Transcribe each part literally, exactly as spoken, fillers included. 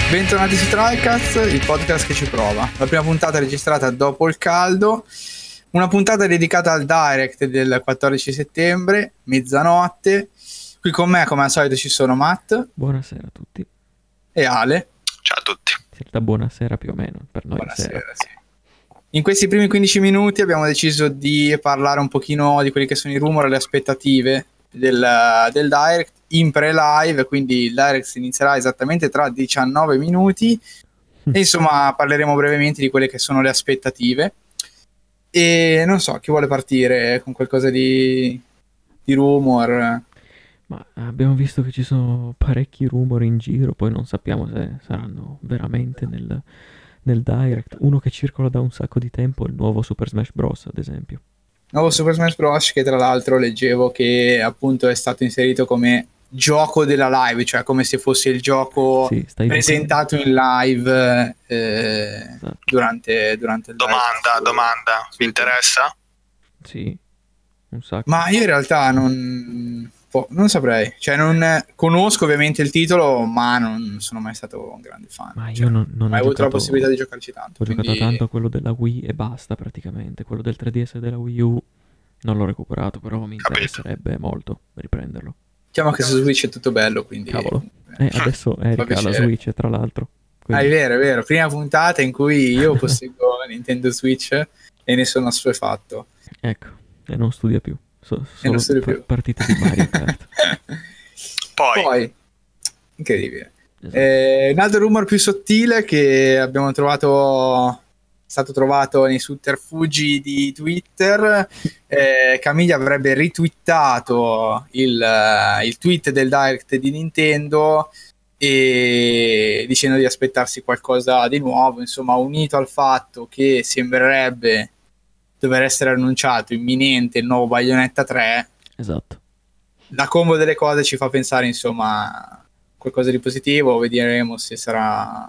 Bentornati su TriCast, il podcast che ci prova. La prima puntata registrata dopo il caldo, una puntata dedicata al Direct del quattordici settembre, mezzanotte. Qui con me, come al solito, ci sono Matt. Buonasera a tutti. E Ale. Ciao a tutti. Da buonasera più o meno, per noi Buonasera, sera. sì. In questi primi quindici minuti abbiamo deciso di parlare un pochino di quelli che sono i rumor e le aspettative del, del Direct in pre-live, quindi il Direct si inizierà esattamente tra diciannove minuti e insomma parleremo brevemente di quelle che sono le aspettative e non so, chi vuole partire con qualcosa di, di rumor? Ma abbiamo visto che ci sono parecchi rumor in giro, poi non sappiamo se saranno veramente nel, nel Direct. Uno che circola da un sacco di tempo è il nuovo Super Smash Bros, ad esempio. Nuovo Super Smash Bros, che tra l'altro leggevo che appunto è stato inserito come gioco della live, cioè come se fosse il gioco Sì, stai presentato in live eh, Esatto. durante, durante il Domanda, live. domanda, vi interessa? Sì, un sacco. Ma io in realtà non, boh, non saprei, cioè non conosco ovviamente il titolo, ma non sono mai stato un grande fan. Ma io cioè, non, non mai ho avuto giocato, la possibilità di giocarci tanto. Ho quindi... giocato tanto a quello della Wii e basta praticamente. Quello del tre D S e della Wii U non l'ho recuperato, però mi Capito. interesserebbe molto riprenderlo. Diciamo che su Switch è tutto bello, quindi... Cavolo. Eh, adesso Erika ha la piacere. Switch, tra l'altro. Ah, Quindi- è vero, è vero. Prima puntata in cui io posseggo Nintendo Switch e ne sono assuefatto. Ecco, e non studia più. So- E solo non studio pa- più. partite di Mario Kart. Poi, Poi, incredibile. Esatto. Eh, un altro rumor più sottile che abbiamo trovato, è stato trovato nei sotterfugi di Twitter. Eh, Camiglia avrebbe ritwittato il, eh, il tweet del Direct di Nintendo e dicendo di aspettarsi qualcosa di nuovo, insomma, unito al fatto che sembrerebbe dover essere annunciato imminente il nuovo Bayonetta tre. Esatto. La combo delle cose ci fa pensare insomma a qualcosa di positivo. Vedremo se sarà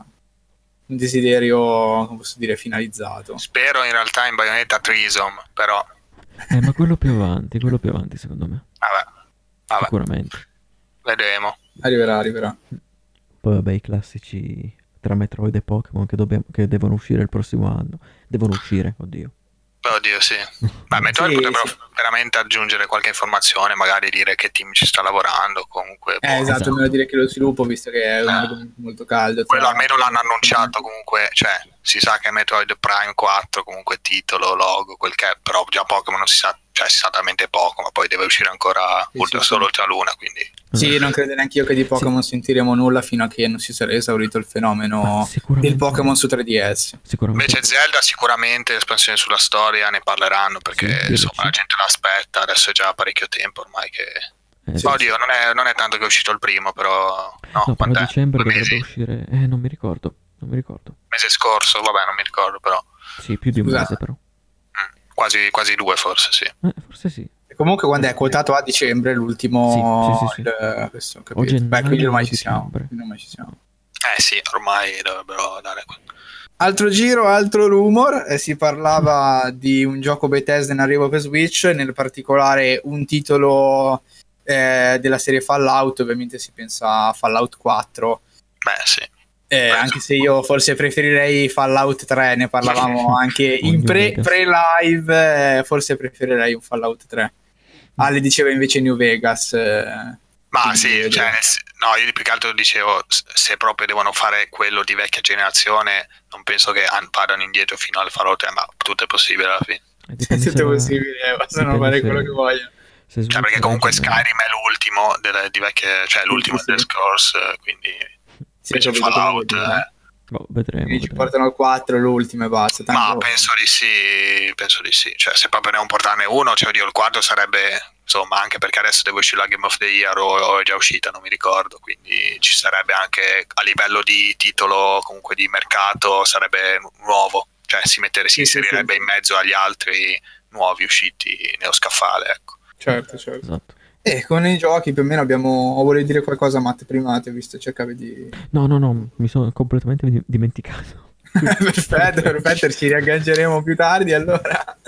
un desiderio, come posso dire, finalizzato. spero in realtà in Bayonetta Trisom, però Eh, ma quello più avanti, quello più avanti secondo me. vabbè, vabbè, Sicuramente. vedremo. Arriverà, arriverà. Poi vabbè, i classici tra Metroid e Pokémon che, dobbiamo- che devono uscire il prossimo anno. Devono uscire, oddio. Oddio, sì. Beh, Metroid Sì, potrebbero sì. veramente aggiungere qualche informazione, magari dire che team ci sta lavorando, comunque. Eh, boh. esatto, Esatto. almeno dire che lo sviluppo, visto che è un Eh. argomento molto caldo. Quello tra- almeno l'hanno annunciato comunque, cioè si sa che è Metroid Prime quattro, comunque titolo, logo, quel che è, però già Pokémon non si sa, cioè si sa talmente poco, ma poi deve uscire ancora Sì, ultra sì, solo sì. Ultra Luna, quindi Sì, non credo neanche io che di Pokémon sentiremo nulla fino a che non si sarà esaurito il Ma fenomeno sicuramente- del Pokémon su tre D S. Sicuramente. invece Zelda sicuramente l'espansione sulla storia ne parleranno, perché Sì, insomma D L C. la gente l'aspetta, adesso è già parecchio tempo ormai che... Eh, Sì, Oddio, non è, non è tanto che è uscito il primo, però... No, no, però a quant'è? dicembre Due dovrebbe mesi? uscire. Eh, non mi ricordo. Non mi ricordo. Mese scorso, vabbè, non mi ricordo, però... Sì, più di un Scusate. mese però. mm, quasi, quasi due forse, sì. Eh, forse sì. E comunque quando è quotato a dicembre l'ultimo... Sì, sì, sì, sì. il- questo, ho O capito. gennaio Beh, quindi ormai o ci siamo. dicembre. Quindi ormai ci siamo. Eh sì, ormai dovrebbero dare... Altro giro, altro rumor, eh, si parlava di un gioco Bethesda in arrivo per Switch, nel particolare un titolo eh, della serie Fallout. Ovviamente si pensa a Fallout quattro, Beh, sì. eh, anche se io forse preferirei Fallout tre, ne parlavamo anche in New pre, Vegas. pre-live, eh, forse preferirei un Fallout tre. Ale diceva invece New Vegas. eh, Ma quindi sì, vedremo. cioè, nel s- no, io più che altro dicevo, s- se proprio devono fare quello di vecchia generazione, non penso che an- vadano indietro fino al Fallout tre, ma tutto è possibile alla fine. Eh, dipende Tutto se è va- possibile, possono dipende fare se- quello che vogliono. se Cioè, Switch perché comunque regge meglio. Skyrim è l'ultimo delle, di vecchie, cioè l'ultimo sì, del sì. Scrolls, eh, quindi Sì, invece ho capito Fallout... quello che vuoi eh, Boh, vedremo. Quindi ci vedremo. portano al quattro, l'ultimo e basta. Ma Tanto... penso di sì, penso di sì. Cioè, se proprio devono portarne uno, cioè, oddio, il quarto sarebbe, insomma, anche perché adesso deve uscire la Game of the Year o, o è già uscita, non mi ricordo, quindi ci sarebbe anche a livello di titolo, comunque di mercato, sarebbe nu- nuovo, cioè si, mettere, si Sì, sì, inserirebbe sì. in mezzo agli altri nuovi usciti nello scaffale, ecco. Certo, certo. Esatto. E con i giochi più o meno abbiamo... O volevi dire qualcosa, Matt, prima ti ho visto, cercavi di... No, no, no, mi sono completamente di- dimenticato. perfetto, perfetto, ci riaggancieremo più tardi allora.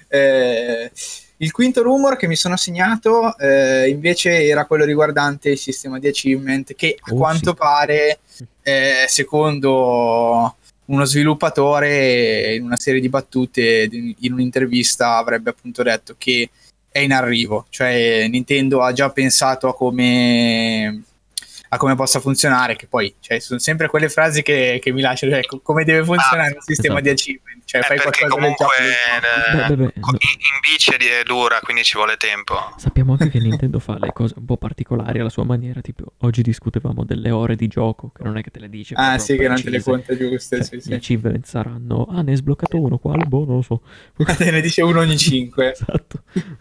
Eh, il quinto rumor che mi sono segnato eh, invece era quello riguardante il sistema di achievement che a Oh, quanto sì. pare eh, secondo uno sviluppatore, in una serie di battute, in un'intervista avrebbe appunto detto che è in arrivo, cioè Nintendo ha già pensato a come a come possa funzionare, che poi cioè, sono sempre quelle frasi che, che mi lasciano, cioè, come deve funzionare ah, un sistema esatto. di achievement, cioè eh, fai perché qualcosa del comunque gioco eh, beh, beh, beh, in, in bici è dura, quindi ci vuole tempo. Sappiamo anche che Nintendo fa le cose un po' particolari alla sua maniera, tipo oggi discutevamo delle ore di gioco, che non è che te le dice ah sì, precise. che non te le conta giuste, cioè, sì, gli sì. achievement saranno, ah ne hai sbloccato uno, quale? Boh, non lo so. Te ne dice uno ogni cinque. Esatto.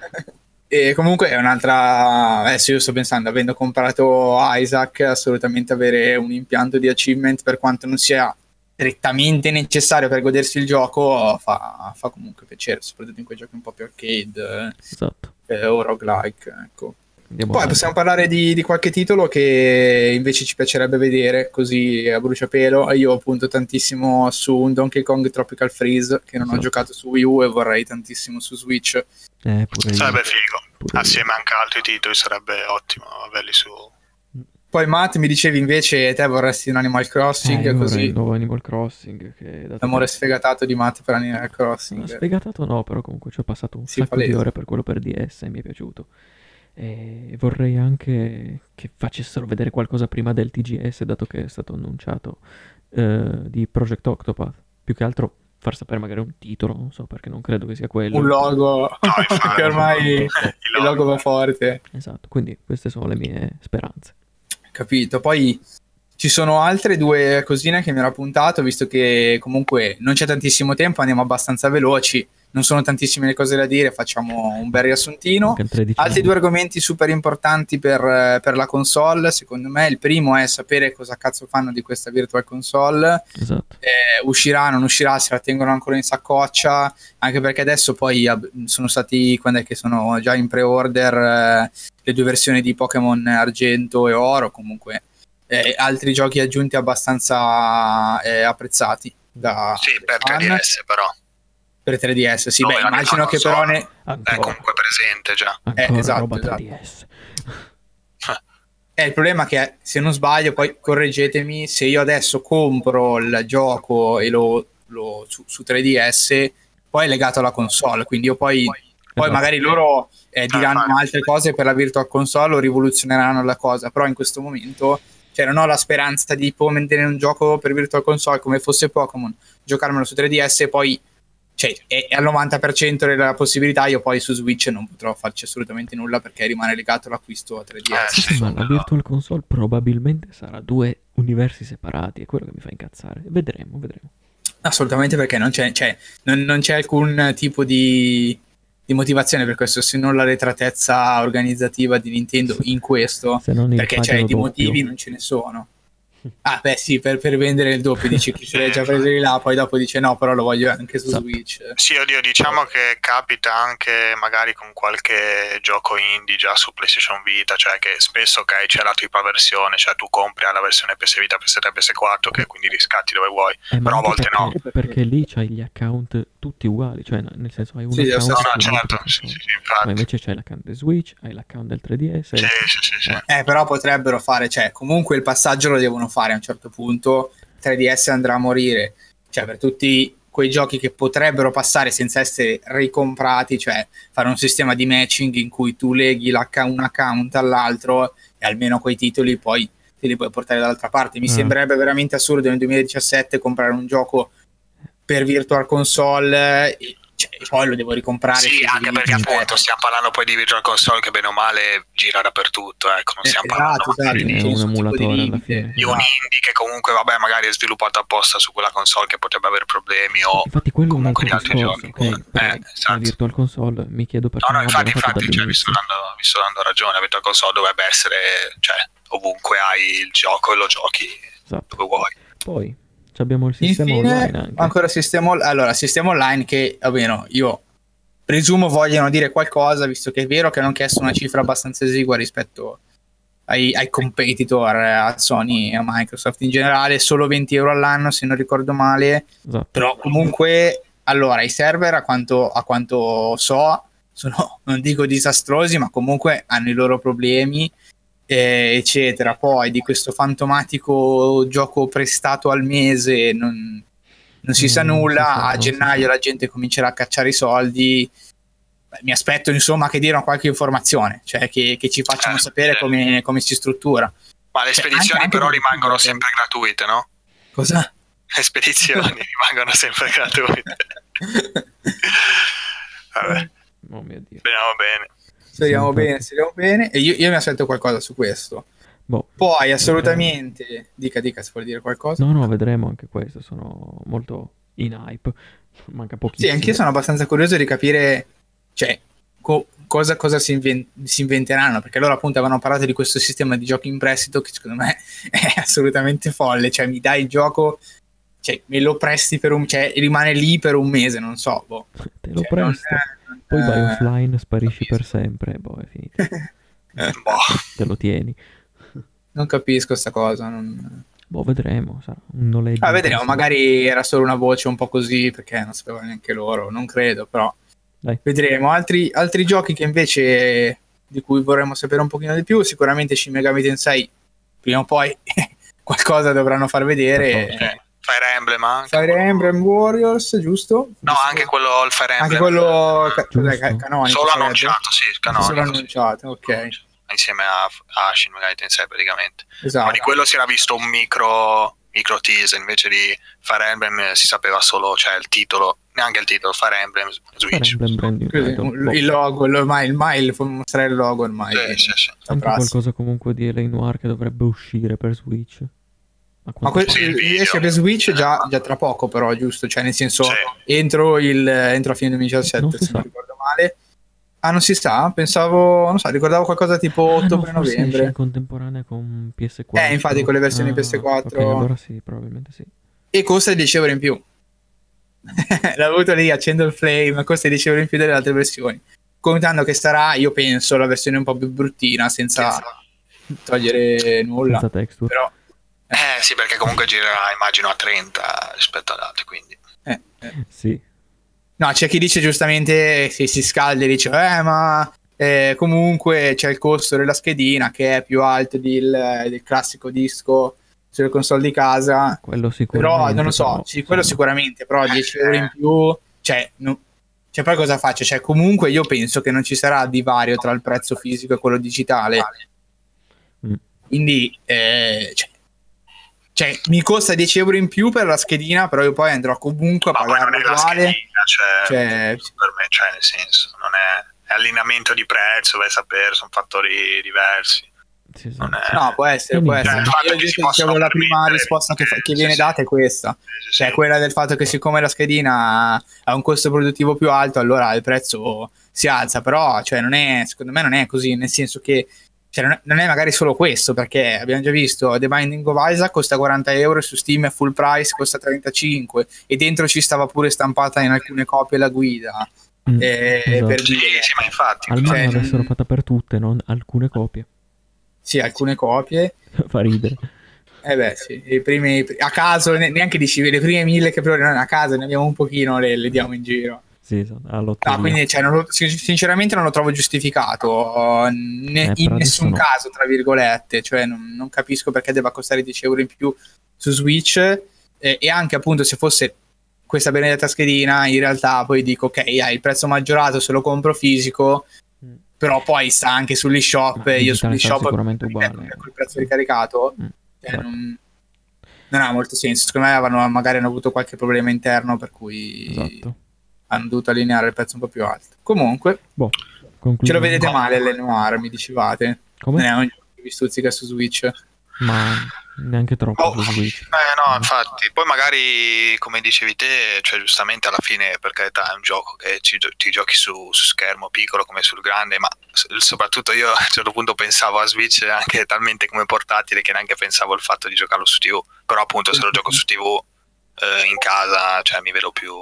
E comunque è un'altra, adesso io sto pensando, avendo comprato Isaac, assolutamente avere un impianto di achievement, per quanto non sia strettamente necessario per godersi il gioco, fa, fa comunque piacere, soprattutto in quei giochi un po' più arcade, esatto. eh, o roguelike, ecco. Andiamo Poi avanti. possiamo parlare di, di qualche titolo che invece ci piacerebbe vedere così a bruciapelo. Io punto tantissimo su un Donkey Kong Tropical Freeze che non esatto. ho giocato su Wii U e vorrei tantissimo su Switch. Eh, pure sarebbe io. figo, Pure assieme io. anche a altri titoli sarebbe ottimo averli su. Poi Matt mi dicevi invece te vorresti un Animal Crossing, Eh, io così vorrei il nuovo Animal Crossing che dato l'amore che... sfegatato di Matt per Animal No, Crossing. sfegatato no, però comunque ci ho passato un Sì, sacco palese. di ore per quello per D S e mi è piaciuto. E vorrei anche che facessero vedere qualcosa prima del T G S, dato che è stato annunciato eh, di Project Octopath. Più che altro far sapere magari un titolo, non so, perché non credo che sia quello. Un logo, infatti. che ormai Il il logo va forte. Esatto, quindi queste sono le mie speranze. Capito, poi ci sono altre due cosine che mi ero appuntato, visto che comunque non c'è tantissimo tempo, andiamo abbastanza veloci, non sono tantissime le cose da dire, facciamo un bel riassuntino. Anche il tredici Altri anni. due argomenti super importanti per, per la console, secondo me. Il primo è sapere cosa cazzo fanno di questa Virtual Console. Esatto. Eh, uscirà, non uscirà, se la tengono ancora in saccoccia, anche perché adesso poi ab- sono stati, quando è che sono già in pre-order eh, le due versioni di Pokémon Argento e Oro, comunque eh, altri giochi aggiunti abbastanza eh, apprezzati da Sì, per fan. tre D S però. Per tre D S, sì, Dove beh, la immagino che però ne... Ancora, è comunque presente già. ancora Eh, esatto, roba esatto. tre D S. Eh, il problema è che, se non sbaglio, poi correggetemi, se io adesso compro il gioco e lo, lo su, su tre D S, poi è legato alla console, quindi io poi, poi Esatto. magari loro eh, diranno Ah, altre cose per la Virtual Console o rivoluzioneranno la cosa, però in questo momento cioè, non ho la speranza di poter mantenere un gioco per Virtual Console come fosse Pokémon, giocarmelo su tre D S e poi cioè, è, è al novanta per cento della possibilità, io poi su Switch non potrò farci assolutamente nulla perché rimane legato l'acquisto a tre D S. Eh, sì, Ma la quello. Virtual Console probabilmente sarà due universi separati, è quello che mi fa incazzare. Vedremo, vedremo. Assolutamente, perché non c'è, cioè, non, non c'è alcun tipo di, di motivazione per questo, se non la retratezza organizzativa di Nintendo in questo, Se non il perché cioè, pagano di doppio. motivi non ce ne sono. Ah, beh, sì, per, per vendere il doppio dice chi se l'è già preso di là, poi dopo dice no, però lo voglio anche su Esatto. Switch. Sì, oddio, diciamo che capita anche magari con qualche gioco indie già su PlayStation Vita, cioè che spesso ok c'è la tripla versione, cioè tu compri la versione P S Vita, P S tre, P S quattro che quindi riscatti dove vuoi, Eh, ma però a anche volte no. perché, perché lì c'hai gli account tutti uguali, cioè nel senso hai un Sì, lo account so. No, no, su certo, multiple sì, console. sì, sì, infatti. Ma invece c'hai l'account del Switch, hai l'account del tre D S. Sì, hai- sì, sì, sì. Eh, però potrebbero fare, cioè, comunque il passaggio lo devono fare a un certo punto. tre D S andrà a morire, cioè per tutti quei giochi che potrebbero passare senza essere ricomprati, cioè fare un sistema di matching in cui tu leghi un account all'altro e almeno quei titoli poi te li puoi portare dall'altra parte. Mi Ah. sembrerebbe veramente assurdo nel duemiladiciassette comprare un gioco per Virtual Console e cioè, poi lo devo ricomprare. Sì, anche perché appunto stiamo parlando poi di Virtual Console che bene o male gira dappertutto, ecco, non stiamo eh, parlando esatto, esatto, Sì, non è c'è un nessun tipo di emulatore alla limite. fine. di un indie che comunque vabbè magari è sviluppato apposta su quella console che potrebbe avere problemi o Infatti quello è un comunque altro di altri discorso, giochi. ok? Però Eh, la esatto. Virtual Console mi chiedo perché No, no, non infatti, l'abbiano fatto infatti cioè, vi, sto dall'inizio. dando, vi sto dando ragione, la Virtual Console dovrebbe essere, cioè, ovunque hai il gioco e lo giochi Esatto. dove vuoi. Poi ci abbiamo il sistema Infine, online anche. ancora sistema on- allora sistema online che almeno io presumo vogliano dire qualcosa, visto che è vero che hanno chiesto una cifra abbastanza esigua rispetto ai, ai competitor, a Sony e a Microsoft in generale, solo venti euro all'anno se non ricordo male. Esatto. Però comunque allora i server a quanto, a quanto so sono, non dico disastrosi, ma comunque hanno i loro problemi eh, eccetera. Poi di questo fantomatico gioco prestato al mese non, non si Mm, sa non si nulla. sa, A non si gennaio sa. la gente comincerà a cacciare i soldi. Beh, mi aspetto insomma che diano qualche informazione, cioè che, che ci facciano Eh, sapere sì. come, come si struttura. Ma le Cioè, spedizioni anche- anche però per- rimangono sempre gratuite, no? Cosa? Le spedizioni rimangono sempre gratuite. Vabbè, Oh mio Dio. speriamo bene. Speriamo Sì, bene, infatti. speriamo bene. E io, io mi aspetto qualcosa su questo. Boh, Poi assolutamente, dica dica se vuole dire qualcosa. no, no, vedremo anche questo. Sono molto in hype. Manca Sì, pochissimo. anch'io sono abbastanza curioso di capire, cioè, co- cosa, cosa si, inven- si inventeranno, perché loro appunto avevano parlato di questo sistema di giochi in prestito che secondo me è assolutamente folle, cioè mi dai il gioco, cioè me lo presti per un, cioè rimane lì per un mese, non so, boh. Te lo Cioè, non- presto. non- Poi vai eh, offline, sparisci per capisco. sempre. Boh, è finito. Boh. Te lo tieni. non capisco sta cosa, non... Boh, vedremo. Sarà un noleggio Ah, vedremo, interessante. magari era solo una voce un po' così, perché non sapevano neanche loro, non credo, però Dai. vedremo. Altri, altri giochi che invece di cui vorremmo sapere un pochino di più, sicuramente Shin Megami Tensei, prima o poi qualcosa dovranno far vedere. Per forza. Eh, Fire Emblem anche. Fire Emblem Warriors, giusto? No, anche quello il Fire Emblem. Anche quello ca- cos'è, Giusto. ca- canonico. Solo sarebbe? annunciato, sì, canonico. Solo sì. annunciato, ok. Insieme a, a Shin Megami Tensei praticamente. Esatto. Ma di quello si era visto un micro micro teaser, invece di Fire Emblem eh, si sapeva solo, cioè il titolo, neanche il titolo, Fire Emblem Switch. Fire Emblem Brand New Così, Title. un- Boh. il logo, lo- ormai il mail, mostrare il logo ormai. Sì, sì, sì. la Anche prassi. qualcosa comunque di L A Noir che dovrebbe uscire per Switch. Ma Ma quanto que- Sì, il video. esce per Switch già, già tra poco, però, giusto? Cioè, nel senso, Sì. entro, il, entro a fine duemiladiciassette, Non si se non sa. ricordo male. Ah, non si sa? Pensavo, non so, ricordavo qualcosa tipo Ah, no, forse esce in ottobre-novembre. contemporanea con P S quattro. Eh, infatti, con le versioni Ah, P S quattro. Ok, allora sì, probabilmente sì. E costa dieci euro in più. L'ho avuto lì, accendo il flame, costa dieci euro in più delle altre versioni. Contando che sarà, io penso, la versione un po' più bruttina, senza togliere nulla. Senza texture. Però, Eh sì, perché comunque girerà immagino a trenta rispetto ad altri, quindi. eh, eh. Sì. No, c'è chi dice giustamente, si, si scalda e dice, eh, ma eh, comunque c'è il costo della schedina che è più alto del, del classico disco sulle console di casa. Quello sicuramente. Però non lo so, però, sì, quello insomma, sicuramente, però dieci euro in più, cioè, no, cioè poi cosa faccio? Cioè, comunque io penso che non ci sarà divario tra il prezzo fisico e quello digitale. Mm. Quindi, eh, cioè, cioè, mi costa dieci euro in più per la schedina, però io poi andrò comunque a Ma poi non pagarlo è la uguale. schedina, cioè, Cioè, per me, cioè nel senso, non è, è allineamento di prezzo, vai a sapere, sono fattori diversi. Sì, sì. Non è, no, può essere, Io può mi- essere. Cioè, il No, fatto io che si dicevo, possono la prima permettere- risposta che, fa- che sì, viene sì. data è questa. sì, sì, Cioè, sì. quella del fatto che siccome la schedina ha un costo produttivo più alto, allora il prezzo si alza, però cioè, non è, secondo me non è così, nel senso che cioè, non, è, non è magari solo questo, perché abbiamo già visto The Binding of Isaac costa quaranta euro, su Steam è full price, costa trentacinque, e dentro ci stava pure stampata in alcune copie la guida. Mm, eh, esatto. per Sì, dire, sì, ma infatti, Almeno cioè, l'avessero non- fatta per tutte, non alcune copie. sì, alcune copie. Fa ridere. Eh beh, sì, i primi, a caso, ne- neanche dici, le prime mille che però a caso ne abbiamo un pochino, le, le diamo in giro. Sì, esatto, all'otto No, quindi cioè, non lo- sin- sinceramente non lo trovo giustificato ne- Eh, in però adesso nessun no. caso, tra virgolette, cioè non, non capisco perché debba costare dieci euro in più su Switch, eh, e anche appunto se fosse questa benedetta schedina, in realtà poi dico ok, hai il prezzo maggiorato se lo compro fisico, Mm. però poi sta anche sugli shop, Ma io digitale sugli sarà shop sicuramente ripeto, uguale. con il prezzo ricaricato, Mm, cioè, esatto. non, non ha molto senso. Secondo me avevano, magari hanno avuto qualche problema interno per cui Esatto. hanno dovuto allineare il prezzo un po' più alto. Comunque, Boh, ce lo concludiamo. vedete male l'Enoir, mi dicevate. Come? Non è un gioco che vi stuzzica su Switch. Ma neanche troppo Oh, su Switch. eh, no, infatti, poi magari come dicevi te, cioè giustamente alla fine per carità è un gioco che ci, ti giochi su, su schermo piccolo come sul grande, ma s- soprattutto io a un certo punto pensavo a Switch anche talmente come portatile che neanche pensavo al fatto di giocarlo su tivù, però appunto se lo gioco su tivù eh, in casa, cioè mi vedo più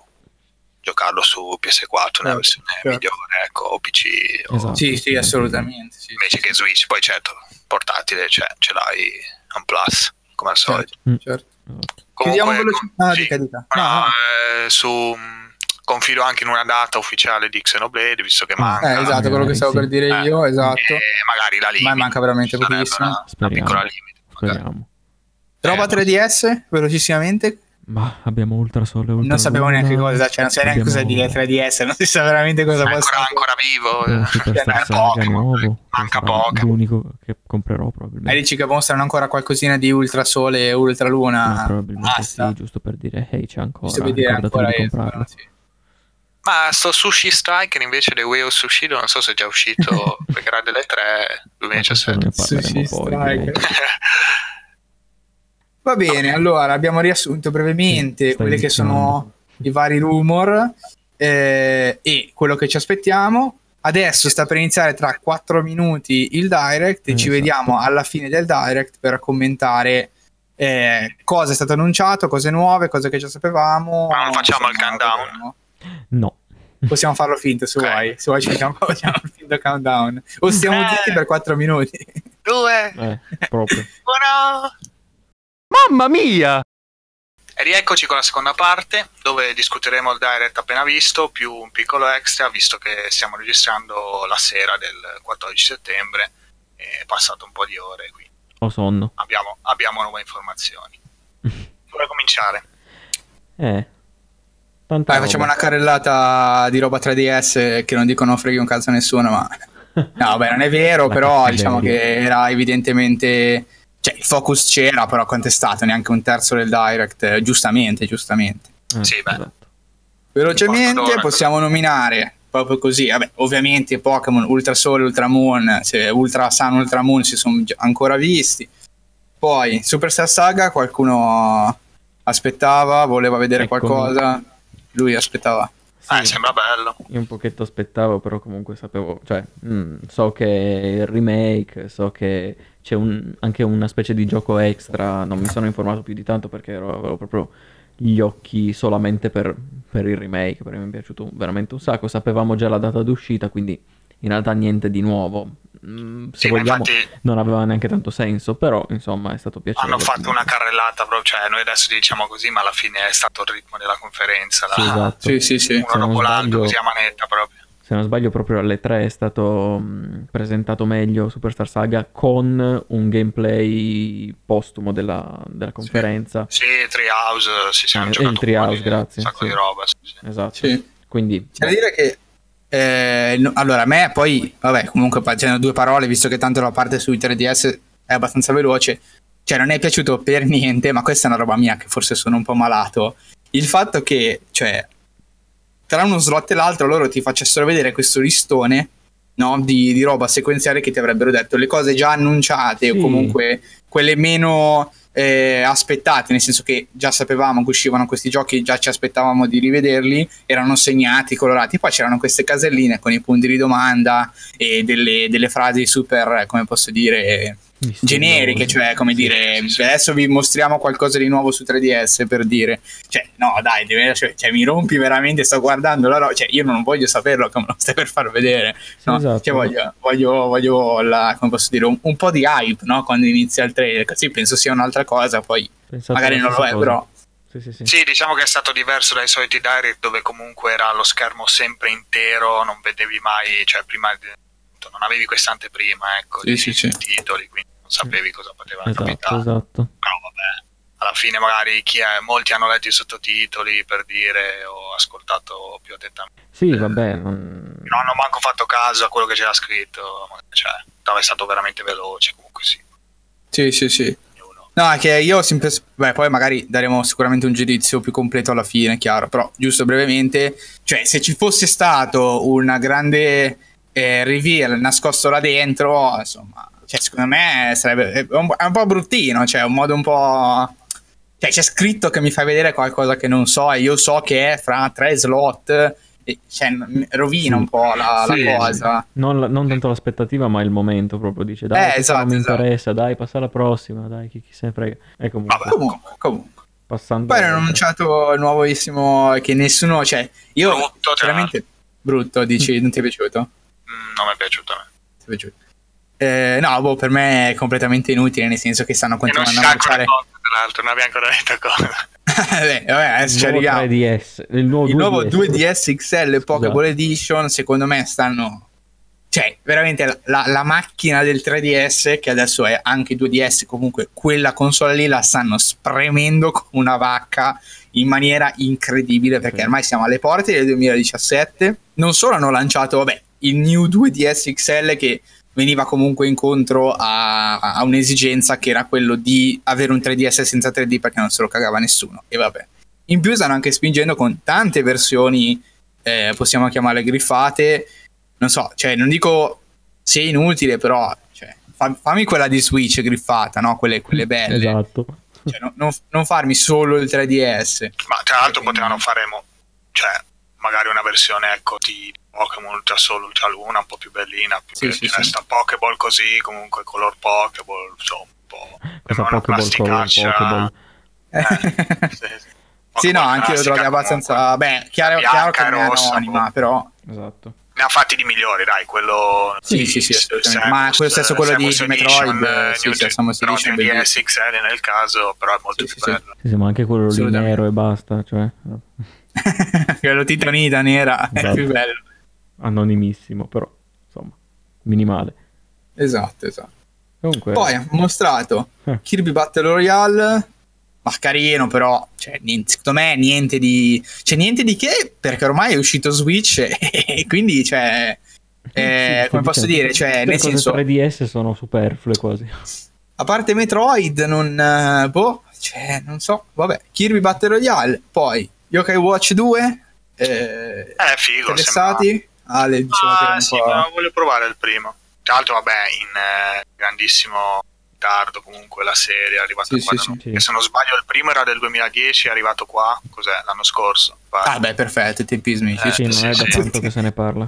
giocarlo su P S quattro, una Certo, versione certo. migliore, ecco, o P C o- Esatto. Sì, sì, assolutamente. Sì, invece sì, che Switch. Poi certo, portatile, cioè ce l'hai un plus, come al solito. certo, certo. Esatto. Chiudiamo Comunque, veloci- no, sì. dica, dica. No, No, no. eh, su confido anche in una data ufficiale di Xenoblade, visto che manca. Eh, esatto, quello che stavo sì. per dire Eh, io, esatto. E magari la limite. Ma manca veramente Sarebbe pochissimo. Una, una Speriamo. piccola limite. magari. Speriamo. Roba Eh, tre D S, velocissimamente. Ma abbiamo Ultrasole e Ultra Non sapevo Luna, neanche cosa, cioè non sai neanche cosa abbiamo- dire tre D S, non si sa veramente cosa È possa ancora, ancora vivo. abbiamo eh, Superstar è Saga Pokémon, nuovo, che manca sarà Pokémon. l'unico che comprerò E probabilmente. dici che mostrano ancora qualcosina di Ultra Sole e Ultra Luna. Ma probabilmente Basta. sì, giusto per dire hey c'è ancora, Giusto per dire ricordatevi ancora di escono, comprarlo. sì. Ma sto Sushi Striker invece dei Way of Sushido non so se è già uscito perché era delle tre Ma questo duemiladiciassette. ne parleremo Sushi poi, Striker. direi. Va bene, allora abbiamo riassunto brevemente Sì, stai quelli che sono iniziando. i vari rumor eh, e quello che ci aspettiamo. Adesso sta per iniziare tra quattro minuti il direct e ci Esatto. vediamo alla fine del direct per commentare eh, cosa è stato annunciato, cose nuove, cose che già sapevamo. Ma non facciamo il Insomma, countdown? vedremo. No. Possiamo farlo finto se Ok. vuoi. Se vuoi ci facciamo, facciamo il finto countdown. O stiamo Eh. zitti per quattro minuti. Due, Eh, proprio. uno. Mamma mia! E rieccoci con la seconda parte dove discuteremo il direct appena visto più un piccolo extra visto che stiamo registrando la sera del quattordici settembre, è passato un po' di ore quindi Ho sonno. abbiamo, abbiamo nuove informazioni. Vuoi cominciare? Eh. Tanta Dai, roba. facciamo una carrellata di roba tre D S che non dicono freghi un cazzo a nessuno, ma no, vabbè, non è vero, La però cattiveria. diciamo che era evidentemente, cioè il focus c'era, però contestato neanche un terzo del direct, eh, giustamente, giustamente. Eh, Sì, beh. esatto. Velocemente Portadora. possiamo nominare proprio così, vabbè, ovviamente Pokémon Ultra Sole, Ultra Moon, se Ultra Sun, Ultra Moon si sono già- ancora visti. Poi Superstar Saga, qualcuno aspettava, voleva vedere Eccomi. qualcosa, lui aspettava. Sì, Eh, sembra bello. io un pochetto aspettavo, però comunque sapevo, cioè, mm, so che il remake, so che c'è un- anche una specie di gioco extra, non mi sono informato più di tanto perché ero- avevo proprio gli occhi solamente per, per il remake, perché mi è piaciuto veramente un sacco, sapevamo già la data d'uscita, quindi in realtà niente di nuovo. Mm, se Sì, ma vogliamo, infatti non aveva neanche tanto senso, però insomma è stato piacevole. hanno fatto una carrellata proprio, cioè noi adesso diciamo così, ma alla fine è stato il ritmo della conferenza, Sì, la- esatto. Sì, sì, sì. uno Se non dopo l'altro, sbaglio- così a manetta proprio. Se non sbaglio proprio alle tre è stato mh, presentato meglio Superstar Saga con un gameplay postumo della, della conferenza. Sì, Treehouse, sì, siamo Eh, giocato il Treehouse, un po' di- grazie, un sacco sì. di roba, sì, sì. Esatto. Sì. Quindi C'è da dire che eh, no- allora a me poi vabbè comunque facendo due parole visto che tanto la parte sui tre D S è abbastanza veloce, cioè non è piaciuto per niente, ma questa è una roba mia che forse sono un po' malato, il fatto che cioè tra uno slot e l'altro loro ti facessero vedere questo listone, no, di, di roba sequenziale che ti avrebbero detto le cose già annunciate Sì. o comunque quelle meno eh, aspettate, nel senso che già sapevamo che uscivano questi giochi, già ci aspettavamo di rivederli, erano segnati, colorati, poi c'erano queste caselline con i punti di domanda e delle, delle frasi super, come posso dire, generiche, cioè come Sì, dire sì, sì. adesso vi mostriamo qualcosa di nuovo su tre D S, per dire, cioè no dai, deve- cioè, cioè, mi rompi veramente, sto guardando la roba, cioè io non voglio saperlo che me lo stai per far vedere, Sì, no? esatto. Cioè, voglio, voglio, voglio la, come posso dire, un, un po' di hype, no? Quando inizia il trailer, così penso sia un'altra cosa, poi Pensate magari alla non lo stessa è, cosa. però Sì, sì, sì. Sì, diciamo che è stato diverso dai soliti direct dove comunque era lo schermo sempre intero, non vedevi mai, cioè prima di- non avevi questa anteprima, ecco, Sì, di sì, sì. titoli, quindi non sapevi cosa poteva Esatto, capitare. esatto. Però vabbè, alla fine magari chi è, molti hanno letto i sottotitoli per dire o ascoltato più attentamente. Sì, vabbè, non... Non hanno manco fatto caso a quello che c'era scritto, cioè, è stato veramente veloce, comunque sì. sì, sì, sì. Ognuno. No, è che io ho sempre. Beh, poi magari daremo sicuramente un giudizio più completo alla fine, chiaro. Però, giusto brevemente, cioè, se ci fosse stato una grande eh, reveal nascosto là dentro, insomma, cioè, secondo me sarebbe. È un, è un po' bruttino, cioè, un modo un po'. Cioè, c'è scritto che mi fai vedere qualcosa che non so, e io so che è fra tre slot. E, cioè, n- rovina Sì. un po' la, Sì, la cosa. Non, la- non tanto l'aspettativa, ma il momento proprio. Dice, dai, Eh, questa esatto, non mi esatto. interessa, dai, passa alla prossima, dai, chi, chi se ne frega. E comunque, Vabbè. Comunque, comunque. passando... Poi hanno annunciato il nuovissimo che nessuno, cioè io Brutto, tra veramente brutto, dici, non ti è piaciuto? Mm, non mi è piaciuto a me. Ti è piaciuto? Eh, no, boh, per me è completamente inutile, nel senso che stanno E non continuando si a sa ancora marciare. cosa, tra l'altro, non abbiamo ancora detto cosa. Beh, vabbè, adesso ci Il nuovo arriviamo. tre D S, il nuovo, Il nuovo due D S. due D S X L Pokéball Edition, secondo me stanno, cioè veramente la, la, la macchina del tre D S, che adesso è anche due D S, comunque quella console lì la stanno spremendo come una vacca in maniera incredibile, perché Sì. ormai siamo alle porte del duemiladiciassette. Non solo hanno lanciato, vabbè, il New due D S X L, che veniva comunque incontro a, a un'esigenza che era quello di avere un tre D S senza tre D, perché non se lo cagava nessuno, e vabbè. In più stanno anche spingendo con tante versioni, eh, possiamo chiamarle griffate, non so, cioè non dico sia inutile, però cioè, fa- fammi quella di Switch griffata, no? Quelle, quelle belle. Esatto. Cioè, no- non, non farmi solo il tre D S. Ma tra l'altro Quindi- potevano fare mo- cioè magari una versione, ecco, di Pokémon Ultra Solo, Ultra Luna, un po' più bellina, più Sì, che sì, ce ne sì. sta Pokéball così, comunque color Pokéball, insomma, un po' Cosa una Pokéball color plasticaccia. Pokéball? Eh, sì, sì. Sì, no, Pokéball anche io lo trovo classica abbastanza. comunque. Beh, chiaro, Bianca chiaro che e non è rossa, anonima, boh. però. Esatto. Ne ha fatti di migliori, dai, quello Sì, sì, sì, assolutamente. Samus, Ma quello stesso quello di Samus Metroid, Edition, sì, New sì, Samus però Edition, New bellissimo. D S X L nel caso, però è molto Sì, più sì, sì. bello. Sì, sì, ma anche quello lì Assolutamente. nero e basta, cioè Quello titanita nera è Esatto. più bello. anonimissimo, però insomma, minimale. Esatto, esatto. Comunque, Poi ha mostrato Eh. Kirby Battle Royale, ma carino, però cioè, niente, secondo me niente di cioè niente di che, perché ormai è uscito Switch e quindi cioè eh, sì, come sto posso dicendo, dire, cioè tutte le nel cose senso, tre D S sono superflue quasi. a parte Metroid non eh, boh, cioè non so, vabbè, Kirby Battle Royale, poi Yokai Watch due, eh, Eh, figo, interessati? Ale diceva che era Ah, un sì, po'. ma voglio provare il primo. Tra l'altro, vabbè, in eh, grandissimo ritardo comunque la serie è arrivata Sì, qua sì, da noi. sì. E se non sbaglio il primo era del duemiladieci, è arrivato qua, cos'è, l'anno scorso. Pare. Ah beh, perfetto, i tempismi. Eh, Sì, non sì, è da sì. tanto che se ne parla.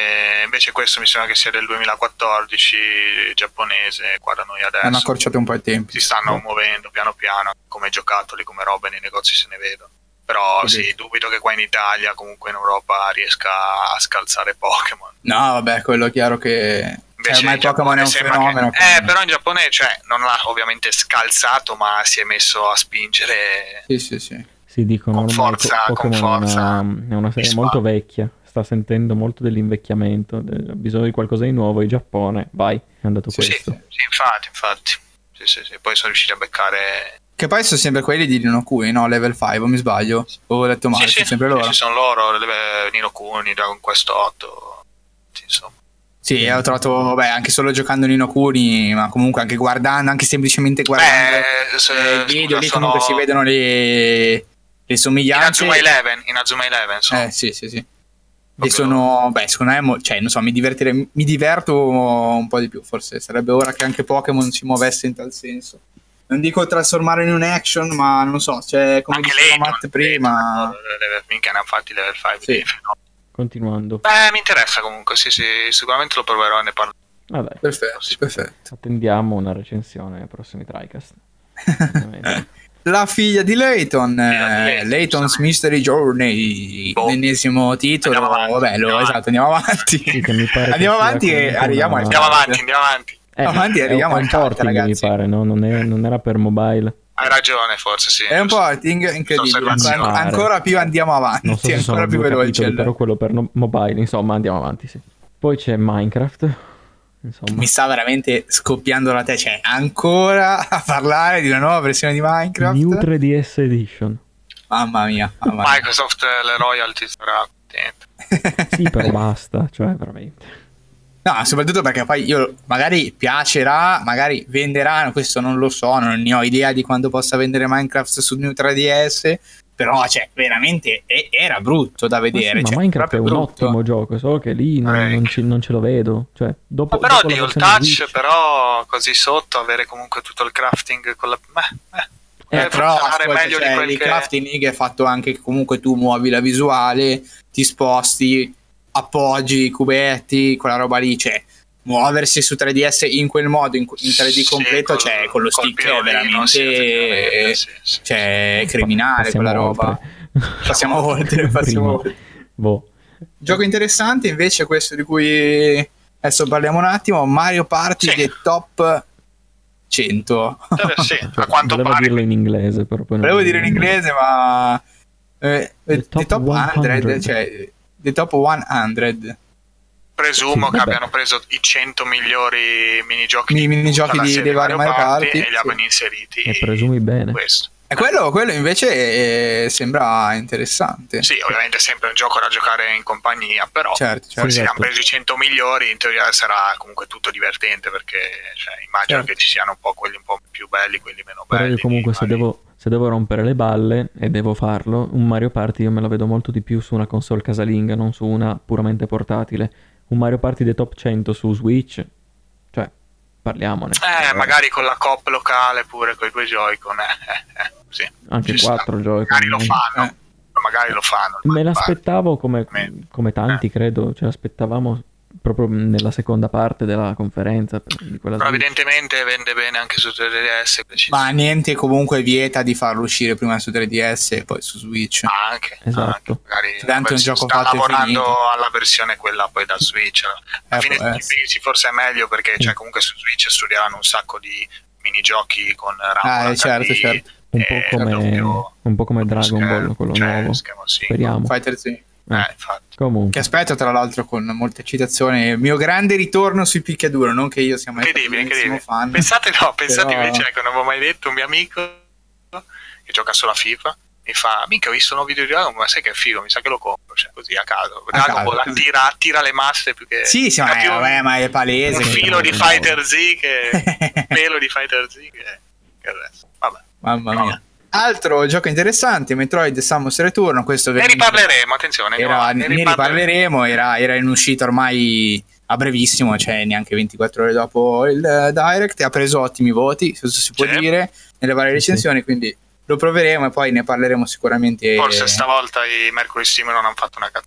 E invece questo mi sembra che sia del duemilaquattordici, giapponese, qua da noi adesso. Hanno accorciato un po' i tempi. Si stanno Beh. muovendo piano piano, come giocattoli, come robe nei negozi se ne vedono. Però Sì. sì, dubito che qua in Italia, comunque in Europa, riesca a scalzare Pokémon. No, vabbè, quello è chiaro che cioè, Invece ormai in Giappone Pokémon è un sembra fenomeno. che- che- Eh, però in Giappone, cioè, non l'ha ovviamente scalzato, ma si è messo a spingere. Sì, sì, sì. Si dicono Con ormai forza, Po- con Pokémon è forza una, è una serie di molto spalla. vecchia, sta sentendo molto dell'invecchiamento, de- ha bisogno di qualcosa di nuovo. In Giappone, vai, è andato Sì, Sì, questo. sì, infatti, infatti. Sì, sì, sì. Poi sono riusciti a beccare. Che poi sono sempre quelli di Nino Kuni, no? Level cinque, o mi sbaglio? O ho letto male, sì, sono sì, sempre sì, loro. sì, sono loro, le- Nino Kuni, Dragon Quest otto. Sì, insomma. Sì, ho trovato, beh, anche solo giocando Nino Kuni, ma comunque anche guardando, anche semplicemente guardando Beh, se- eh, il video, scusa, lì sono- comunque si vedono le, le In somiglianze. Azuma Eleven, in Azuma Eleven, sono. Eh, sì, sì, sì. E Proprio- sono, beh, secondo me, mo- cioè, non so, mi divertirei, mi diverto un po' di più, forse sarebbe ora che anche Pokémon si muovesse in tal senso. Non dico trasformare in un action, ma non so, cioè, come Anche diceva lei Matt prima. minchia, ne hanno fatti level cinque. Sì. di fenomeno. Continuando. Beh, mi interessa comunque, sì, sì, sicuramente lo proverò e ne parlo. Vabbè, Perfetto, perfetto. attendiamo una recensione ai prossimi TriCast. Ovviamente. La figlia di Layton, Figlia di eh, Layton, Layton's giustamente. Mystery Journey, Boh. l'ennesimo titolo. Andiamo avanti, Vabbè, lo, andiamo esatto, andiamo avanti. Sì, che mi pare che Andiamo sia avanti e comunque arriviamo una- al Andiamo card. avanti, andiamo avanti. Eh, Avanti, è- arriviamo è al un card, porting, mi ragazzi. pare, no? Non, è- non era per mobile. Hai ragione, forse sì. È un giusto. porting incredibile, Osservazione. ancora, ancora più andiamo avanti, Non so se ancora sono più due veloce. capitoli, però quello per no- mobile, insomma, andiamo avanti, sì. Poi c'è Minecraft, insomma. Mi sta veramente scoppiando la testa, cioè ancora a parlare di una nuova versione di Minecraft. New tre D S Edition. Mamma mia, mamma mia. Microsoft eh, le royalty sarà contenta. Sì, però basta, cioè veramente. No, soprattutto perché poi io magari piacerà, magari venderanno, questo non lo so, non ne ho idea di quando possa vendere Minecraft su New tre D S, però cioè veramente è- era brutto da Ma, sì, vedere, ma cioè, Minecraft è un proprio brutto. ottimo gioco, solo che lì non, Eh. non ci- non ce lo vedo. Cioè, dopo, Ma però dopo la di all versione touch, Switch- però così sotto avere comunque tutto il crafting con la. Beh, eh. Eh, Deve però funzionare ascolta, meglio di cioè, quel il che- crafting lì che è fatto anche che comunque tu muovi la visuale, ti sposti, appoggi i cubetti, quella roba lì, cioè muoversi su tre D S in quel modo, in, in tre D Sì, completo, col- cioè con lo col stick è pirolino, veramente sì, effettivamente, sì, sì. cioè è criminale Passiamo quella roba. oltre. Passiamo oltre, passiamo Prima. oltre. Boh. Gioco interessante invece è questo di cui adesso parliamo un attimo, Mario Party Sì. The Top cento. Eh, sì, a quanto Volevo pare dirlo in inglese, però poi non Volevo lo dire in dico. inglese, ma eh, The the top top cento, cento. cioè the top cento. presumo Sì, che vabbè. abbiano preso i cento migliori minigiochi I di minigiochi tutta la di- serie dei vari Mario Party Party, e li sì. abbiano inseriti E presumi bene. questo. E quello, quello invece eh, sembra interessante. Sì, ovviamente è sempre un gioco da giocare in compagnia, però Certo, certo. se Sì, hanno esatto. preso i cento migliori in teoria sarà comunque tutto divertente, perché cioè, immagino Certo. che ci siano un po' quelli un po' più belli, quelli meno Però belli. io comunque di se vari- devo, se devo rompere le balle, e devo farlo, un Mario Party io me lo vedo molto di più su una console casalinga, non su una puramente portatile. Un Mario Party dei top cento su Switch, cioè, parliamone. Eh, magari con la coop locale pure, con i due Joy-Con, eh, eh, eh, sì. Anche Ci sta. quattro Joy-Con. Magari lo fanno, Eh. magari lo fanno. Me l'aspettavo come, Me- come tanti, eh. credo, ce l'aspettavamo proprio nella seconda parte della conferenza di quella Però Switch. evidentemente vende bene anche su tre D S. Ma niente comunque vieta di farlo uscire prima su tre D S e poi su Switch. Anche, Esatto. anche. Magari Tanto è un la vers- gioco sta fatto e lavorando finito. alla versione quella poi da Switch. Alla Eh, fine può se ci essere. pensi forse è meglio, perché cioè, comunque su Switch studieranno un sacco di minigiochi con RAM Ah, eh, certo, H D, certo. Un po' eh, come, doppio- un po' come Dragon schermo, Ball, quello cioè, nuovo. schermo sì. Speriamo. Fighter sì. Eh, Eh, infatti. Che Comunque, aspetto tra l'altro con molta eccitazione. Il mio grande ritorno sui picchiaduro, non che io sia mai stato Incredibile, un grandissimo incredibile. fan. Pensate, no, pensate Però- invece che non avevo mai detto, un mio amico che gioca solo a FIFA mi fa: minchia, ho visto un video di Dragon Ball, ma sai che è figo, mi sa che lo compro, cioè così a caso. A Dragon caso, Ball così. attira, attira le masse più che Sì, sì, ma è è, più un- vabbè, ma è palese. un Sì, filo di Dragon Ball. Fighter Z che pelo di Fighter Z che, che il resto. Vabbè. Mamma No. mia. Altro gioco interessante, Metroid Samus Return. Questo Ne veramente riparleremo, attenzione, era- andiamo avanti, ne riparleremo. Era, era in uscita ormai a brevissimo, cioè neanche ventiquattro ore dopo il eh, Direct. E ha preso ottimi voti, se si può Sì. dire, nelle varie Sì, sì. recensioni. Quindi lo proveremo e poi ne parleremo sicuramente. Forse stavolta i Mercury Steam non hanno fatto una cazzo.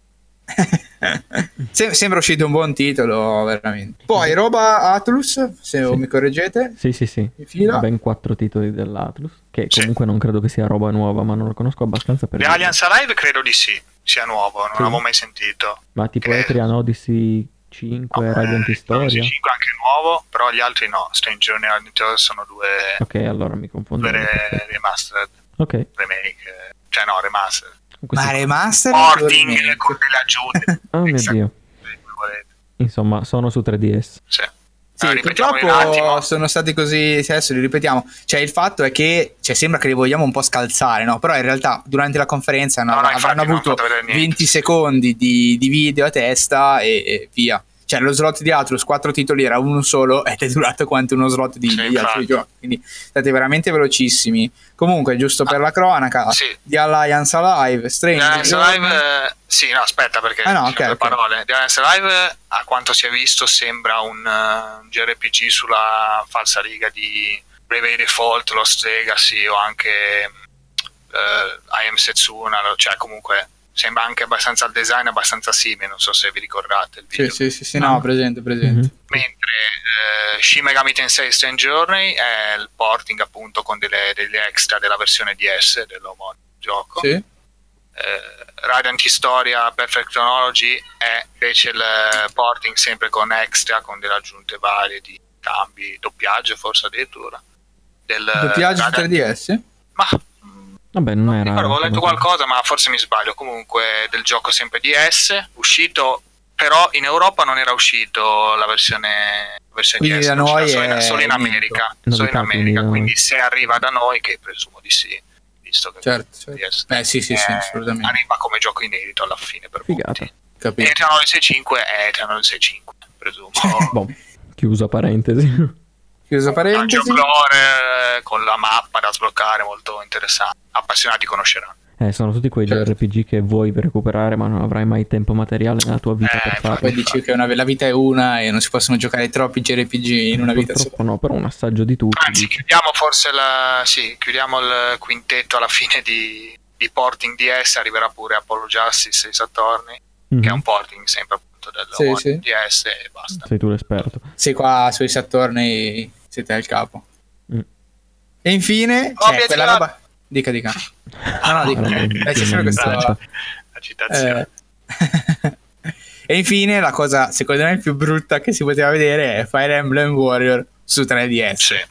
Sem- sembra uscito un buon titolo, veramente. Poi roba Atlus, se Sì. mi correggete. sì, sì, sì. In fila. Ben quattro titoli dell'Atlus, che Sì. comunque non credo che sia roba nuova, ma non lo conosco abbastanza per The dirlo. Alliance Alive credo di sì, sia nuovo, non Sì. l'avevo mai sentito. Ma tipo credo. Etrian Odyssey cinque, No, Radiant eh, Historia. cinque anche nuovo, però gli altri no. Strange Journey and Adventure sono due, Ok, allora mi confondo. due re- remastered, Ok. remake, eh, cioè no, remastered. Ma remaster? Porting remake? con delle aggiunte. Oh mio Chissà Dio. come volete. Insomma, sono su tre D S. Sì. Sì, Allora, ripetiamoli un purtroppo attimo. sono stati così, sì, adesso li ripetiamo. Cioè il fatto è che cioè, sembra che li vogliamo un po' scalzare, no? Però in realtà durante la conferenza No, no, avranno infatti non ho avuto fatto vedere niente. venti secondi di, di video a testa e, e via. Cioè lo slot di Atlus, quattro titoli, era uno solo ed è durato quanto uno slot di, Sì, degli altri infatti. giochi. Quindi state veramente velocissimi. Comunque, giusto per la cronaca, sì. di Alliance Alive, Strange The Alliance Journey- Live, eh, sì, no, aspetta, perché Ah, no, ci ok, sono due ok. parole. The Alliance Live, a quanto si è visto, sembra un uh, J R P G sulla falsa riga di Bravely Default, Lost Legacy o anche uh, I Am Setsuna, cioè comunque sembra anche abbastanza il design abbastanza simile, non so se vi ricordate il Sì, video. sì, sì, sì, no, presente, presente. Mhm. Mentre eh, Shin Megami Tensei Strange Journey è il porting appunto con delle, degli extra della versione D S dell'omonimo gioco. Sì. eh, Radiant Historia Perfect Chronology è invece il porting sempre con extra, con delle aggiunte varie di cambi, doppiaggio forse addirittura del Doppiaggio su Radiant- tre D S? ma Vabbè, non non mi era... ricordo, avevo letto come- qualcosa ma forse mi sbaglio. Comunque del gioco sempre D S, uscito, però in Europa non era uscito la versione, la versione Quindi D S, da era noi solo in, è solo in niente. America, solo in Novità, America, quindi da noi. quindi se arriva da noi, che presumo di sì, visto che Certo, certo. D S Eh sì, sì, sì, eh, assolutamente. arriva come gioco inedito alla fine per Figata. molti. Capito. E Eternal sessantacinque è Eternal sessantacinque, presumo. Boh, chiusa parentesi. Chiusa parentesi. Dungeon Lore, con la mappa da sbloccare, molto interessante. Appassionati conosceranno. Eh, sono tutti quei Certo. R P G che vuoi recuperare, ma non avrai mai tempo materiale nella tua vita Eh, per farlo. Poi dici che una, la vita è una e non si possono giocare troppi J R P G in una vita sola. Purtroppo no, però un assaggio di tutti. Anzi, dici. chiudiamo forse la, sì, chiudiamo il quintetto alla fine di, di porting D S. Arriverà pure Apollo Justice e Saturni, Mhm. che è un porting sempre appunto del Sì, One sì. D S e basta. Sei tu l'esperto. Sì, qua sui Saturni siete al capo. Mm. E infine, Oh, c'è quella piacere. roba... Dica, dica. No, no, dica. Allora, Eh, c'è sempre questo... Esatto. La citazione. Eh. E infine la cosa secondo me più brutta che si poteva vedere è Fire Emblem Warrior su tre D S. Sì. Cioè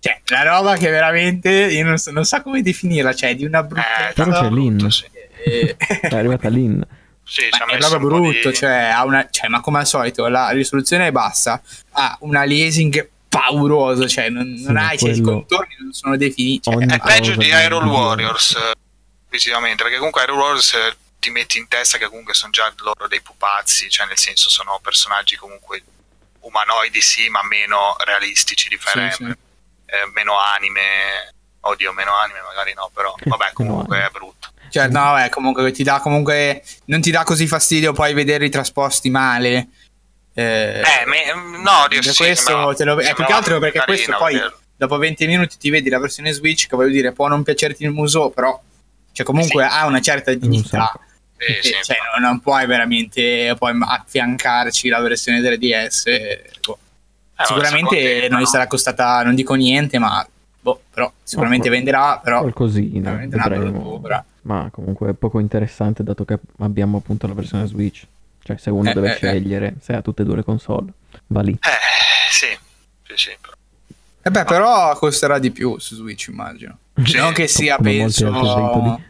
Cioè, la roba che veramente io non so, non so come definirla, cioè di una brutta. Eh, Però c'è Lin, sì. Eh, è arrivata Lin. Sì, ci ha ma è messo proprio un po' brutto, di- cioè, ha una, cioè, ma come al solito la risoluzione è bassa, ha un aliasing pauroso, cioè non, Sì, non ma hai, cioè, i quello- contorni non sono definiti. Cioè, Ogni È peggio cosa di di- Hyrule di- Warriors eh, visivamente, perché comunque Hyrule Warriors eh, ti metti in testa che comunque sono già loro dei pupazzi, cioè nel senso sono personaggi comunque umanoidi sì, ma meno realistici di Fire Sì, Emblem. Eh, meno anime, oddio meno anime magari no, però vabbè comunque anime. è brutto. cioè, no, vabbè, comunque ti dà comunque non ti dà così fastidio poi vedere i trasposti male. Eh, Eh, me- no, Dio, da sì, questo sembrava- te lo, è più sembrava che altro perché carino questo poi vederlo. dopo venti minuti ti vedi la versione Switch, che voglio dire può non piacerti il muso, però cioè comunque Sì. ha una certa dignità. sacco. Sì, Eh, sì, cioè, non, non puoi veramente poi affiancarci la versione tre D S. Boh. Eh, Sicuramente ma sono contento, non gli no? sarà costata, non dico niente, ma boh, però sicuramente No, venderà. Però Qualcosina, veramente una vedremo. bruttura. Ma comunque è poco interessante dato che abbiamo appunto la versione Switch. Cioè, se uno Eh, deve eh, eh. scegliere, se ha tutte e due le console, va lì. Eh, sì, sì, sì, però. E beh, però costerà di più su Switch, immagino. Sì. Non che sia, Come molti altri penso. titoli.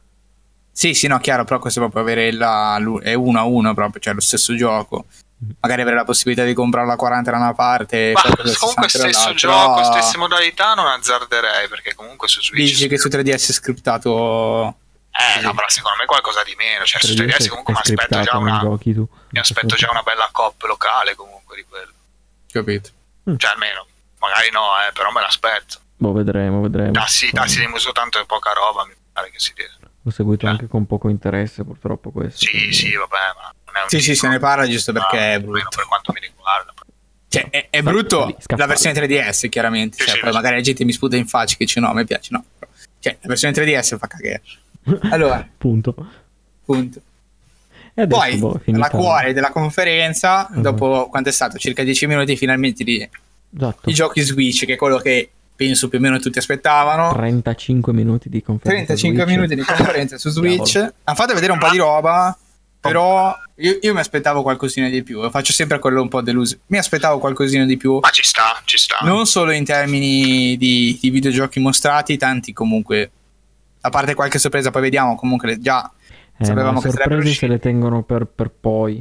Sì, sì, no, chiaro, però questo è proprio avere la. È uno a uno proprio, cioè lo stesso gioco. Magari avere la possibilità di comprarla a quaranta da una parte. Ma qualcosa da comunque sessanta stesso dall'altra, gioco, però stesse modalità non azzarderei, perché comunque su Switch dici che su tre D S è scriptato. eh no, però secondo me qualcosa di meno, cioè su tre D S comunque è mi aspetto già scriptato, non una giochi tu. mi aspetto già una bella cop locale comunque di quello. Capito? Cioè almeno, magari no, eh, però me l'aspetto. Boh, vedremo, vedremo. Tassi, tassi di muso tanto è poca roba, mi pare che si dia. L'ho seguito Eh. anche con poco interesse, purtroppo questo. Sì, quindi- sì, vabbè, ma non è un Sì, sì, se ne parla giusto perché è almeno brutto. per quanto mi riguarda. Cioè, è, è Sta- brutto sta lì, scappare. la versione tre D S, chiaramente. Sì, Cioè, sì, poi sì. magari la gente mi sputa in faccia che dice no, a me piace, no. Cioè, la versione tre D S fa cagare. Allora, Punto. punto. E adesso, Poi, boh, è finita- la cuore della conferenza, Mhm. dopo quanto è stato? Circa dieci minuti finalmente di Esatto. i giochi Switch, che è quello che penso più o meno tutti aspettavano. trentacinque minuti di conferenza trentacinque Switch. minuti di conferenza su Switch. Cavolo. Hanno fatto vedere un po' di roba, però io, io mi aspettavo qualcosina di più. Faccio sempre quello un po' deluso. Mi aspettavo qualcosina di più. Ma ci sta, ci sta. Non solo in termini di, di videogiochi mostrati, tanti comunque, a parte qualche sorpresa, poi vediamo, comunque già Eh, sapevamo ma che le sarebbero sorprese se usciti. le tengono per, per poi.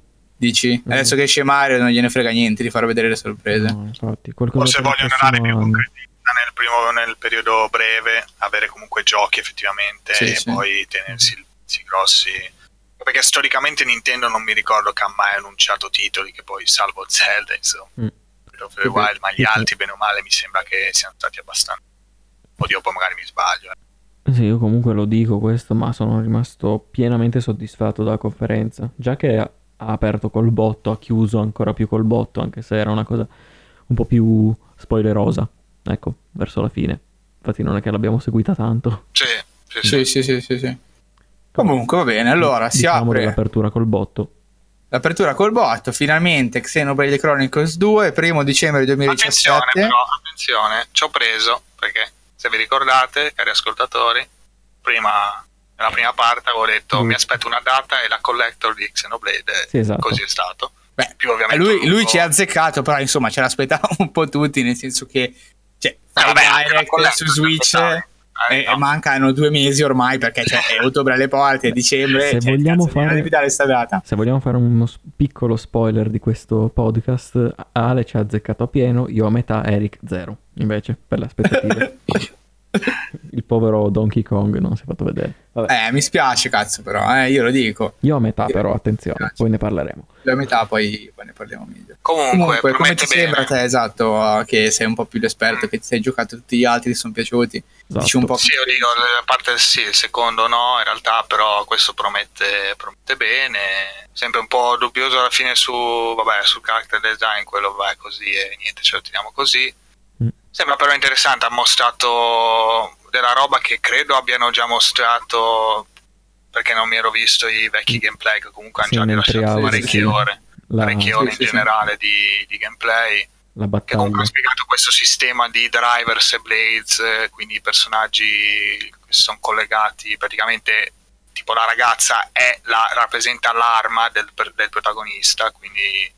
Dici? Mm. Adesso che esce Mario non gliene frega niente di far vedere le sorprese. No, infatti, qualcosa O se per il vogliono prossimo andare più anno. concretezza nel primo nel periodo breve, avere comunque giochi effettivamente Sì, e sì. poi tenersi i grossi. Perché storicamente Nintendo non mi ricordo che ha mai annunciato titoli che poi, salvo Zelda, insomma, Mm. Breath of the Wild, ma gli altri bene o male mi sembra che siano stati abbastanza. Oddio, poi magari mi sbaglio. eh. Sì, io comunque lo dico questo, ma sono rimasto pienamente soddisfatto dalla conferenza. Già che ha ha aperto col botto, ha chiuso ancora più col botto, anche se era una cosa un po' più spoilerosa. Ecco, verso la fine. Infatti non è che l'abbiamo seguita tanto. Sì, sì, sì. Sì, sì, sì, sì, sì. Comunque va bene, allora si Diciamo apre dell'apertura col botto. l'apertura col botto, finalmente Xenoblade Chronicles due, primo dicembre Attenzione duemiladiciassette. però, attenzione, ci ho preso, perché se vi ricordate, cari ascoltatori, prima, nella prima parte avevo detto Mm. mi aspetto una data e la collector di Xenoblade, Sì, esatto. così è stato. Beh, Più ovviamente lui, lungo- lui ci ha azzeccato, però insomma ce l'aspettavamo un po' tutti, nel senso che cioè, fai vabbè, anche la direct collector su Switch aspettare. Eh, e, no. e mancano due mesi ormai perché cioè, è ottobre alle porte, è dicembre, Se cioè, vogliamo cazzo, fare- non devi dare sta data. Se vogliamo fare uno s- piccolo spoiler di questo podcast, Ale ci ha azzeccato a pieno, io a metà, Eric zero, invece, per le aspettative. Il povero Donkey Kong non si è fatto vedere. Vabbè. Eh, mi spiace cazzo però, eh, io lo dico. Io a metà però, attenzione, poi ne parleremo. La metà poi, poi ne parliamo meglio. Comunque, Comunque, come promette ti bene. sembra te, esatto, che sei un po' più l'esperto, che ti sei giocato tutti gli altri, ti sono piaciuti? Esatto. Dici un po' Sì, oddio, a parte il sì, il secondo no, in realtà, però questo promette, promette bene. Sempre un po' dubbioso alla fine su, vabbè, sul character design, quello va così e niente, ce lo teniamo così. Mm. Sembra però interessante, ha mostrato della roba che credo abbiano già mostrato, perché non mi ero visto i vecchi gameplay che comunque hanno Sì, già nel rilasciato pre-audio, parecchie sì. ore, La, parecchie ore sì, in sì, generale di, di gameplay. la Che battaglia. comunque ha spiegato questo sistema di drivers e blades, eh, quindi i personaggi che sono collegati, praticamente tipo la ragazza è la, rappresenta l'arma del, del protagonista, quindi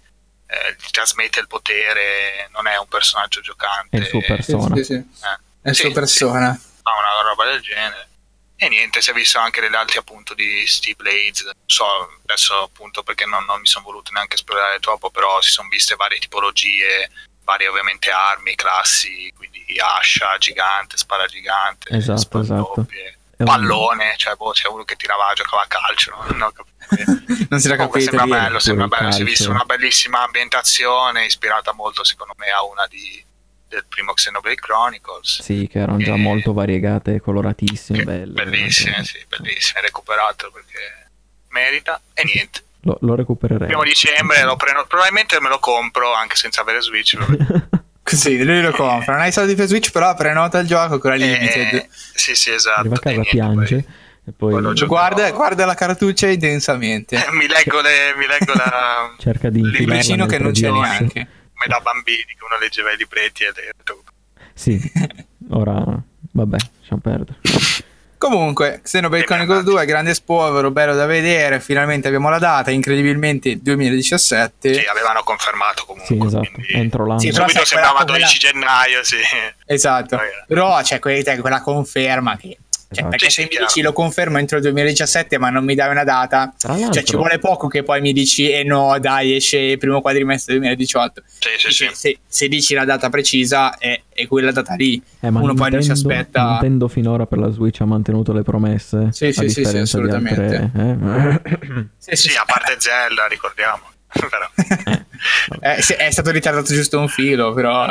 eh, trasmette il potere, non è un personaggio giocante. È il suo persona. Sì, sì, sì. Eh. È il Sì, suo persona. sì, fa una roba del genere. E niente, si è visto anche degli altri appunto di Steve Blades, non so adesso appunto perché non, non mi sono voluto neanche esplorare troppo, però si sono viste varie tipologie, varie ovviamente armi, classi, quindi ascia gigante, spada gigante, Esatto, spade esatto. doppie, È un- pallone, cioè boh, c'è uno che tirava, giocava a calcio, no? Non ho capito. Non si era Comunque capito sembra dire. bello, sembra Pure il bello, si è calcio. vista una bellissima ambientazione, ispirata molto secondo me a una di, del primo Xenoblade Chronicles. Sì, che erano già Eh, molto variegate, coloratissime, Che- belle. bellissime, veramente. sì, bellissime, recuperato perché merita e niente. Lo, lo recupererei. Primo dicembre lo prendo, probabilmente me lo compro anche senza avere Switch. lo- Così, lui lo compra. Non hai soldi per Switch, però prenota il gioco con la limited. Eh, sì, sì, esatto. Arriva a casa, E niente, piange poi- e poi poi lo gioco. Guarda, guarda la cartuccia intensamente. Eh, mi leggo le, mi leggo la cerca di Il infilarla vicino nel che non c'è tre D S. neanche. come da bambini che uno leggeva i libretti e le- Sì, ora vabbè, lasciamo perdere. Comunque, Xenoblade E Chronicles mi due, grande spoiler, bello da vedere. Finalmente abbiamo la data, incredibilmente duemiladiciassette. sì, avevano confermato comunque. Sì, esatto, quindi- entro l'anno. Sì, però Subito sai, sembrava quella- dodici gennaio, sì. Esatto. Ragazzi. Però c'è quella, quella conferma che... Cioè, Esatto. perché Sì, se sì, mi chiaro. dici lo confermo entro il duemiladiciassette ma non mi dai una data, Tra l'altro, cioè ci vuole poco che poi mi dici e eh no dai esce il primo quadrimestre duemiladiciotto. Sì, sì, sì. Se, se dici la data precisa è, è quella data lì. Eh, ma Uno poi non si Nintendo- aspetta. Nintendo finora per la Switch ha mantenuto le promesse. Sì, a sì, sì, sì, differenza di assolutamente. altre, eh? Sì, sì, Sì, sì. a parte Zelda, ricordiamo. Però, Eh, sì, è stato ritardato giusto un filo, però.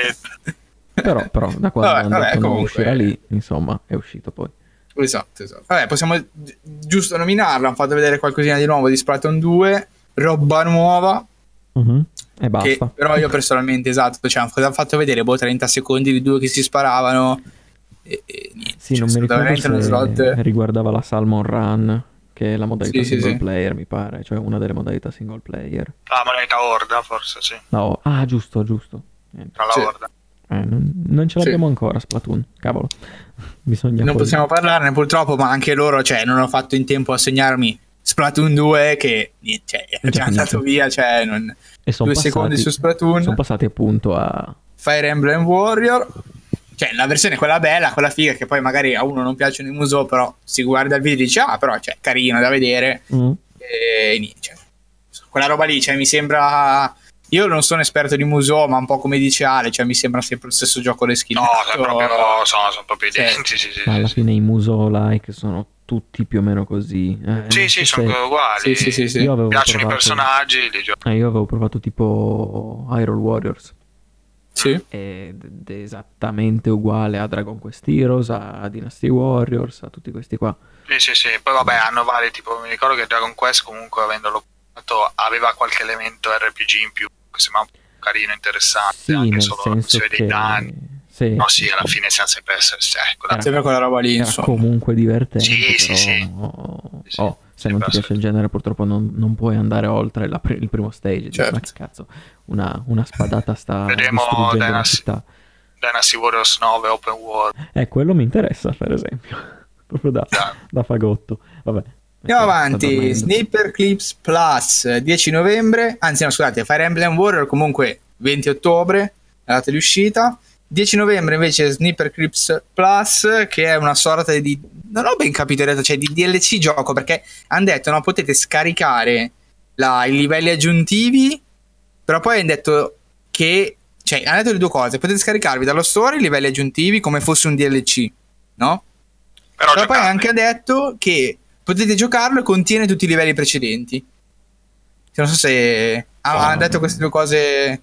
però, però da quando Vabbè, hanno vabbè, detto non comunque- uscirà lì, insomma, è uscito poi. Esatto, esatto. Vabbè, possiamo gi- giusto nominarlo. Hanno fatto vedere qualcosina di nuovo di Splatoon due, roba nuova. Mhm. E Che basta. però io personalmente, esatto, cioè, cosa hanno fatto vedere? Boh, trenta secondi di due che si sparavano. E, e niente. Sì, Cioè, non è mi stato ricordo veramente uno se slot. riguardava la Salmon Run, che è la modalità Sì, sì, single sì. player, mi pare, cioè una delle modalità single player. la moneta Orda, forse, sì. No, ah, giusto, giusto. Niente. Tra la Sì. Orda. Eh, non, non ce Sì. l'abbiamo ancora Splatoon, cavolo. Bisogna Non poi- possiamo parlarne purtroppo, ma anche loro, cioè, non ho fatto in tempo a segnarmi Splatoon due che niente, cioè, è È già già andato finito. via, cioè, non... E son due passati- secondi su Splatoon. Sono passati appunto a... Fire Emblem Warrior, cioè la versione quella bella, quella figa, che poi magari a uno non piacciono i Musou, però si guarda il video e dice ah però cioè carino da vedere Mm. e niente, cioè, quella roba lì, cioè mi sembra, io non sono esperto di Musou ma un po' come dice Ale, cioè mi sembra sempre lo stesso gioco le skin. No, sono proprio, sono, sono proprio Sì. identici, sì, sì, Ma alla sì. fine i Musou-like sono tutti più o meno così. Eh, Sì, non sì, so sono se- uguali. Sì, sì, sì, sì. Io avevo Mi piacciono i provato- personaggi, li gioco. eh, io avevo provato tipo Hyrule Warriors. Sì. Ed ed è esattamente uguale a Dragon Quest Heroes, a Dynasty Warriors, a tutti questi qua. Sì, sì, sì. Poi vabbè, hanno vari, tipo, mi ricordo che Dragon Quest comunque avendolo provato aveva qualche elemento R P G in più che sembrava un po' carino, interessante, Sì, anche nel solo senso si vede che... i danni. Sì, No, sì, alla fine siamo sempre essere, cioè, quella- Era- Sempre quella roba lì, era insomma. comunque divertente, Sì, sì, però... sì. oh, Sì, sì. oh, se non ti Sempre piace il genere purtroppo non, non puoi andare oltre la pri- il primo stage. Dici, Certo. ma che cazzo, una, una spadata sta Vedremo distruggendo la Dynasty- città. Dynasty Warriors nove Open World. Eh, quello mi interessa, per esempio. Proprio da, Esatto. da fagotto. Vabbè. Andiamo Sta avanti, dormendo. Sniper Clips Plus dieci novembre, anzi no scusate, Fire Emblem Warrior comunque venti ottobre, la data di uscita. dieci novembre invece Sniper Clips Plus, che è una sorta di, non ho ben capito in realtà, cioè di D L C gioco, perché hanno detto no, potete scaricare la- i livelli aggiuntivi, però poi hanno detto che, cioè hanno detto le due cose, potete scaricarvi dallo store i livelli aggiuntivi come fosse un D L C, no? Però, Però poi ha giocarli. anche detto che potete giocarlo e contiene tutti i livelli precedenti. Non so se ah, Oh. hanno detto queste due cose.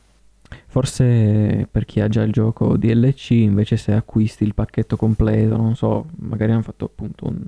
Forse per chi ha già il gioco D L C, invece se acquisti il pacchetto completo, non so, magari hanno fatto appunto un,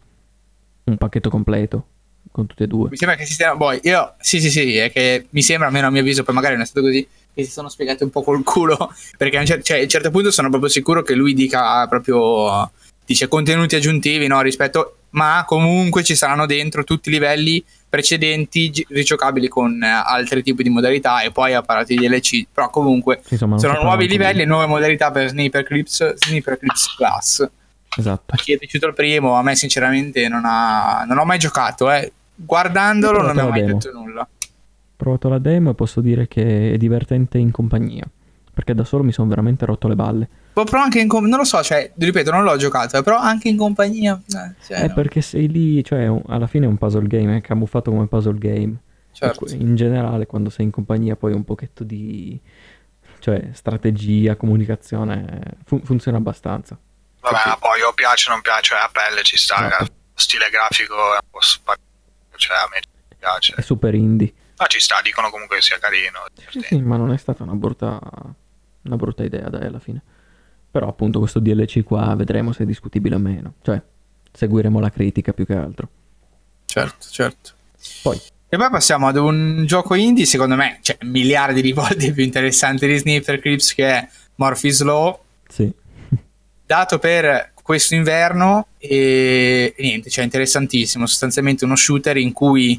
un pacchetto completo con tutte e due. Mi sembra che si stiano. Boh, io sì, sì, sì, è che mi sembra, almeno a mio avviso, poi magari non è stato così, che si sono spiegati un po' col culo. Perché a un cer- cioè, a un certo punto sono proprio sicuro che lui dica proprio. Dice contenuti aggiuntivi, no? Rispetto. Ma comunque ci saranno dentro tutti i livelli precedenti gi- rigiocabili con eh, altri tipi di modalità e poi a parte di D L C. Però comunque. Insomma, non Sono sapevo nuovi manco livelli e lui. nuove modalità per Sniper Clips, Sniper Clips Plus. Esatto. A chi è piaciuto il primo, a me sinceramente non ha, non ho mai giocato, eh. Guardandolo Io ho non mi ha provato mai la demo. detto nulla. provato la demo e posso dire che è divertente in compagnia, perché da solo mi sono veramente rotto le balle. Però anche in com- non lo so, cioè, ripeto, non l'ho giocato, eh, però anche in compagnia. Eh, cioè, È no. perché sei lì, cioè un- alla fine è un puzzle game, è camuffato come puzzle game. Certo. E in generale quando sei in compagnia poi un pochetto di, cioè, strategia, comunicazione, fun- funziona abbastanza. Vabbè, Capito. ma poi o piace o non piace, a pelle ci sta, Esatto. lo stile grafico è un po' spar- cioè a me piace. È super indie. Ma ci sta, dicono comunque che sia carino. Sì, sì, ma non è stata una brutta, una brutta idea, dai, alla fine. Però appunto questo D L C qua vedremo se è discutibile o meno. Cioè, seguiremo la critica più che altro. Certo, certo. Poi, E poi passiamo ad un gioco indie, secondo me, cioè, miliardi di volte più interessante di Sniffer Clips, che è Murphy's Law, sì. dato per questo inverno, e, e niente, cioè interessantissimo, sostanzialmente uno shooter in cui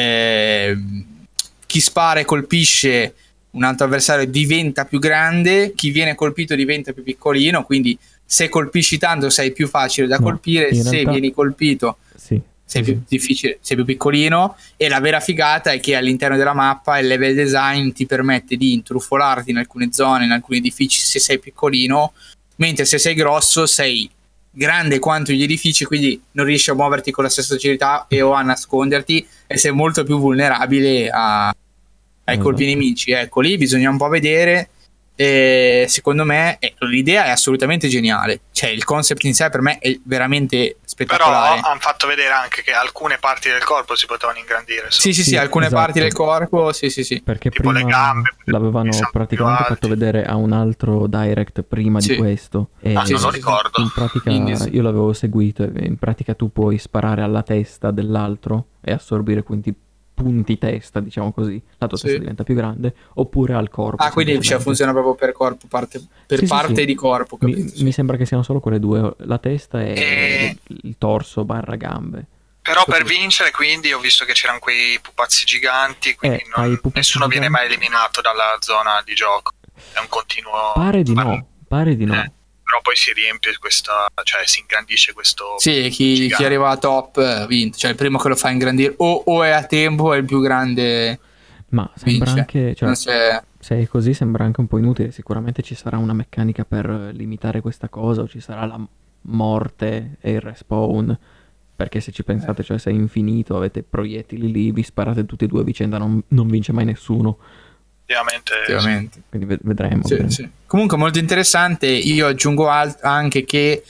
eh, chi spara e colpisce un altro avversario diventa più grande, chi viene colpito diventa più piccolino, quindi se colpisci tanto sei più facile da No, colpire, in se realtà- vieni colpito Sì. sei sì, più sì. difficile, sei più piccolino, e la vera figata è che all'interno della mappa il level design ti permette di intrufolarti in alcune zone, in alcuni edifici se sei piccolino, mentre se sei grosso sei grande quanto gli edifici, quindi non riesci a muoverti con la stessa agilità e o a nasconderti, e sei molto più vulnerabile a, ai Esatto. colpi nemici. Ecco, lì bisogna un po' vedere. E secondo me eh, l'idea è assolutamente geniale, cioè il concept in sé per me è veramente Però spettacolare. hanno fatto vedere anche che alcune parti del corpo si potevano ingrandire. Sì, sì, sì, Sì, alcune esatto. parti del corpo, sì, sì, sì. Perché Tipo prima le gambe, l'avevano i zampi praticamente più fatto alti. vedere a un altro direct prima Sì. di questo. E Ah, Sì, non sì, lo sì, ricordo. in pratica Indies. io l'avevo seguito e in pratica tu puoi sparare alla testa dell'altro e assorbire quindi punti testa, diciamo così, la tua Sì. testa diventa più grande, oppure al corpo. Ah, quindi cioè, semplicemente. funziona proprio per corpo, parte, per Sì, sì, parte sì. di corpo, Mi, capito? Sì. mi sembra che siano solo quelle due, la testa e E- il torso barra gambe. Però per Capito. vincere, quindi, ho visto che c'erano quei pupazzi giganti, quindi Eh, non- hai i pupazzi nessuno viene giganti? mai eliminato dalla zona di gioco. È un continuo... Pare di no, pare di no. Eh, però poi si riempie questa... cioè si ingrandisce questo... Sì, chi, gigante. chi arriva a top eh, ha vinto, cioè il primo che lo fa ingrandire o, o è a tempo, è il più grande, Ma sembra vince. anche, cioè, Non c'è... se è così sembra anche un po' inutile. Sicuramente ci sarà una meccanica per eh, limitare questa cosa, o ci sarà la m- morte e il respawn. Perché se ci pensate, cioè se è infinito, avete proiettili lì, vi sparate tutti e due a vicenda, non, non vince mai nessuno. Effettivamente... Effettivamente. Quindi ved- vedremo. Sì, vedremo. sì. Comunque molto interessante. Io aggiungo al- anche che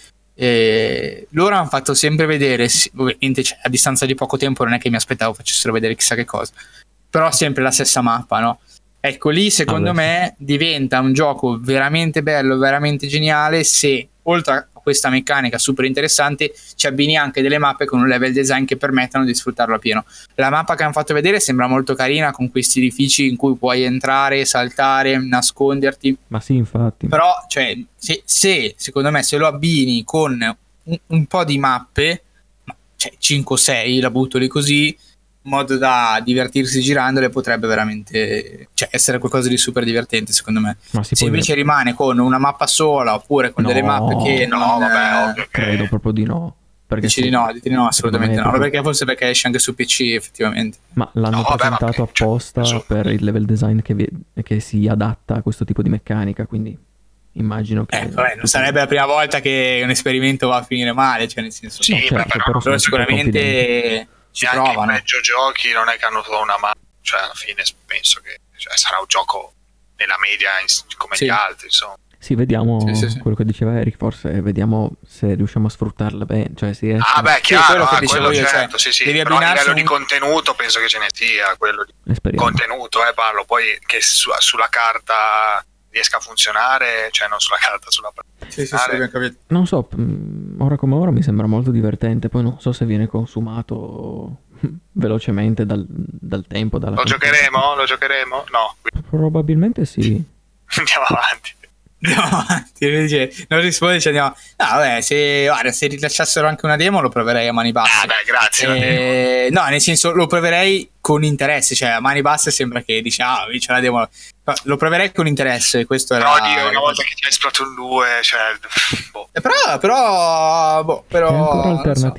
eh, loro hanno fatto sempre vedere, sì, ovviamente cioè, a distanza di poco tempo non è che mi aspettavo facessero vedere chissà che cosa, però sempre la stessa mappa, no? Ecco, lì secondo Ah, beh, me diventa un gioco veramente bello, veramente geniale se oltre a questa meccanica super interessante ci abbini anche delle mappe con un level design che permettano di sfruttarlo a pieno. La mappa che hanno fatto vedere sembra molto carina, con questi edifici in cui puoi entrare, saltare, nasconderti, Ma sì, infatti. però cioè, se, se secondo me se lo abbini con un, un po' di mappe, ma, cioè cinque o sei, la butto lì così, in modo da divertirsi girandole, potrebbe veramente cioè, essere qualcosa di super divertente secondo me. Ma si Se può invece rimane con una mappa sola oppure con No, delle mappe che No, non, vabbè, eh, ovvio che... credo proprio di no. Perché dici se- di no, dici di no, secondo me assolutamente è no, proprio- perché forse perché esce anche su P C effettivamente. Ma l'hanno No, vabbè, ma presentato che- cioè, apposta su- per il level design che, vi- che si adatta a questo tipo di meccanica, quindi immagino che... Eh, vabbè, non sarebbe la prima volta che un esperimento va a finire male, cioè nel senso Sì, No, beh, certo, però però sono loro super confidenti. sicuramente ci neanche provano. i peggio giochi non è che hanno solo una mano, cioè alla fine penso che cioè, sarà un gioco nella media in- come Sì. gli altri, insomma. Sì, vediamo Sì, sì, sì. quello che diceva Eric, forse vediamo se riusciamo a sfruttarla bene, cioè si riesce Ah beh, Sì, chiaro, quello che ah, dicevo quello io, cioè, certo, sì, sì. devi Però a abbinarsi livello di un- contenuto penso che ce ne sia, quello di e speriamo. contenuto, eh, parlo, poi che su- sulla carta riesca a funzionare, cioè non sulla carta, sulla Sì, sì, sì, funzionare. abbiamo capito. Non so, mm, ora come ora mi sembra molto divertente, poi non so se viene consumato velocemente dal, dal tempo, dalla Lo giocheremo? Lo giocheremo? No, quindi Probabilmente sì. andiamo avanti. Andiamo avanti, dice, non risponde, ci andiamo. No, vabbè, se, guarda, se rilasciassero anche una demo lo proverei a mani basse. Ah beh, grazie. la devo. Eh, no, nel senso lo proverei con interesse, cioè a mani basse sembra che dice ah, vince la demo. No, lo proverei con interesse, questo è Però la- Dio, una volta che c'è Splatoon due, cioè boh. Eh, però, però, boh, però È ancora non so. alternativo.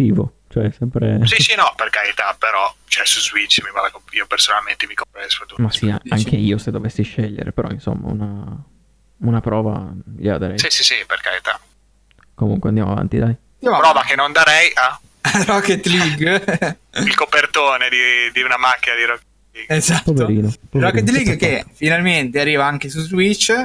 Cioè, sempre... Sì, sì, no, per carità, però, cioè, su Switch mi vale, io personalmente mi comprerei Splatoon. Ma sì, anche io se dovessi scegliere, però insomma una, una prova gliela darei. Sì, sì, sì, per carità. Comunque andiamo avanti, dai. Prova che non darei a Rocket League. il copertone di, di una macchina di Rocket League. Esatto. Poverino, poverino, Rocket League che che finalmente arriva anche su Switch,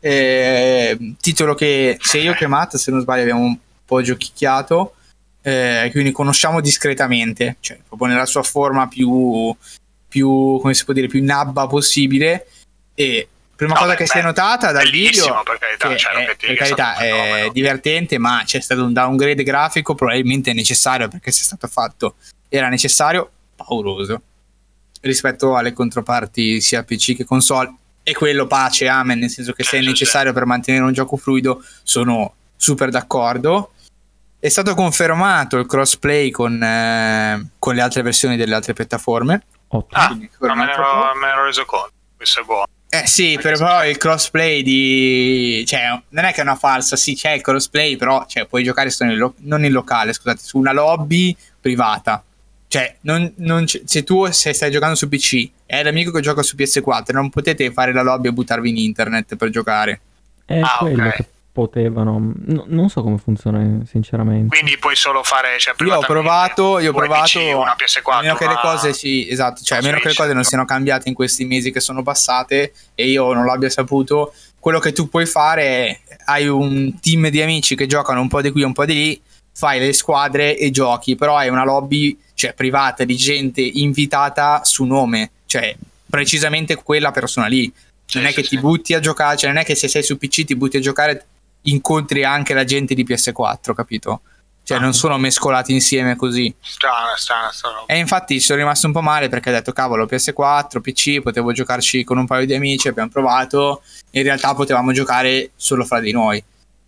eh, titolo che sia io che Matt, se non sbaglio, abbiamo un po' giochicchiato, eh, quindi conosciamo discretamente, cioè proprio nella sua forma più, più come si può dire, più nabba possibile. E prima No, cosa beh, che beh, si è notata dal bellissimo, video, per carità, che cioè, è, Rocket per League è carità stato un è fenomeno. divertente, ma c'è stato un downgrade grafico probabilmente necessario, perché se è stato fatto era necessario, pauroso rispetto alle controparti sia P C che console, e quello pace, amen, nel senso che se è Sì, sì, necessario per mantenere un gioco fluido sono super d'accordo. È stato confermato il crossplay con, eh, con le altre versioni delle altre piattaforme. Ottimo. Ah, Quindi non ancora un me ne altro ero, po'. me ne ero reso conto, questo è buono. Eh sì, per- però il crossplay di... cioè, non è che è una falsa, sì, c'è il crossplay, però cioè, puoi giocare solo in lo- non in locale, scusate, su una lobby privata. Cioè, non, non c- se tu se stai giocando su P C e hai l'amico che gioca su P S quattro, non potete fare la lobby e buttarvi in internet per giocare. È Ah, quello ok. che potevano... no- non so come funziona, sinceramente. Quindi puoi solo fare, cioè, Io ho privatamente, provato, io ho due provato, P C, una P S quattro, a meno che le una- cose sì, esatto, cioè a una meno che le Switch. cose non siano cambiate in questi mesi che sono passate e io non l'abbia saputo, quello che tu puoi fare è hai un team di amici che giocano un po' di qui, un po' di lì, fai le squadre e giochi, però hai una lobby, cioè, privata di gente invitata su nome, cioè precisamente quella persona lì. Sì, Non è sì, che sì. ti butti a giocare, cioè non è che se sei su P C ti butti a giocare, incontri anche la gente di P S quattro, capito? Cioè Ah. non sono mescolati insieme così. Strana, strana, strana. E infatti sono rimasto un po' male perché ho detto cavolo, P S quattro, P C, potevo giocarci con un paio di amici, abbiamo provato, in realtà potevamo giocare solo fra di noi.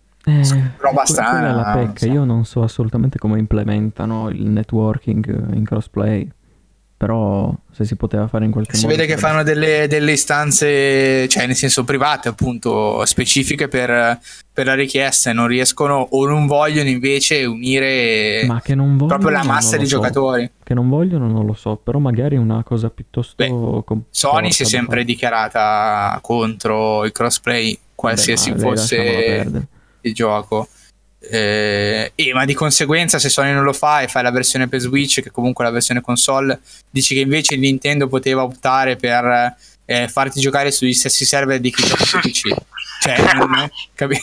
Eh, roba que- quella è la strana, pecca. sì. Io non so assolutamente come implementano il networking in crossplay, però se si poteva fare in qualche Si modo... vede che sarebbe- fanno delle, delle istanze, cioè nel senso private appunto, specifiche per, per la richiesta, e non riescono o non vogliono invece unire Ma che non vogliono, proprio la non massa lo di so. giocatori. Che non vogliono non lo so, però magari una cosa piuttosto... Beh, com- Sony si è corta da sempre fare. dichiarata contro il crossplay, qualsiasi Vabbè, ma lei lasciamola fosse perdere. il gioco. Eh, e ma di conseguenza, se Sony non lo fa e fai la versione per Switch, che comunque è la versione console, dici che invece Nintendo poteva optare per eh, farti giocare sugli stessi server di chi gioca su P C. Cioè, non, capi-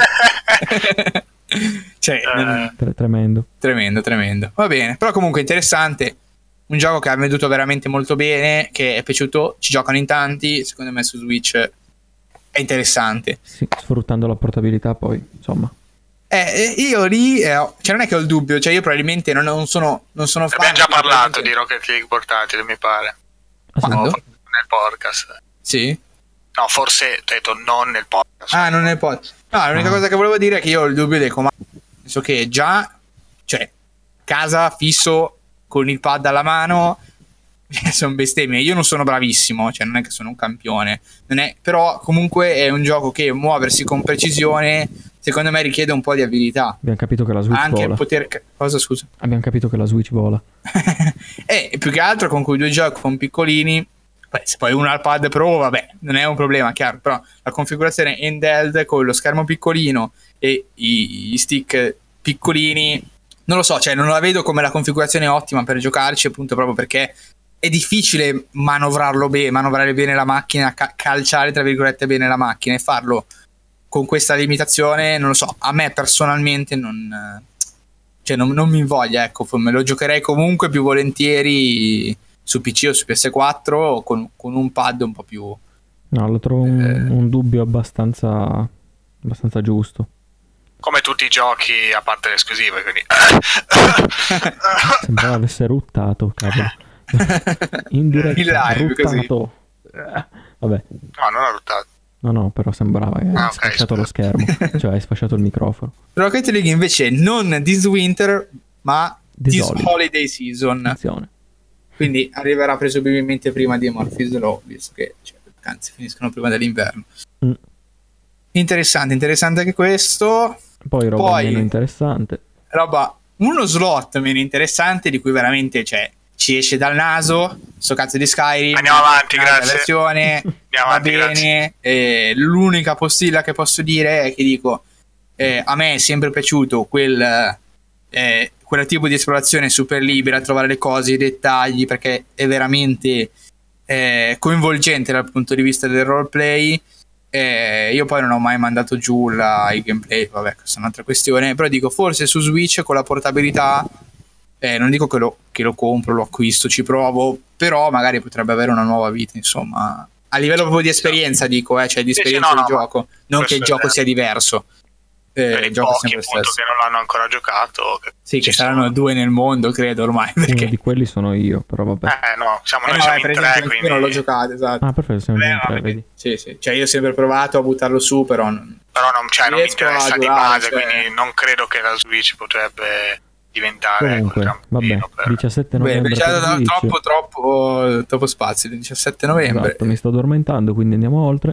cioè, non- Tre- tremendo. tremendo, tremendo. Va bene, però comunque interessante. Un gioco che ha venduto veramente molto bene, che è piaciuto, ci giocano in tanti, secondo me su Switch è interessante. Sì, sfruttando la portabilità poi, insomma. Eh, io lì, eh, cioè non è che ho il dubbio, cioè io probabilmente non, non sono non sono fan. Abbiamo già quindi parlato probabilmente- di Rocket League portatile, mi pare. Ah, sì? Quando? O nel podcast. Sì? No, forse ho detto non nel podcast. Ah, non è poi. No, l'unica Ah. cosa che volevo dire è che io ho il dubbio del comando. Nel senso che già, cioè, casa fisso con il pad alla mano, sono bestemmie. Io non sono bravissimo, cioè non è che sono un campione. Non è, però comunque è un gioco che muoversi con precisione, secondo me richiede un po' di abilità. Abbiamo capito che la Switch Anche vola. poter... Cosa, scusa? Abbiamo capito che la Switch vola. E più che altro con quei due giochi con piccolini, beh, se poi uno ha il pad pro, vabbè, non è un problema, chiaro, però la configurazione handheld con lo schermo piccolino e i, gli stick piccolini, non lo so, cioè non la vedo come la configurazione ottima per giocarci, appunto proprio perché è difficile manovrarlo bene, manovrare bene la macchina, ca- calciare tra virgolette bene la macchina, e farlo con questa limitazione, non lo so, a me personalmente non, cioè non, non mi invoglia, ecco, me lo giocherei comunque più volentieri su P C o su P S quattro o con, con un pad un po' più... No, lo trovo un, Eh. un dubbio abbastanza, abbastanza giusto. Come tutti i giochi, a parte le esclusive, quindi... Sembrava avesse ruttato, cavolo. In diretta, In live, così. ruttato. Eh, Vabbè, No, non ho ruttato. no, no, però sembrava che Ah, hai ok, sfasciato lo scusa. schermo. Cioè, hai sfasciato il microfono. Rocket League invece non this winter, ma This this holiday. holiday season. Attenzione. Quindi arriverà presumibilmente prima di Murphy's Law, visto che cioè, le vacanze finiscono prima dell'inverno. Mm. Interessante, interessante anche questo. Poi roba Poi- meno interessante. Roba uno slot meno interessante di cui veramente cioè, ci esce dal naso sto cazzo di Skyrim, andiamo avanti, grazie. Versione, andiamo va avanti, bene. Eh, l'unica postilla che posso dire è che dico eh, a me è sempre piaciuto quel eh, quel tipo di esplorazione super libera, trovare le cose, i dettagli, perché è veramente eh, coinvolgente dal punto di vista del roleplay. Eh, io poi non ho mai mandato giù la, il gameplay, vabbè, questa è un'altra questione, però dico forse su Switch con la portabilità eh, non dico che lo, che lo compro, lo acquisto, ci provo, però magari potrebbe avere una nuova vita, insomma, a livello proprio di esperienza, dico, eh, cioè di esperienza sì, sì, no, di no, gioco, non che il gioco sia diverso. Eh, per il gioco pochi, è sempre appunto, stesso. che non l'hanno ancora giocato, che sì, che saranno sono. due nel mondo, credo ormai. Perché... Uno di quelli sono io, però vabbè. Eh no, siamo, eh noi no, siamo vai, in per tre, esempio, quindi... io non l'ho giocato, esatto. Ah, perfetto, siamo in tre, vedi. Sì, sì. Cioè io ho sempre provato a buttarlo su, però non, però non, cioè, non mi interessa di base, cioè... quindi non credo che la Switch potrebbe diventare comunque, vabbè, per... diciassette novembre. Beh, c'è troppo, troppo, troppo spazio, il diciassette novembre. Esatto, mi sto addormentando, quindi andiamo oltre.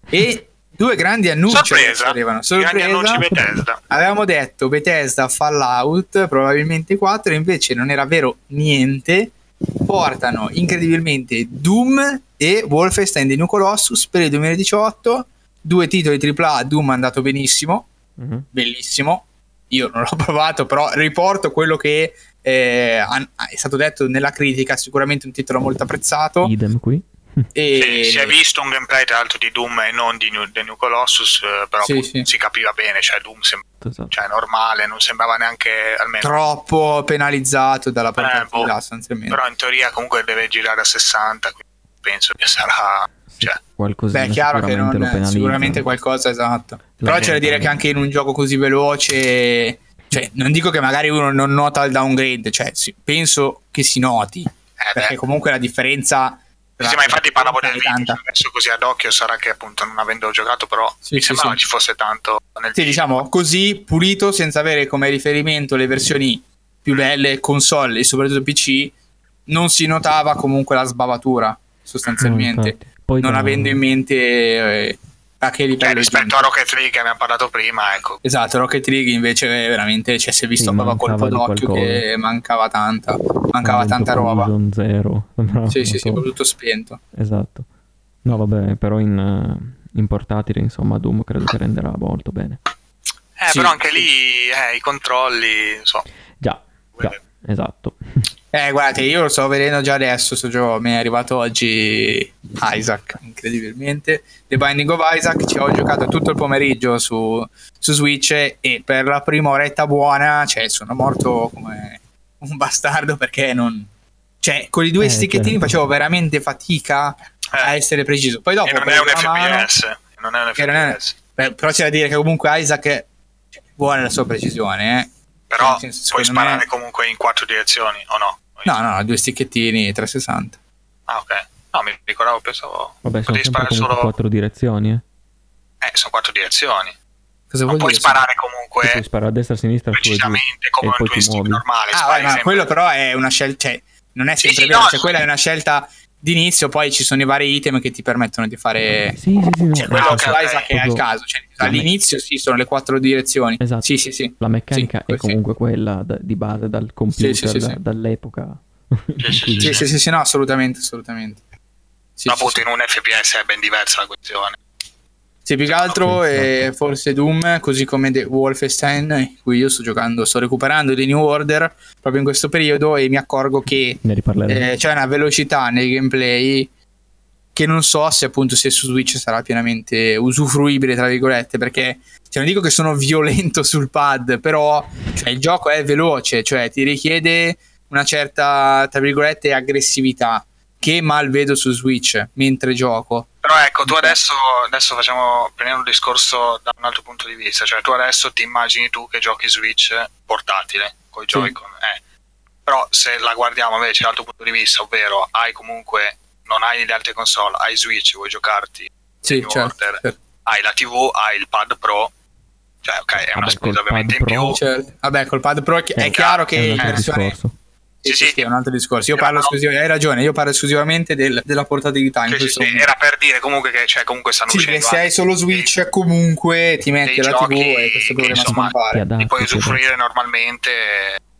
E due grandi annunci sorpresa, arrivano. Sorpresa. Grandi annunci Bethesda. Avevamo detto Bethesda Fallout, probabilmente quattro, invece non era vero niente. Portano incredibilmente Doom e Wolfenstein The New Colossus per il duemiladiciotto, due titoli tripla A. Doom è andato benissimo, mm-hmm. bellissimo. Io non l'ho provato, però riporto quello che eh, è stato detto nella critica, sicuramente un titolo molto apprezzato. Idem qui. E... Sì, si è visto un gameplay tra l'altro di Doom e non di New, The New Colossus, eh, però sì, sì. si capiva bene, cioè Doom sembra esatto. cioè, normale, non sembrava neanche almeno troppo penalizzato dalla portabilità, eh, boh, però in teoria comunque deve girare a sessanta, quindi penso che sarà cioè. qualcosina. Beh, è chiaro che non sicuramente qualcosa, esatto. La però c'è da dire che anche in un gioco così veloce, cioè non dico che magari uno non nota il downgrade, cioè sì, penso che si noti, eh perché comunque la differenza sì, ma infatti parlavo del video, adesso così ad occhio sarà che appunto non avendo giocato, però sì, mi sì, sembrava sì. ci fosse tanto nel sì, diciamo così pulito, senza avere come riferimento le versioni più belle console e soprattutto P C, non si notava comunque la sbavatura sostanzialmente, mm, poi non da... avendo in mente eh, a che livello cioè, rispetto a Rocket League che abbiamo parlato prima, ecco. Esatto, Rocket League invece veramente cioè, si è visto sì, proprio a colpo d'occhio che mancava tanta mancava tanta roba zero. Bravo, sì sì sì, proprio tutto spento, esatto. No vabbè, però in, in portatile insomma Doom credo che renderà molto bene, eh sì, però anche sì. lì eh, i controlli so. già, già esatto. Eh, guardate, io lo sto vedendo già adesso, sto gioco, mi è arrivato oggi Isaac, incredibilmente. The Binding of Isaac, ci ho giocato tutto il pomeriggio su, su Switch e per la prima oretta buona, cioè, sono morto come un bastardo perché non... Cioè, con i due eh, sticchettini certo. facevo veramente fatica eh. a essere preciso. Poi dopo... E non è un F P S. Non è un F P S. Beh, però c'è da dire che comunque Isaac è cioè, buona la sua precisione, eh. Però senso, puoi sparare me... comunque in quattro direzioni o no? No, no, due sticchettini trecentosessanta. Ah, ok. No, mi ricordavo, pensavo... Vabbè, sono sempre solo quattro direzioni, eh? Eh, sono quattro direzioni. Cosa ma vuol puoi dire? sparare comunque... Puoi sparare a destra, a sinistra, precisamente come un twin normale. Ah, vai, ma quello però è una scelta... Cioè, non è sempre sì, vero, sì, cioè no, quella è una scelta d'inizio, poi ci sono i vari item che ti permettono di fare... Sì, sì, sì. No, cioè, quello ah, okay, okay. Isaac è al caso, cioè, all'inizio sì, sono le quattro direzioni. Esatto. Sì, sì, sì. La meccanica sì, è comunque sì. quella da, di base dal computer, sì, sì, sì, da, sì. dall'epoca. Sì, sì, sì, sì, sì, sì, no, assolutamente, assolutamente. Sì, ma sì, appunto sì. In un F P S è ben diversa la questione. Sì, più che altro è forse Doom, così come The Wolfenstein, in cui io sto giocando, sto recuperando The New Order proprio in questo periodo e mi accorgo che eh, c'è una velocità nel gameplay che non so se appunto se su Switch sarà pienamente usufruibile, tra virgolette, perché cioè, non dico che sono violento sul pad, però cioè, il gioco è veloce, cioè ti richiede una certa, tra virgolette, aggressività che mal vedo su Switch mentre gioco. Però ecco, tu adesso adesso facciamo prendiamo un discorso da un altro punto di vista, cioè tu adesso ti immagini tu che giochi Switch portatile con i sì. Joy-Con, eh. Però se la guardiamo invece dall'altro punto di vista, ovvero hai comunque non hai le altre console, hai Switch, vuoi giocarti sì, certo, order, certo. hai la tivù, hai il pad Pro, cioè ok, è una spesa ovviamente in più. Certo. Vabbè, col pad Pro è, è chiaro che è un altro discorso. Sì, sì, sì, è un altro discorso. Io parlo esclusivamente, hai ragione, io parlo esclusivamente del, della portabilità. In sì, sì, era per dire comunque che cioè, comunque stanno sì, uscendo. Sì, se hai solo Switch, dei, comunque ti metti la tivù e questo problema insomma, scompare. Li puoi usufruire normalmente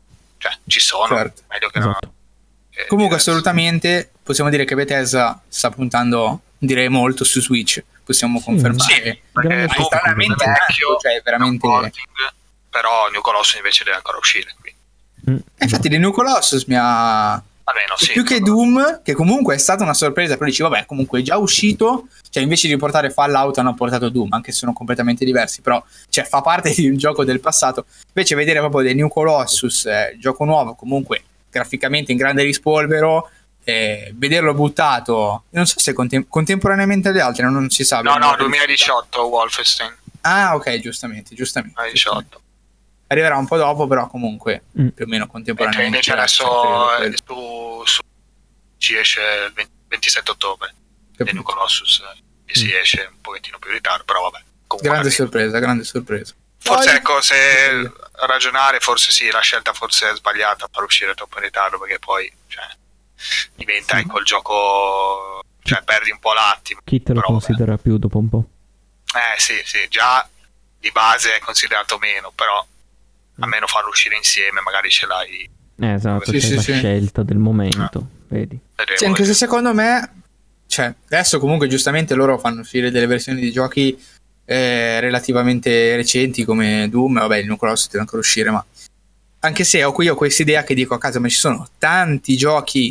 cioè, ci sono, certo. meglio che Esatto. no. Che Comunque diverso. assolutamente possiamo dire che Bethesda sta puntando, direi, molto su Switch, possiamo Sì, confermare. Sì, Grande perché Doom, Doom stranamente è vecchio, cioè veramente... è un porting, però New Colossus invece deve ancora uscire, quindi. Mm, E infatti di New Colossus mi ha... Almeno sì. più che Doom, che comunque è stata una sorpresa, però dici vabbè, comunque è già uscito, cioè invece di portare Fallout hanno portato Doom, anche se sono completamente diversi, però cioè, fa parte di un gioco del passato. Invece vedere proprio dei New Colossus, eh, gioco nuovo, comunque graficamente in grande rispolvero, eh, vederlo buttato, non so se contem- contemporaneamente agli altri, non, non si sa. No, abbiamo no, dato duemiladiciotto Wolfenstein. Ah, ok, giustamente, giustamente. duemiladiciotto. Arriverà un po' dopo, però comunque Mm. più o meno Mentre contemporaneamente. invece c'è il adesso periodo eh, su, su ci esce il venti ventisette ottobre quello. e New Colossus eh, si Mm. esce un pochettino più in ritardo, però vabbè. Comunque Grande arriva. sorpresa, grande sorpresa. Forse Poi- ecco, se ragionare, forse sì, la scelta forse è sbagliata far uscire troppo in ritardo, perché poi cioè, diventa Sì. ecco il gioco, cioè perdi un po' l'attimo. Chi te lo Però, vabbè. considera più dopo un po'? Eh sì, sì, già di base è considerato meno, però almeno farlo uscire insieme, magari ce l'hai. Eh, esatto, Sì, c'è sì, la sì. scelta del momento, vedi. Vedremo, Sì, anche se vedremo. secondo me, cioè, adesso comunque giustamente loro fanno uscire delle versioni di giochi eh, relativamente recenti come Doom, vabbè, il New Colossus deve ancora uscire, ma anche se ho qui ho questa idea che dico a caso, ma ci sono tanti giochi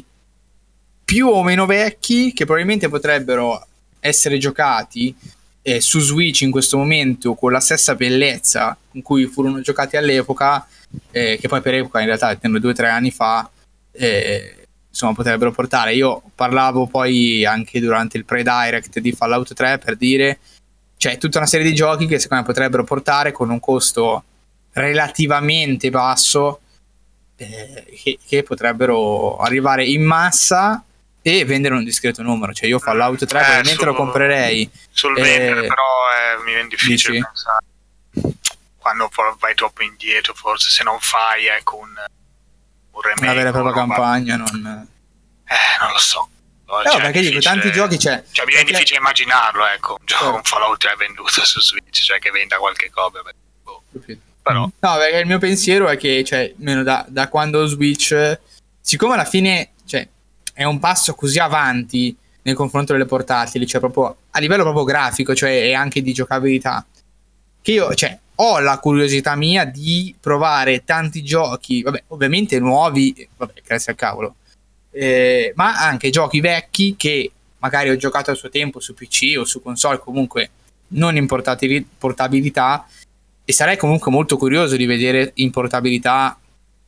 più o meno vecchi che probabilmente potrebbero essere giocati eh, su Switch in questo momento con la stessa bellezza con cui furono giocati all'epoca, eh, che poi per epoca in realtà intendo due o tre anni fa, eh, insomma potrebbero portare. Io parlavo poi anche durante il pre-direct di Fallout tre per dire, cioè tutta una serie di giochi che secondo me potrebbero portare con un costo relativamente basso, eh, che, che potrebbero arrivare in massa e vendere un discreto numero. Cioè io Fallout tre Eh, probabilmente su- lo comprerei. Sul Eh, vendere però eh, mi viene difficile dici? pensare. Quando poi vai troppo indietro, forse se non fai ecco un, un remake, Una vera e propria o roba- campagna non... Eh, non lo so. No, Cioè, è perché dico, difficile- tanti giochi c'è. Cioè, mi viene perché- difficile immaginarlo, ecco. Un gioco Certo. un Fallout tre venduto su Switch, cioè che venda qualche copia. beh, boh. Però, No, perché il mio pensiero è che, cioè, almeno da, da quando Switch, siccome alla fine, cioè, è un passo così avanti nel confronto delle portatili, cioè proprio a livello proprio grafico, cioè e anche di giocabilità, che io, cioè, ho la curiosità mia di provare tanti giochi, vabbè, ovviamente nuovi, vabbè, grazie al cavolo, eh, ma anche giochi vecchi che magari ho giocato a suo tempo su P C o su console, comunque non in portatili- portabilità, e sarei comunque molto curioso di vedere in portabilità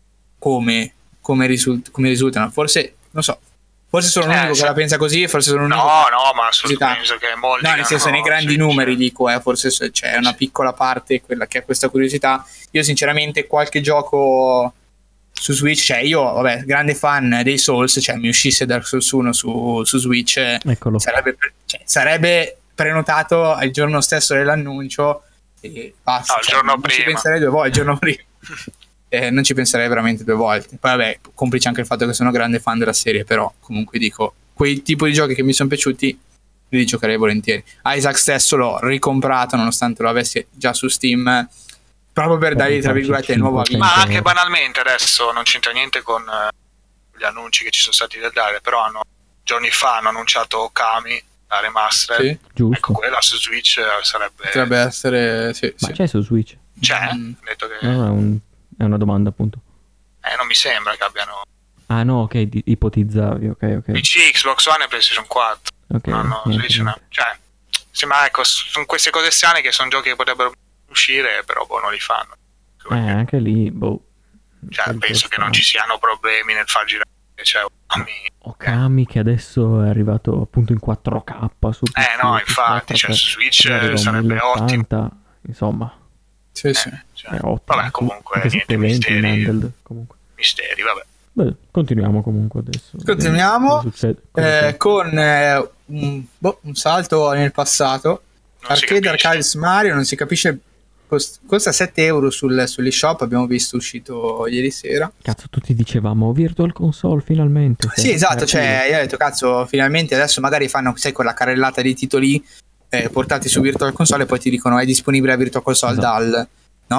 come, come, risult- come risultano. Forse, non so, forse sono Eh, l'unico sì. che la pensa così, forse sono l'unico no, che- no, ma assolutamente curiosità. penso che molti. No, nel senso, nei grandi Switch, numeri dico, eh, forse so- c'è una piccola parte quella che ha questa curiosità. Io sinceramente qualche gioco su Switch, cioè io, vabbè, grande fan dei Souls, cioè mi uscisse Dark Souls uno su, su Switch, eh, Eccolo. sarebbe, pre- cioè, sarebbe prenotato il giorno stesso dell'annuncio e basta. No, il cioè, giorno non ci prima. penserei due volte, il giorno prima. Eh, non ci penserei veramente due volte. Poi vabbè, complice anche il fatto che sono grande fan della serie, però comunque dico, quei tipo di giochi che mi sono piaciuti li giocherei volentieri. Isaac stesso l'ho ricomprato nonostante lo avessi già su Steam, proprio per dargli tra virgolette nuova vita. Ma anche banalmente adesso non c'entra niente con eh, gli annunci che ci sono stati del Dire, però hanno, giorni fa hanno annunciato Okami, la remaster. Sì, Giusto. Ecco, quella su Switch eh, sarebbe... potrebbe essere sì, Ma sì. c'è su Switch? C'è? Mm. Ho detto che... No, è, un- è una domanda, appunto. Eh, non mi sembra che abbiano... Ah, no, ok, di- ipotizzavi, ok, ok. P C, Xbox One e PlayStation quattro. Ok, No, no, niente, Switch no. niente. Cioè, sembra, ecco, sono queste cose strane che sono giochi che potrebbero uscire, però boh, non li fanno. Eh, anche lì, boh. Cioè, Quello penso che sta- non ci siano problemi nel far girare. Cioè, Okami... Okami che adesso è arrivato appunto in quattro K su P C, Eh no, P infatti, quattro, cioè, su Switch poi arriva un sarebbe ottimo. mille ottanta, insomma, Sì, sì. Eh, cioè, è ottimo. vabbè, comunque, Anche niente settecentoventi in misteri. handheld, comunque. Misteri, vabbè. Beh, continuiamo comunque adesso. Continuiamo, Cosa succede? Cosa Eh, succede? con eh, un, boh, un salto nel passato. Non si Arcade capisce. Arcades Mario, non si capisce, cost- costa sette euro sul, sull'eShop, abbiamo visto uscito ieri sera. Cazzo, tutti dicevamo Virtual Console finalmente. Sì, esatto, Eh, cioè io ho detto cazzo, finalmente adesso magari fanno, sai, quella carrellata di titoli eh, portati su Virtual Console e poi ti dicono è disponibile a Virtual Console Esatto. dal, no?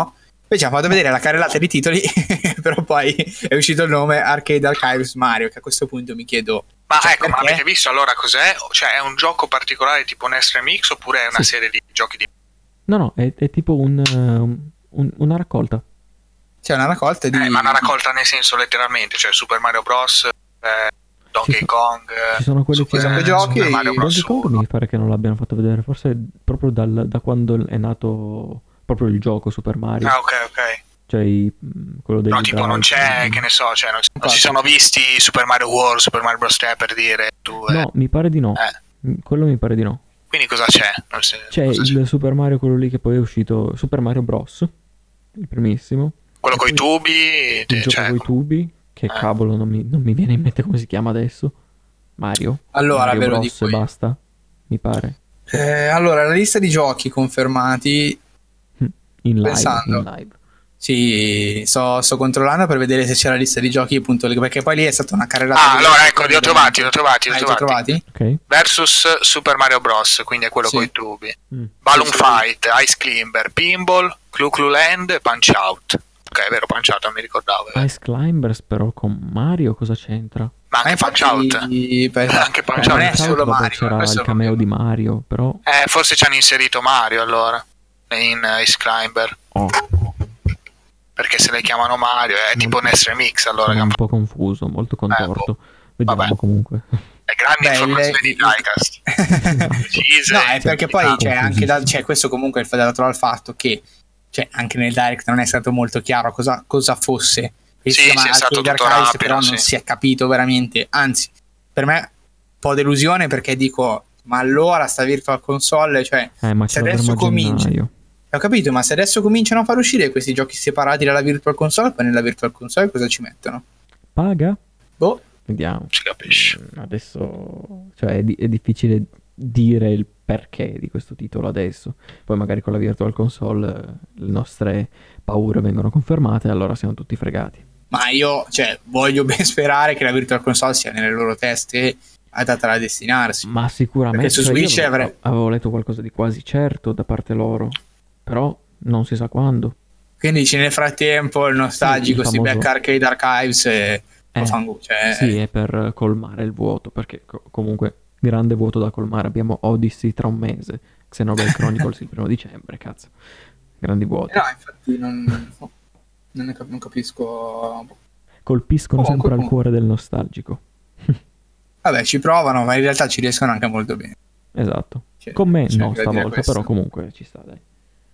Poi ci ha fatto vedere la carrellata di titoli, però poi è uscito il nome Arcade Archives Mario, che a questo punto mi chiedo... Ma cioè, ecco, perché? ma avete visto allora cos'è? Cioè è un gioco particolare tipo N E S Remix oppure è una Sì. serie di giochi di... No, no, è, è tipo un, um, un- una raccolta. C'è una raccolta di... Eh, ma una raccolta nel senso letteralmente, cioè Super Mario Bros, eh, Donkey Ci so- Kong, eh, Ci sono quelli Super, che- eh, giochi- Super Mario Bros Donkey Kong uno. mi pare che non l'abbiano fatto vedere, forse proprio dal- da quando è nato proprio il gioco Super Mario. Ah, ok, ok. Cioè i- mh, quello dei No, tipo non c'è, drive. che ne so, cioè non, non Infatti. si sono visti Super Mario World, Super Mario Bros tre per dire due. No, mi pare di no. Eh, Mm, Quello mi pare di no. quindi cosa c'è? Non si- C'è cosa il Super Mario, quello lì che poi è uscito, Super Mario Bros, il primissimo. Quello E coi poi tubi, Il gioco cioè, con i tubi, che Eh. cavolo non mi, non mi viene in mente come si chiama adesso. Mario? Allora, Mario ve lo Bros dico e io. basta, mi pare. Eh, allora, la lista di giochi confermati... In live, Pensando. in live. Sì, sto, sto controllando per vedere se c'è la lista di giochi, appunto, perché poi lì è stata una carrellata... Ah, di allora, giochi ecco, li ho trovati, li ho trovati, li ho Ah, li hai già trovati. trovati? Ok. Versus Super Mario Bros, quindi è quello Sì. con i tubi. Mm. Balloon Sì, sì. Fight, Ice Climber, Pinball, Clu Clu Land e Punch Out. Ok, è vero, Punch Out, non mi ricordavo. eh. Ice Climbers però con Mario cosa c'entra? Ma anche Ah, Punch Out. infatti, per- Anche Punch non Out. è Punch Out, solo vabbè, Mario, c'era questo il cameo di Mario, però... Eh, forse ci hanno inserito Mario allora in Ice Climber. Oh, Perché se le chiamano Mario è tipo N E S Remix allora. sono un che po' confuso, molto contorto. Vediamo vabbè. comunque. È grandi Beh, informazioni il- di Diecast. Precise. No, è perché poi c'è anche da, confusissimo. c'è questo comunque è dato dal fatto che cioè, anche nel direct non è stato molto chiaro cosa, cosa fosse. Sì, Si chiama sì, è stato Arcade tutto Archives, rapido, però sì. non si è capito veramente. Anzi, per me un po' delusione perché dico, ma allora sta Virtual Console, cioè, Eh, ma se ce l'avremo adesso a comincia, gennaio. ho capito, ma se adesso cominciano a far uscire questi giochi separati dalla Virtual Console, poi nella Virtual Console cosa ci mettono? Paga? Boh, Vediamo. Si capisce. Mm, Adesso... Cioè è, di- è difficile dire il perché di questo titolo adesso. Poi magari con la Virtual Console eh, le nostre paure vengono confermate e allora siamo tutti fregati. ma io cioè, voglio ben sperare che la Virtual Console sia nelle loro teste adatta a destinarsi. Ma sicuramente... Perché su cioè, io Switch avevo, avrei- avevo letto qualcosa di quasi certo da parte loro. Però non si sa quando. Quindi dici, nel frattempo il nostalgico, Sì, sti il famoso- Back Arcade Archives e Eh, lo fanno, cioè, Sì, è per colmare il vuoto, perché co- comunque grande vuoto da colmare. Abbiamo Odyssey tra un mese, Xenoblade Chronicles il primo dicembre, cazzo. Grandi vuoti. eh no, infatti non, non, ne cap- non capisco. Colpiscono Comunque, sempre al comunque. cuore del nostalgico. Vabbè, ci provano, ma in realtà ci riescono anche molto bene. Esatto. Cioè, Con me c'è no, da dire stavolta, questo. però comunque ci sta, dai.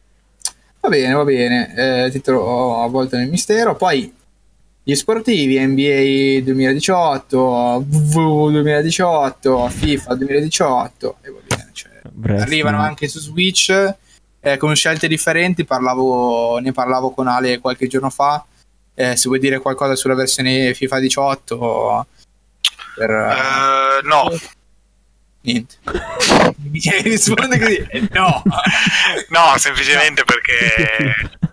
Va bene, va bene. Eh, titolo avvolto nel mistero. Poi gli sportivi, N B A duemiladiciotto, V V duemiladiciotto, FIFA duemiladiciotto e va bene. Cioè, Wrestling. arrivano anche su Switch eh, con scelte differenti. Parlavo, ne parlavo con Ale qualche giorno fa. Eh, se vuoi dire qualcosa sulla versione FIFA diciotto, per Eh, no, niente. Mi risponde così: eh, no. no, semplicemente perché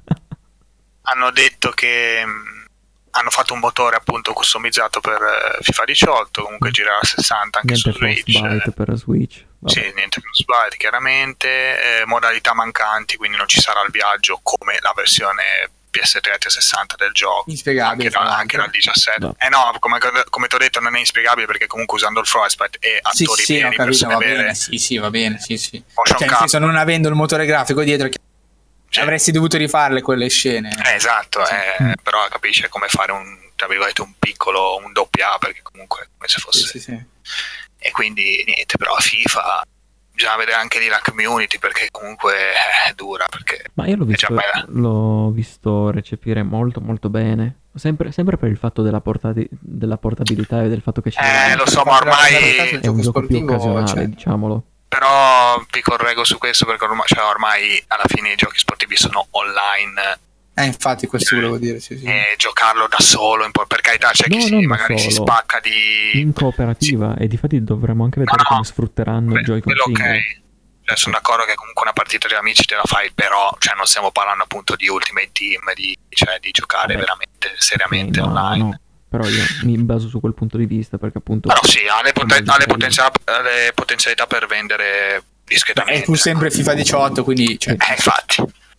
hanno detto che mh, hanno fatto un motore appunto customizzato per eh, FIFA diciotto, comunque girerà a sessanta anche Niente su Switch. Frostbite eh. per Switch. Vabbè. Sì, niente Frostbite chiaramente, eh, modalità mancanti, quindi non ci sarà il viaggio come la versione P S tre trecentosessanta del gioco. Inspiegabile, Anche, tra da- l'altro. anche dal diciassette. No. Eh no, come, come ti ho detto non è inspiegabile perché comunque usando il Frostbite e Sì, attori sì, ho veri, capito, persone va vere, bene, sì, sì, va bene, sì, sì. motion Cioè, nel cap- senso, non avendo il motore grafico dietro, che Sì. avresti dovuto rifarle quelle scene. Eh, esatto, Sì. eh, Mm. però capisce come fare un, tra virgolette, un piccolo, un doppia A, perché comunque è come se Sì, fosse... sì, sì. E quindi niente, però FIFA bisogna vedere anche lì la community perché comunque è dura, perché Ma io l'ho è già visto, bella. l'ho visto recepire molto molto bene. Sempre, sempre per il fatto della, portati- della portabilità e del fatto che c'è Eh, lo so, ma ormai È è un gioco più sportivo, occasionale, cioè. diciamolo. Però vi correggo su questo perché ormai, cioè, ormai alla fine i giochi sportivi sono online Eh, infatti, questo volevo dire, sì, sì. e giocarlo da solo, un po', per carità c'è No, chi non si, da magari si solo. spacca di... In cooperativa, e difatti dovremmo anche vedere No, no. come sfrutteranno Beh, il Joy-Con quello single. ok. Cioè, sono d'accordo che comunque una partita di amici te la fai, però cioè, non stiamo parlando appunto di Ultimate Team, di, cioè, di giocare Vabbè. veramente seriamente Ok, no, online. no. Però io mi baso su quel punto di vista perché appunto Però sì, ha le, poten- Come ha le dicevo. potenzialità, ha le potenzialità per vendere È discretamente. pur sempre FIFA diciotto, quindi cioè, Eh, infatti. ci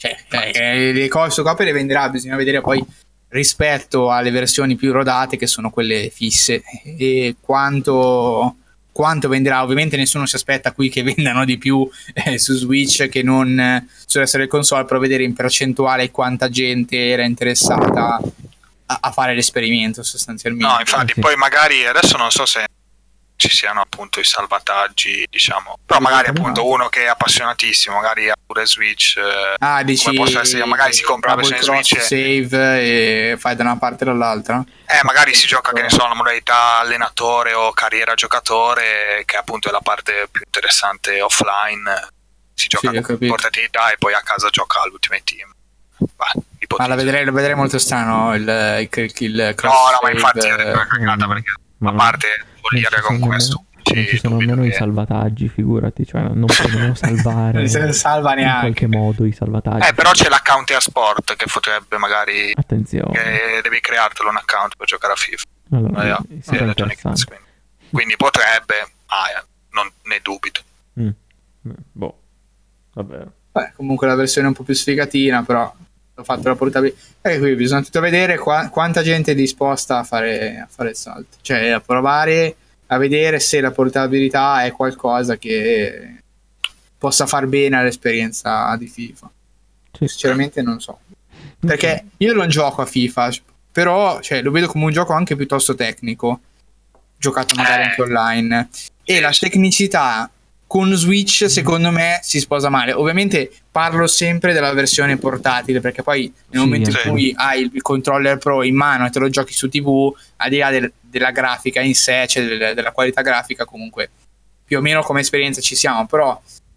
Cioè, eh, le cose, copie le venderà, bisogna vedere poi rispetto alle versioni più rodate, che sono quelle fisse, e quanto, quanto venderà. Ovviamente nessuno si aspetta qui che vendano di più eh, su Switch che non eh, sulle serie console, però vedere in percentuale quanta gente era interessata a, a fare l'esperimento sostanzialmente. No, infatti, Eh sì. poi magari adesso non so se ci siano appunto i salvataggi, diciamo, però magari appunto uno che è appassionatissimo, magari ha pure Switch, eh, Ah, dici, come posso essere io, magari si compra la double versione cross Switch e, save e fai da una parte e dall'altra. eh, magari si gioca, che ne so, la modalità allenatore o carriera giocatore, che appunto è la parte più interessante offline, si gioca Sì, ho con capito. portattività e poi a casa gioca all'Ultimate Team. Bah, Ma ipotizzo. la vedrei, lo vedrei molto strano il, il, il cross No, no, ma save, infatti è eh, una cagata, no, perché ma a no. parte Non ci follia sono con nemmeno- questo, non ci sono nemmeno i salvataggi, figurati, cioè non puoi nemmeno salvare non si salva in neanche. qualche modo i salvataggi. Eh, però c'è l'account a sport che potrebbe magari, Attenzione. che devi creartelo un account per giocare a FIFA. Allora, Eh, eh, sì, sarà hai ragione, interessante. quindi. Quindi potrebbe, ah, eh, non ne dubito. Mm. Eh, Boh, vabbè. Beh, comunque la versione è un po' più sfigatina, però ho fatto la portabilità. E qui bisogna tutto vedere qua- quanta gente è disposta a fare, a fare il salto, cioè a provare a vedere se la portabilità è qualcosa che possa far bene all'esperienza di FIFA. Sì. Sinceramente non so, perché io non gioco a FIFA, però cioè, lo vedo come un gioco anche piuttosto tecnico, giocato magari Eh. anche online, e Sì, la sì. tecnicità con Switch secondo me si sposa male. Ovviamente parlo sempre della versione portatile, perché poi nel Sì, momento in sì. cui hai il, il controller pro in mano e te lo giochi su tivù, al di là del- della grafica in sé, cioè del- della qualità grafica, comunque più o meno come esperienza ci siamo, però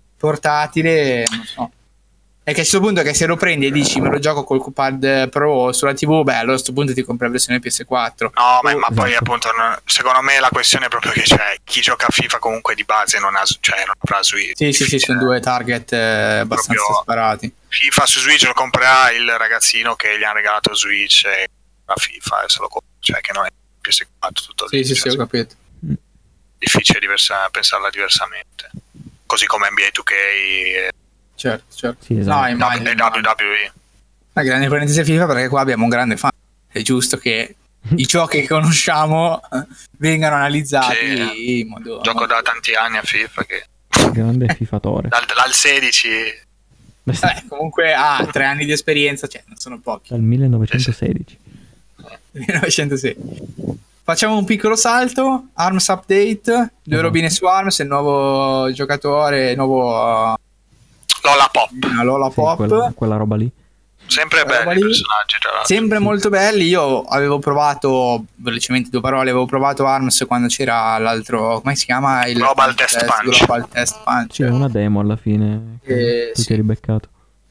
portatile non so. E che a questo punto che se lo prendi e dici me lo gioco col pad pro sulla tivù, beh, allora a questo punto ti compri la versione P S quattro. No, ma, Oh, ma poi esatto. appunto non- secondo me la questione è proprio che cioè, chi gioca a FIFA comunque di base non ha, cioè, non avrà Switch. Sì, sì, sì, sono Cioè, due target eh, abbastanza Proprio- sparati. FIFA su Switch lo comprerà il ragazzino che gli ha regalato Switch e la FIFA e se lo compra, cioè che non è P S quattro tutto Sì, lì, sì, cioè, sì, ho capito. difficile diversa- pensarla diversamente. Così come N B A due K e, Certo, certo. Sì, esatto. No, e immagino. W W E. La grande parentesi FIFA, perché qua abbiamo un grande fan. È giusto che i giochi che conosciamo eh, vengano analizzati Sì, in modo... Gioco da tanti anni a FIFA che Grande fifatore. dal, dal sedici Vabbè, comunque ha tre anni di esperienza, cioè non sono pochi. Dal millenovecentosedici. millenovecentosei. Facciamo un piccolo salto. Arms update, due Esatto. robine su Arms, il nuovo giocatore, il nuovo uh, Lola Pop. Lola Sì, Pop. quella, quella roba lì. Sempre Quella belli i roba lì. personaggi, tra l'altro. Sempre molto belli. Io avevo provato, velocemente due parole, avevo provato Arms quando c'era l'altro, come si chiama? Il Global Test Punch. Global Test Punch. Sì, è una demo alla fine. che Eh, tu sì. ti eri beccato.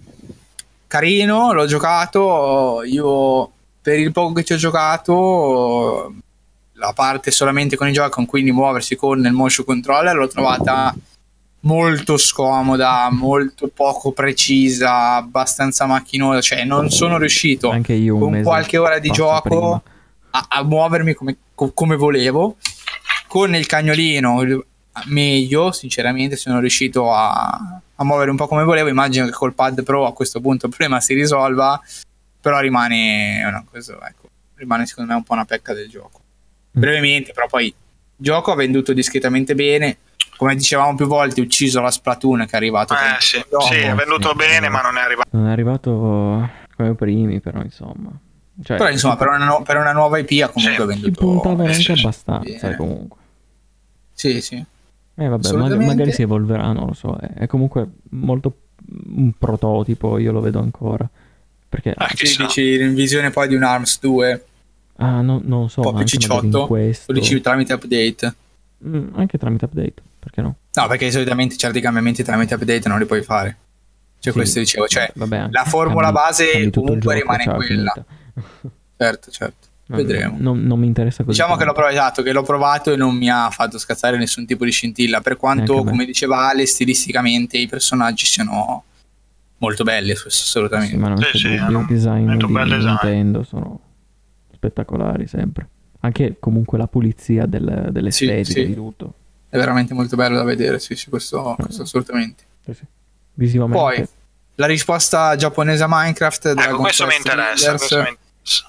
Carino, l'ho giocato. Io per il poco che ci ho giocato, la parte solamente con i Joy-Con, quindi muoversi con il motion controller, l'ho trovata molto scomoda, molto poco precisa, abbastanza macchinosa, cioè non sono riuscito Anche io un con mese qualche ora di passa gioco prima. a, a muovermi come, co- come volevo. Con il cagnolino il- meglio, sinceramente sono riuscito a, a muovere un po' come volevo. Immagino che col pad pro a questo punto il problema si risolva, però rimane una cosa, ecco, rimane secondo me un po' una pecca del gioco. Mm. Brevemente, però poi il gioco ha venduto discretamente bene, come dicevamo più volte, ucciso la Splatoon che è arrivato Eh tempo sì, dopo. sì, è venuto sì, bene, sì. ma non è arrivato. Non è arrivato come primi, però insomma. Cioè, Però insomma per una, nu- per una nuova I P ha comunque Sì. ci venduto puntavano sì, anche sì. abbastanza, Bene. comunque. sì sì Eh vabbè, mag- Assolutamente. magari si evolverà, non lo so. È, è comunque molto un prototipo, io lo vedo ancora. Perché, Eh, Sì, chissà. dici in visione poi di un Arms due ah, no, non lo so, un po' più anche magari in cicciotto, questo. lo dici tramite update? Mm, anche tramite update, perché no? No, perché solitamente certi cambiamenti tramite update non li puoi fare. Cioè, Sì, questo dicevo, cioè vabbè, anche la formula cambi- base cambi tutto il comunque gioco, rimane ciao, quella. finita. Certo, certo. No, Vedremo. Non, non mi interessa così. Diciamo che l'ho tanto. provato, esatto, che l'ho provato e non mi ha fatto scazzare nessun tipo di scintilla, per quanto, Neanche a me. come diceva Ale, stilisticamente i personaggi siano molto belli, assolutamente. Sì, ma non Sì, c'è sì, dubbio, hanno il design fatto di un bel design. Nintendo sono spettacolari sempre. Anche comunque la pulizia del- dell'estetica Sì, sì. di tutto. È veramente molto bello da vedere, sì, sì, questo, questo assolutamente. Sì, sì. Visivamente Poi, la risposta giapponese a Minecraft. Ecco, questo mi interessa, questo mi interessa.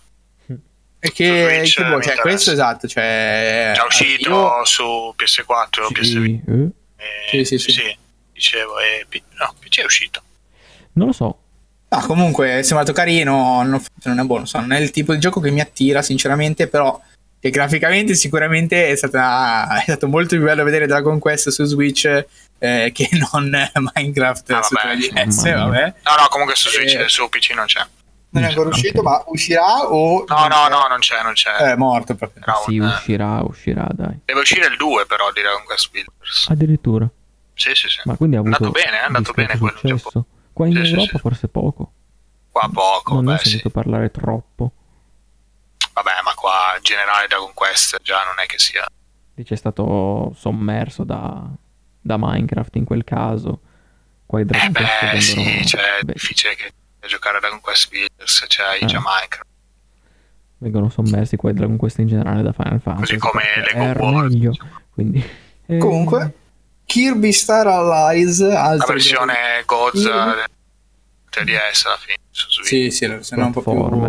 E che, che boh, cioè, questo esatto, cioè già uscito io... su P S quattro, sì. P S Vita. Eh? E, sì, sì, sì, sì, dicevo, e, no, P C è uscito. Non lo so. Ah, comunque è sembrato carino, non, non è buono, so, non è il tipo di gioco che mi attira sinceramente, però che graficamente sicuramente è, stata, è stato molto più bello vedere Dragon Quest su Switch eh, che non Minecraft ah, su vabbè, tre D S, vabbè. No, no, comunque su Switch, eh, su P C non c'è. Non è ancora uscito, ma uscirà o... No, no, no, non c'è, non c'è. È morto proprio. No, sì, un... uscirà, uscirà, dai. Deve uscire il due però di Dragon Quest Builders. Addirittura. Sì, sì, sì. Ma quindi ha avuto è andato bene, è andato bene quello in Giappone. Qua in sì, Europa sì, sì. forse poco. Qua poco, non beh, ho sentito sì. parlare troppo. Vabbè, ma qua in generale Dragon Quest già non è che sia... Dice è stato sommerso da, da Minecraft in quel caso. Qua i Dragon eh beh, Quest vengono... sì, cioè è beh, difficile che giocare a Dragon Quest Builders, cioè eh. già Minecraft. Vengono sommersi qua i Dragon Quest in generale da Final Fantasy. Così come Lego è World. meglio. Quindi... Eh... Comunque, Kirby Star Allies... La versione Goza tre D S alla fine. Su Switch. Sì, sì, la versione un po'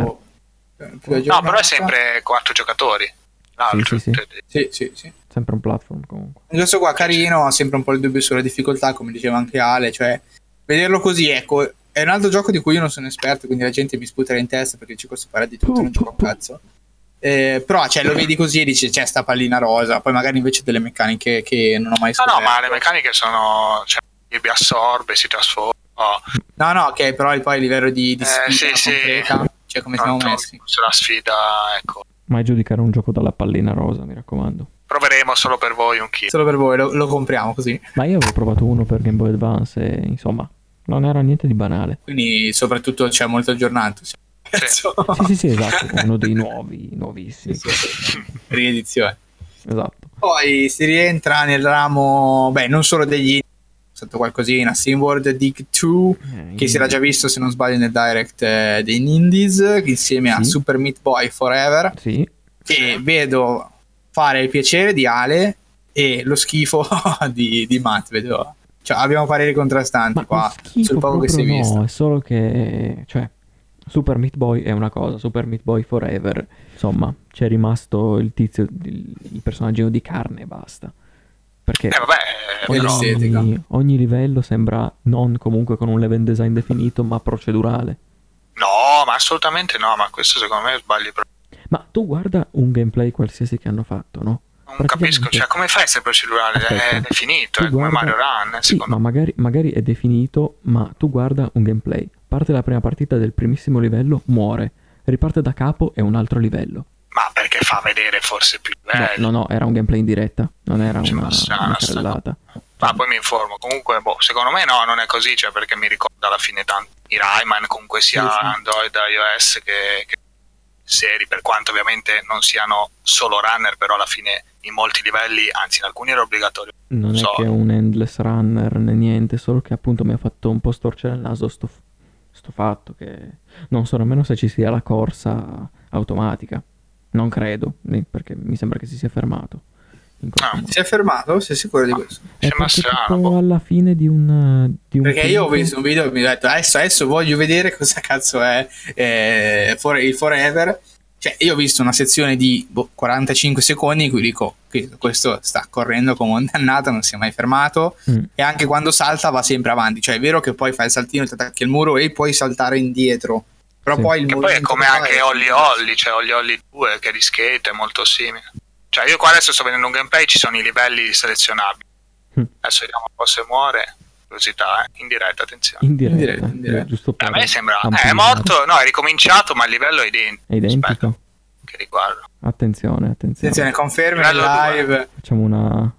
più... più no, però è sempre quattro giocatori. Sì, sì, sì. sì, sì, sì. Sempre un platform comunque. Questo qua carino, ha sempre un po' il dubbio sulla difficoltà, come diceva anche Ale, cioè vederlo così, ecco, è un altro gioco di cui io non sono esperto, quindi la gente mi sputerà in testa perché ci costa fare di tutto, non gioco a cazzo. Eh, però cioè, lo vedi così e dici c'è sta pallina rosa, poi magari invece delle meccaniche che non ho mai scoperto. No, no, ma le meccaniche sono... Cioè, Kirby assorbe, si trasforma. Oh. No, no, ok, però poi a livello di, di eh, sfida sì, concreta, sì. cioè come non siamo messi. Sulla sfida, ecco. Mai giudicare un gioco dalla pallina rosa, mi raccomando. Proveremo solo per voi un kit. Solo per voi, lo, lo compriamo così. Ma io avevo provato uno per Game Boy Advance e insomma, non era niente di banale. Quindi soprattutto c'è molto aggiornato. Sì. sì, sì, sì, esatto, uno dei nuovi, nuovissimi. Sì, sì. Riedizione. Esatto. Poi si rientra nel ramo, beh, non solo degli stato qualcosina, SteamWorld Dig due, eh, che si era già visto se non sbaglio nel direct eh, dei Indies, insieme sì. a Super Meat Boy Forever, sì. che sì. vedo fare il piacere di Ale e lo schifo di, di Matt, vedo. Cioè, abbiamo pareri contrastanti. Ma qua sul poco che si è visto. No, è solo che, cioè, Super Meat Boy è una cosa, Super Meat Boy Forever, insomma, c'è rimasto il tizio, il, il personaggio di carne e basta. Perché eh, vabbè, ogni, ogni livello sembra non comunque con un level design definito, ma procedurale. No, ma assolutamente no, ma questo secondo me sbagli proprio. Ma tu guarda un gameplay qualsiasi che hanno fatto, no? Non capisco, cioè come fai a essere procedurale? Aspetta, è definito, è come guarda... Mario Run, sì, ma magari, magari è definito, ma tu guarda un gameplay, parte la prima partita del primissimo livello, muore, riparte da capo e un altro livello. Ma perché fa vedere forse più livelli? No, no, no, era un gameplay in diretta, non era cioè, una, una carrellata. Ma poi mi informo. Comunque, boh, secondo me no, non è così, cioè perché mi ricorda alla fine tanti i Rayman, comunque sia sì, sì. Android, iOS che, che seri, per quanto ovviamente non siano solo runner, però alla fine in molti livelli, anzi in alcuni era obbligatorio. Non so. è che è un endless runner né niente, solo che appunto mi ha fatto un po' storcere il naso sto, sto fatto che non so nemmeno se ci sia la corsa automatica. Non credo, perché mi sembra che si sia fermato. Ah, si è fermato? Sei sicuro di questo? È tipo alla fine di un, di un perché tempo... io ho visto un video e mi ho detto adesso, adesso voglio vedere cosa cazzo è eh, for- il Forever. Cioè io ho visto una sezione di boh, quarantacinque secondi in cui dico questo sta correndo come un dannato, non si è mai fermato mm. e anche quando salta va sempre avanti. Cioè è vero che poi fai il saltino, ti attacchi al muro e puoi saltare indietro, però sì. poi il che poi è come anche Olli Olli, cioè Olli Olli due che di skate è molto simile. Cioè io qua adesso sto vedendo un gameplay, ci sono i livelli selezionabili. Mm. Adesso vediamo un po' se muore. Curiosità, eh? In diretta, attenzione. In diretta, in diretta, in diretta. Giusto per a me sembra eh, è morto, no, è ricominciato, ma il livello è identico. È identico. Aspetta, che riguardo. Attenzione, attenzione. Attenzione, confermi il live. Facciamo una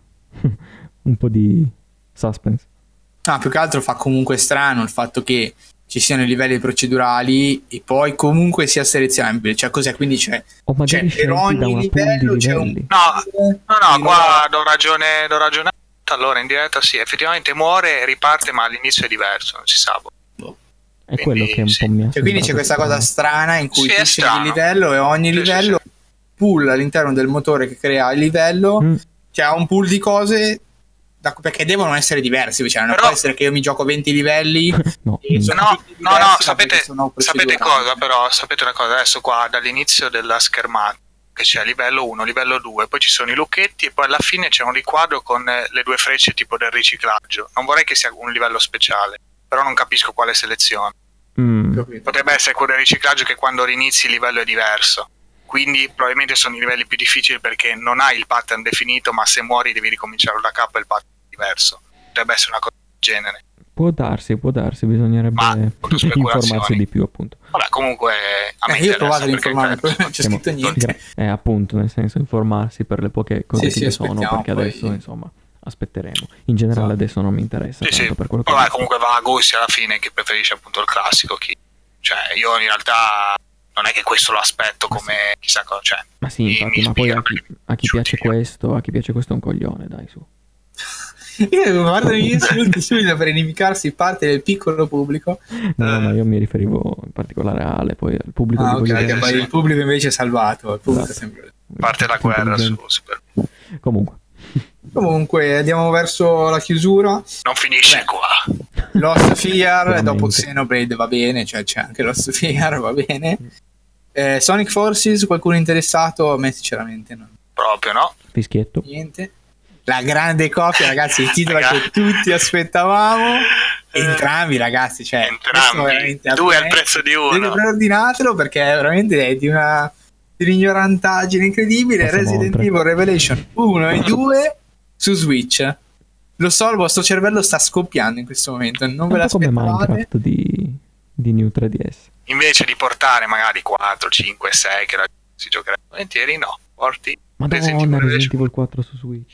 un po' di suspense. Ah, più che altro fa comunque strano il fatto che ci siano i livelli procedurali e poi comunque sia selezionabile, cioè cos'è, quindi c'è, o magari c'è per ogni livello c'è un no no no qua do ragione do ragione allora in diretta sì, effettivamente muore e riparte, ma all'inizio è diverso, non si sa. Boh. È quindi, quello che un sì. po' mi ha cioè, quindi c'è questa strano. cosa strana in cui sì, tu scegli il livello e ogni sì, livello sì, sì. pool all'interno del motore che crea il livello, mm. cioè ha un pool di cose da- perché devono essere diversi, cioè non Però- può essere che io mi gioco venti livelli No, e sono No, tutti no, diversi, no, ma sapete, perché sono sapete procedurali. cosa però, sapete una cosa, adesso qua dall'inizio della schermata che c'è livello uno, livello due, poi ci sono i lucchetti e poi alla fine c'è un riquadro con eh, le due frecce tipo del riciclaggio. Non vorrei che sia un livello speciale, però non capisco quale selezione. mm, Capito? Potrebbe essere quello del riciclaggio che quando rinizi il livello è diverso. Quindi probabilmente sono i livelli più difficili perché non hai il pattern definito, ma se muori devi ricominciare da capo e il pattern è diverso. Potrebbe essere una cosa del genere. può darsi, può darsi, bisognerebbe Ma, tutto speculazioni. informarsi di più, appunto. Vabbè, comunque a me Eh, io ho interessa, provato ad perché informarmi, penso- però non c'è scritto Siamo- niente. gra- eh, appunto, nel senso informarsi per le poche cose Sì, che sì, ci sono, aspettiamo, perché poi- adesso, insomma, aspetteremo. In generale Esatto. adesso non mi interessa Sì, tanto sì. per quello che Vabbè, ho visto. comunque va a gusti alla fine chi preferisce appunto il classico, chi... Cioè, io in realtà non è che questo lo aspetto come chissà cosa, cioè, Ma sì, mi- infatti, mi ma poi a ispira chi, perché a chi piace shooting. questo, a chi piace questo è un coglione, dai, su. Io guardo gli insulti subito per inimicarsi parte del piccolo pubblico. No, Eh. ma io mi riferivo in particolare a Ale, poi al pubblico Ah, di ok, voglio che dire. poi sì. il pubblico invece è salvato. Il pubblico è Esatto. sempre... parte la guerra su Intelligente. Super. Comunque, Comunque andiamo verso la chiusura. Non finisce Beh. qua. Lost Fear, Veramente. dopo Xenoblade va bene, cioè c'è anche Lost Fear, va bene. Eh, Sonic Forces, qualcuno interessato? A me sinceramente non Proprio, no? fischietto. niente. La grande copia, ragazzi, il titolo Raga- che tutti aspettavamo. Entrambi, ragazzi, cioè questo Entrambi, veramente due al me- prezzo di Dovete uno. preordinatelo perché è veramente di una di un'ignorantaggine incredibile. Passiamo Resident oltre. Evil Revelation uno e due su Switch. Lo so, il vostro cervello sta scoppiando in questo momento, non È ve un po' come l'aspettavate. Minecraft di, di New tre D S. Invece di portare magari quattro, cinque, sei che la si giocherebbe volentieri, no. Porti Resident Madonna, Evil Resident Evil quattro su Switch.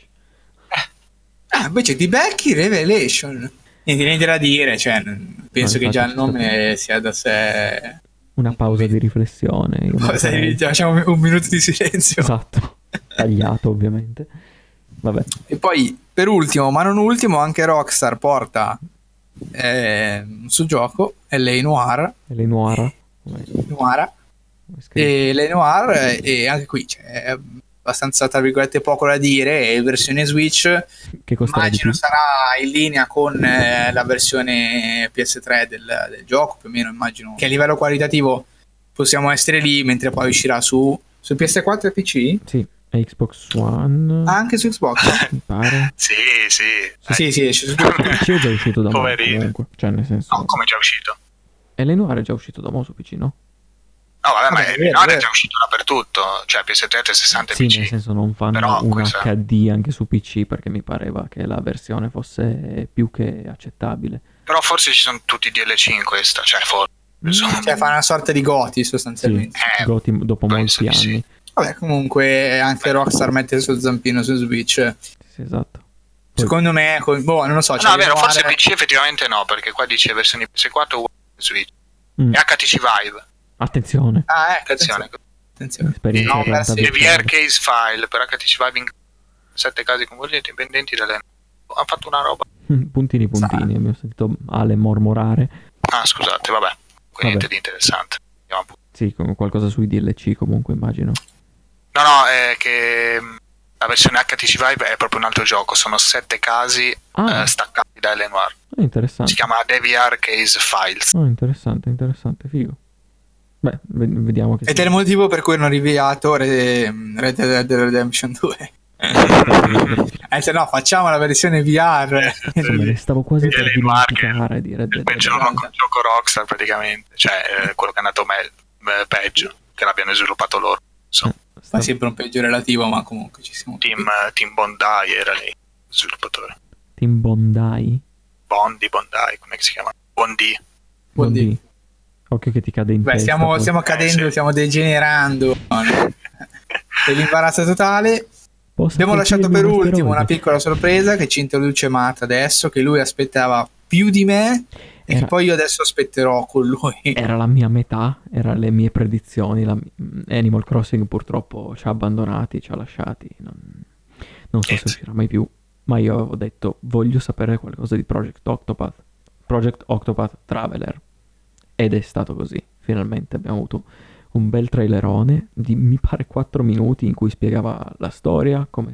Ah, invece di Becky Revelation. Niente, niente da dire, cioè, n- penso No, che infatti già il ci sta nome sia da sé. Una pausa di riflessione. Io me lo Cosa farei. di- facciamo un minuto di silenzio. Esatto. Tagliato, ovviamente. Vabbè. E poi, per ultimo, ma non ultimo, anche Rockstar porta eh, un suo gioco, L A Noir. E le Noir. Come- Noir come è scritto? e L A Noir, eh, e anche qui c'è abbastanza, tra virgolette, poco da dire. È versione Switch. Che costerà di Immagino più. sarà in linea con eh, la versione P S tre del, del gioco, più o meno. Immagino che a livello qualitativo possiamo essere lì, mentre poi uscirà su, su P S quattro e P C, Sì, e Xbox One. anche su Xbox. Mi pare. Sì, sì. Sì, sì, esce su P C è già uscito da mo' Poverino. comunque. Cioè, nel senso. No, come è già uscito? E le Noir è già uscito da mo' su P C, no? No, vabbè, Vabbè, ma è il vero, Noir è è vero. già uscito dappertutto, cioè P S tre, trecentosessanta e Sì, P C. nel senso non fanno Però un questa- H D anche su P C perché mi pareva che la versione fosse più che accettabile. Però forse ci sono tutti i D L C in questa, cioè forse. Insomma, Cioè fa una sorta di goti Sì, sostanzialmente. Eh, Goti dopo penso molti di sì. anni. Vabbè, comunque anche Rockstar mette il suo zampino su Switch. Sì, esatto. Poi- Secondo me, con- boh, non lo so. no, cioè, è vero, Noir- forse P C effettivamente no, perché qua dice versioni P S quattro uguale Switch. Mm, E H T C Vive, Attenzione. Ah, ecco, attenzione. attenzione. Esperienza No, in realtà sì. E V virtuale. R Case File per H T C Vive in sette casi convergenti indipendenti dalle... Hanno fatto una roba... Mm, Puntini puntini, abbiamo sentito Ale mormorare. Ah, scusate, vabbè. Qui Vabbè. niente di interessante. Andiamo a pu- Sì, con qualcosa sui D L C comunque immagino. No, no, è che mh, la versione H T C Vive è proprio un altro gioco. Sono sette casi Ah, eh, staccati da L Noir. è interessante. Si chiama D V R Case Files. Oh, interessante, interessante, figo. Beh, ve- vediamo che Ed è il motivo per cui hanno rinviato Re- Red Dead Redemption due. Eh, se no, facciamo la versione V R. Me ne stavo quasi per L Noir che dimenticare di Red il Dead. peggior gioco, gioco Rockstar praticamente. Cioè, eh, quello che è andato me- eh, peggio, che l'abbiano sviluppato loro. Insomma, Ma Stavo- sempre un peggio relativo, ma comunque ci siamo. team, eh, team Bondi era lì, sviluppatore. Team Bondi. Bondi, Bondi, come si chiama? Bondi. Bondi. Bondi. Occhio che ti cade in Beh, testa. stiamo, poi. stiamo cadendo, sì. stiamo degenerando. Dell'imbarazzo totale. Posso Abbiamo lasciato colpirmi per un ultimo asteroide? una piccola sorpresa che ci introduce Matt adesso, che lui aspettava più di me e Era- che poi io adesso aspetterò con lui. Era la mia metà, erano le mie predizioni. La... Animal Crossing purtroppo ci ha abbandonati, ci ha lasciati. Non, non so se Niente. uscirà mai più. Ma io avevo detto, voglio sapere qualcosa di Project Octopath. Project Octopath Traveler. Ed è stato così. Finalmente abbiamo avuto un bel trailerone di, mi pare, quattro minuti in cui spiegava la storia, come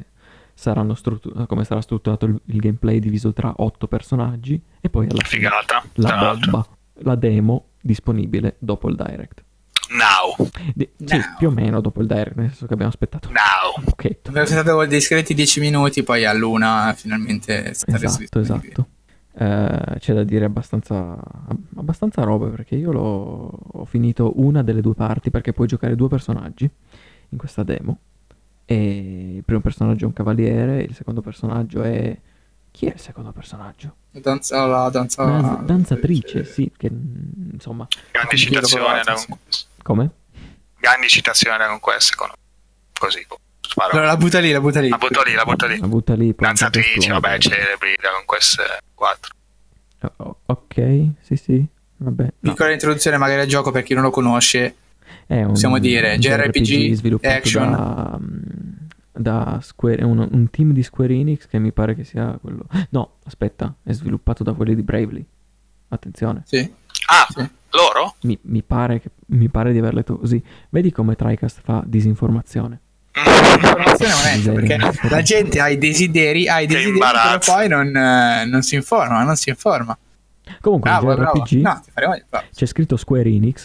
saranno struttu- come sarà strutturato il, il gameplay diviso tra otto personaggi e poi alla fine Figata, la tra l'altro. bomba, la demo disponibile dopo il direct. Now. Di- sì, Now. più o meno dopo il direct, nel senso che abbiamo aspettato Now. un pochetto. Abbiamo aspettato dei discreti dieci minuti, poi all'una finalmente è stata resa Esatto, disponibile. esatto. Eh, c'è da dire abbastanza, abbastanza roba, perché io l'ho, ho finito una delle due parti, perché puoi giocare due personaggi in questa demo. E il primo personaggio è un cavaliere, il secondo personaggio è... Chi è il secondo personaggio? Danza, la danza... Una danzatrice, sì, che mm, insomma... Grande Io l'ho citazione provato, da sì. Conquest. Come? Grandi citazioni da Conquest, secondo me. Così. Sparo. Allora, la butta lì, la butta lì. La butto lì, la butto lì. La butta lì, poi Danzatrici, intanto vabbè, esplode. celebri da Conquest quattro. Oh, oh, ok, sì, sì, vabbè. No, Piccola introduzione magari al gioco per chi non lo conosce. è un possiamo dire, J R P G, sviluppato action. da, mm, da Square, un, un team di Square Enix che mi pare che sia quello... No, aspetta, è sviluppato da quelli di Bravely. Attenzione, Sì. Ah, Sì. loro? mi, mi pare che, mi pare di aver letto così. Vedi come TriCast fa disinformazione. Informazione onesta, Miseria. perché la gente ha i desideri, ha i Che desideri, però imbarazzo. poi non, eh, non si informa, non si informa. Comunque, Bravo, in bravo. J R P G No, ti faremo bravo. c'è scritto Square Enix.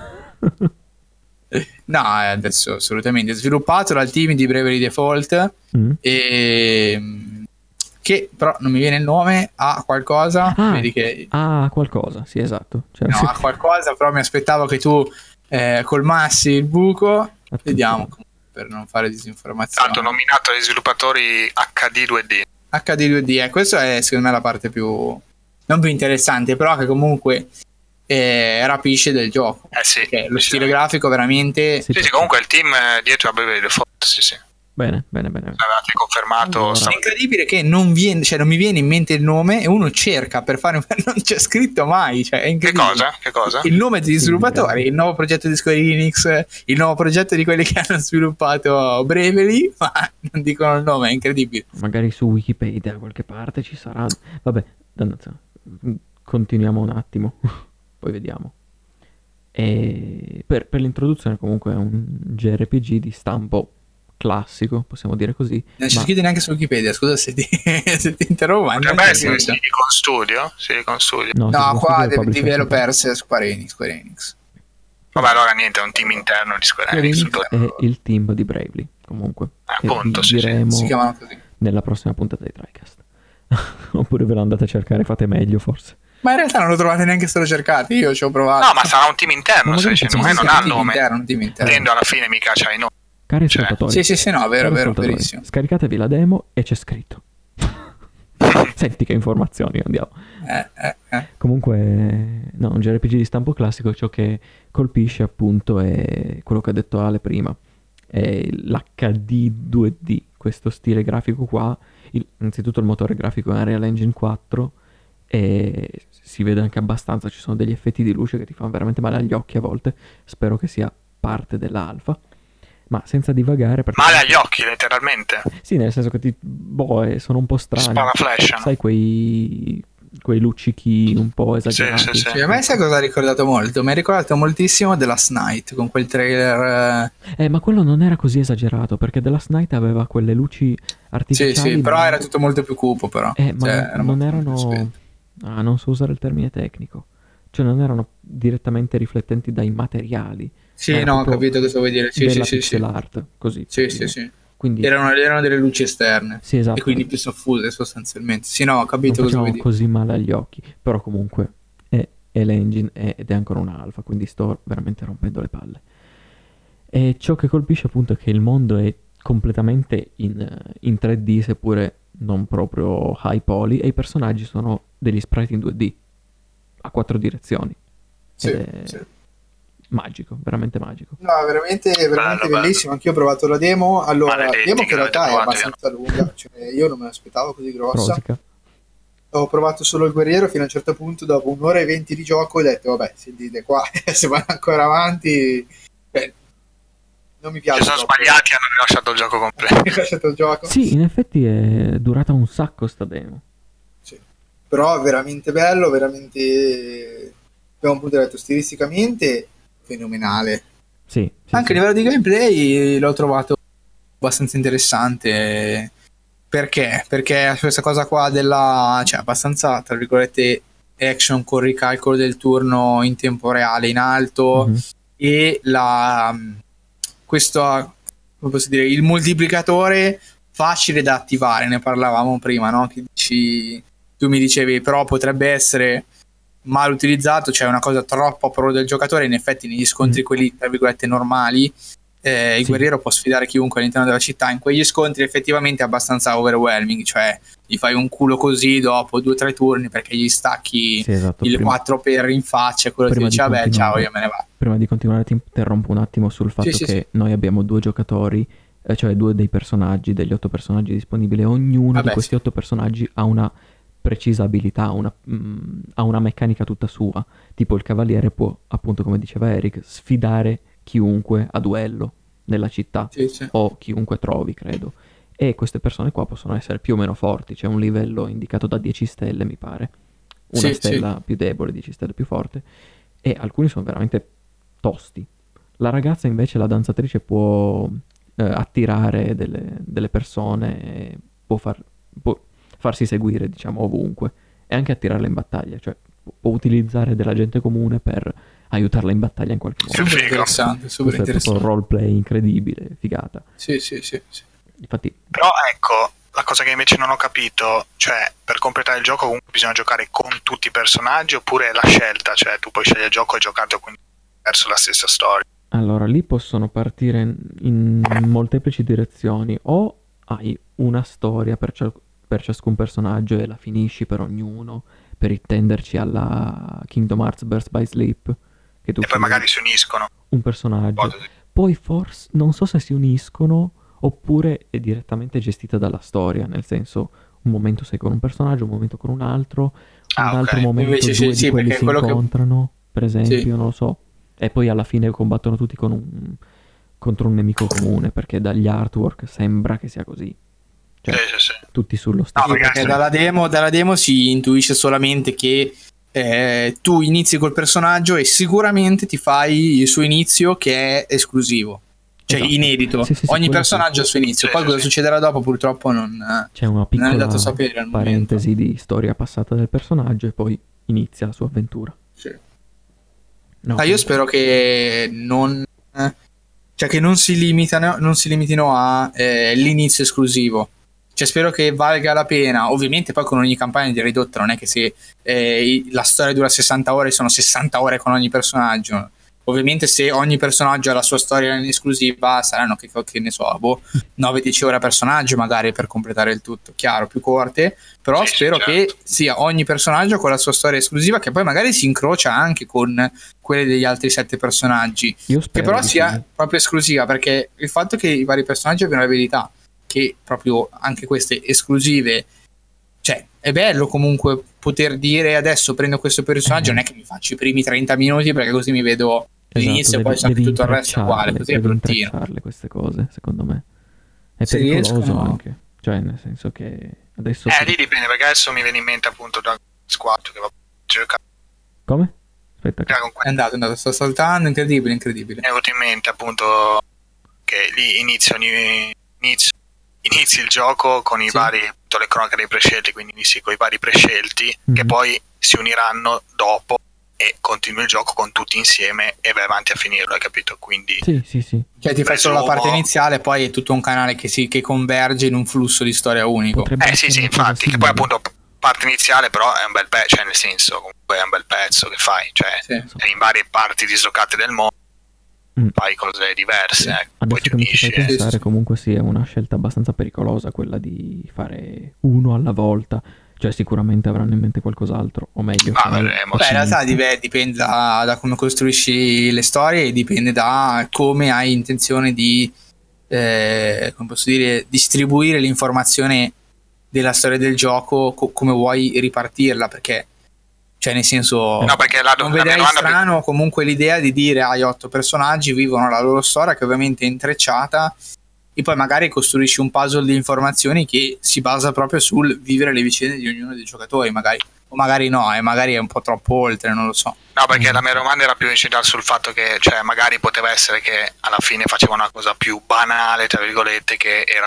No, eh, adesso assolutamente sviluppato dal team di Bravely Default Mm. e mm, che però non mi viene il nome, ha qualcosa, Ah. vedi che Ah, qualcosa, sì, esatto. Cioè, no, ha qualcosa, però mi aspettavo che tu eh, colmassi il buco. Attenzione. Vediamo per non fare disinformazione. Tanto nominato dai sviluppatori acca di due D. acca di due D, eh, questo è secondo me la parte più non più interessante, però che comunque eh, rapisce del gioco. Eh sì. Perché lo sì, stile sì. grafico veramente Sì. Sì, sì, comunque il team eh, dietro a Bravely Default, sì, sì. Bene, bene, bene. Avevate confermato. Allora. stavo- è incredibile che non viene, cioè non mi viene in mente il nome e uno cerca per fare un... non c'è scritto mai, cioè è Che incredibile. cosa? Che cosa? Il nome degli Sì, sviluppatori, bravo. il nuovo progetto di Square Enix, il nuovo progetto di quelli che hanno sviluppato Bravely, ma non dicono il nome, è incredibile. Magari su Wikipedia da qualche parte ci sarà. Vabbè, dannazione. Continuiamo un attimo, poi vediamo. E per, per l'introduzione comunque è un J R P G di stampo classico, possiamo dire così. Non c'è ma- scritto neanche su Wikipedia, scusa se ti, se ti interrompo. ma non Potrebbe c'è essere scritto. Silicon Studio? Silicon Studio. No, No, Silicon qua Studio è de- publisher developers Square Enix, Square Enix. Vabbè, allora niente, è un team interno di Square Square Enix. Enix tutto- è il team di Bravely, comunque. Eh, che appunto, vi sì, sì. diremo Si chiamano così. nella prossima puntata di TriCast. Oppure ve lo andate a cercare, fate meglio forse. Ma in realtà non lo trovate neanche se lo cercate, io ci ho provato. No, ma sarà un team interno, Ma sto magari dicendo, sì, magari sì, non sì, ha un team nome. interno, un team interno. Intendo alla fine mica c'hai nome. Cari Cioè, ascoltatori, Sì, sì, sì, no, vero, cari vero, ascoltatori, verissimo. scaricatevi la demo e c'è scritto. Senti che informazioni, andiamo. Eh, eh, eh. Comunque, no, un J R P G di stampo classico, ciò che colpisce appunto è quello che ha detto Ale prima, è l'H D due D, questo stile grafico qua. Il- innanzitutto il motore grafico è Unreal Engine quattro e si vede anche abbastanza, ci sono degli effetti di luce che ti fanno veramente male agli occhi a volte, spero che sia parte dell'alfa. Ma senza divagare, perché... Male agli occhi, letteralmente. Sì, nel senso che ti... boh, eh, sono un po' strani. Spara flash. Sai quei... quei luccichi un po' esagerati. sì, sì. Sì, a me sai cosa ha ricordato molto? Mi ha ricordato moltissimo The Last Night, con quel trailer... eh, Eh, ma quello non era così esagerato, perché The Last Night aveva quelle luci Sì, artificiali. sì, però ma- era tutto molto più cupo, però. Eh, ma Cioè, non- era non molto erano... più spento. Ah, non so usare il termine tecnico. Cioè, non erano direttamente riflettenti dai materiali. Sì, Era no, ho proprio capito cosa vuoi dire. Sì, della sì, sì, sì. pixel art, così. Sì, per sì, dire. sì. Quindi Erano, erano delle luci esterne. sì, esatto. E quindi più soffuse sostanzialmente. Sì, no, ho non capito cosa facciamo vuoi dire. così male agli occhi, però comunque è, è l'engine è- ed è ancora una alfa, quindi sto veramente rompendo le palle. E ciò che colpisce appunto è che il mondo è completamente in, in tre D, seppure non proprio high poly, e i personaggi sono degli sprite in due D, a quattro direzioni. Sì, Ed è sì. magico, veramente magico. No, veramente, veramente Bello, bellissimo. Anch'io ho provato la demo. Allora, la Maledetti demo che che in realtà è l'avete provato, abbastanza lunga. Cioè, io non me l'aspettavo così grossa. Rosica. Ho provato solo il guerriero fino a un certo punto. Dopo un'ora e venti di gioco, ho detto, vabbè, se dite qua, se vanno ancora avanti, beh, non mi piace. Ci sono troppo. sbagliati e hanno rilasciato il gioco completo. Ho lasciato il gioco. Sì, in effetti è durata un sacco sta demo. Sì. Però veramente bello, veramente, abbiamo appunto detto, stilisticamente fenomenale. Sì, sì, Anche sì. a livello di gameplay l'ho trovato abbastanza interessante. perché? Perché questa cosa qua della, cioè abbastanza, tra virgolette, action con ricalcolo del turno in tempo reale in alto, Mhm. e la questo, come posso dire, il moltiplicatore facile da attivare, ne parlavamo prima, no? Che dici, tu mi dicevi però potrebbe essere mal utilizzato, cioè una cosa troppo a pro del giocatore. In effetti negli scontri Mm. quelli tra virgolette normali, eh, il Sì. guerriero può sfidare chiunque all'interno della città. In quegli scontri effettivamente è abbastanza overwhelming, cioè gli fai un culo così dopo due o tre turni perché gli stacchi Sì, esatto. il Prima, quattro per in faccia e quello ti prima dice di vabbè ciao, continuare- io me ne vado. prima di continuare ti interrompo un attimo sul fatto sì, che noi abbiamo due giocatori, eh, cioè due dei personaggi, degli otto personaggi disponibili, e ognuno Vabbè, di questi sì. otto personaggi ha una precisa abilità, una, mm, ha una meccanica tutta sua. Tipo il cavaliere può, appunto come diceva Eric, sfidare chiunque a duello nella città, Sì, sì. o chiunque trovi, credo. E queste persone qua possono essere più o meno forti, c'è un livello indicato da dieci stelle, mi pare. Una Sì, stella più debole, dieci stelle più forte. E alcuni sono veramente tosti. La ragazza invece, la danzatrice, può eh, attirare delle, delle persone, e può, far, può farsi seguire, diciamo, ovunque, e anche attirarla in battaglia, cioè pu- può utilizzare della gente comune per aiutarla in battaglia in qualche modo. Super Super figo. interessante, super Questo è proprio interessante. roleplay incredibile, figata. Sì, sì, sì, sì. Infatti, Però ecco, la cosa che invece non ho capito, cioè per completare il gioco comunque bisogna giocare con tutti i personaggi, oppure è la scelta, cioè tu puoi scegliere il gioco e giocarlo quindi verso la stessa storia. allora, lì possono partire in, in molteplici direzioni. O hai una storia per, cia- per ciascun personaggio e la finisci per ognuno, per intenderci alla Kingdom Hearts Birth by Sleep, che tu E poi scegli magari si uniscono. un personaggio. Ipotesi. Poi forse, non so se si uniscono, oppure è direttamente gestita dalla storia, nel senso un momento sei con un personaggio, un momento con un altro, un Ah, ok. altro momento Invece sì, due sì, di quelli perché si quello che- incontrano, per esempio, Sì. non lo so. E poi alla fine combattono tutti con un, contro un nemico comune, perché dagli artwork sembra che sia così. Cioè, Sì, sì, sì. tutti sullo stesso. Sì, ragazzi. perché dalla demo, dalla demo si intuisce solamente che eh, tu inizi col personaggio e sicuramente ti fai il suo inizio che è esclusivo, cioè Esatto. inedito. Sì, sì, sì, Ogni quello personaggio sì. ha il suo inizio. Sì, Poi sì, cosa sì. succederà dopo purtroppo non, C'è una non è piccola dato sapere al momento. parentesi di storia passata del personaggio e poi inizia la sua avventura. Sì. No, Ah, io spero che non, eh, cioè che non si limitano, non si limitino a eh, l'inizio esclusivo. Cioè spero che valga la pena. Ovviamente poi con ogni campagna di ridotta, non è che se eh, i- la storia dura sessanta ore sono sessanta ore con ogni personaggio. Ovviamente se ogni personaggio ha la sua storia in esclusiva saranno che, che ne so, boh, nove dieci ore a personaggio magari per completare il tutto, chiaro, più corte, però Sì, spero sì, che certo. sia ogni personaggio con la sua storia esclusiva, che poi magari si incrocia anche con quelle degli altri sette personaggi, io che spero però di sia sì. proprio esclusiva, perché il fatto che i vari personaggi abbiano l'abilità, che proprio anche queste esclusive, cioè è bello comunque poter dire adesso prendo questo personaggio, Eh. non è che mi faccio i primi trenta minuti perché così mi vedo l'inizio Esatto, e poi devi, so che devi tutto il resto è uguale, intrecciarle, così è devi bruttino. intrecciarle queste cose, secondo me. È Se pericoloso riescono- anche, cioè nel senso che adesso... Eh, sì. lì dipende, perché adesso mi viene in mente appunto Dragon Quest quattro che va a giocare Come? Aspetta, che... Dragon È Quest. andato, è andato, sto saltando, incredibile, incredibile. Mi è venuto in mente appunto che lì inizia, ogni- inizia- inizi il gioco con i Sì. vari, appunto, le cronache dei prescelti, quindi inizi con i vari prescelti che Mhm. poi si uniranno dopo e continui il gioco con tutti insieme e vai avanti a finirlo, hai capito? Quindi Sì, sì, sì. Cioè ti fai solo la Presumo- parte iniziale, poi è tutto un canale che, si, che converge in un flusso di storia unico. Potrebbe eh sì essere sì una cosa infatti, che poi simile. appunto parte iniziale però è un bel pezzo, cioè nel senso comunque è un bel pezzo che fai, cioè Sì. sei in varie parti dislocate del mondo, Mm. fai cose diverse, Sì. ecco, poi Adesso ti che mi ci unisci. fai eh. Sì, pensare, sì, sì. comunque sì, è una scelta abbastanza pericolosa quella di fare uno alla volta. Cioè sicuramente avranno in mente qualcos'altro, o meglio... Ah, sono vedremo. Beh, in realtà ottimisti. dip- dipende da, da come costruisci le storie e dipende da come hai intenzione di, eh, come posso dire, distribuire l'informazione della storia del gioco, co- come vuoi ripartirla, perché, cioè nel senso, No, perché la, non la mia vedrei domanda più- strano comunque l'idea di dire hai otto personaggi, vivono la loro storia che ovviamente è intrecciata e poi magari costruisci un puzzle di informazioni che si basa proprio sul vivere le vicende di ognuno dei giocatori, magari, o magari no, e magari è un po' troppo oltre, non lo so. No, perché Mm. la mia domanda era più incentrata sul fatto che, cioè, magari poteva essere che alla fine facevano una cosa più banale, tra virgolette, che erano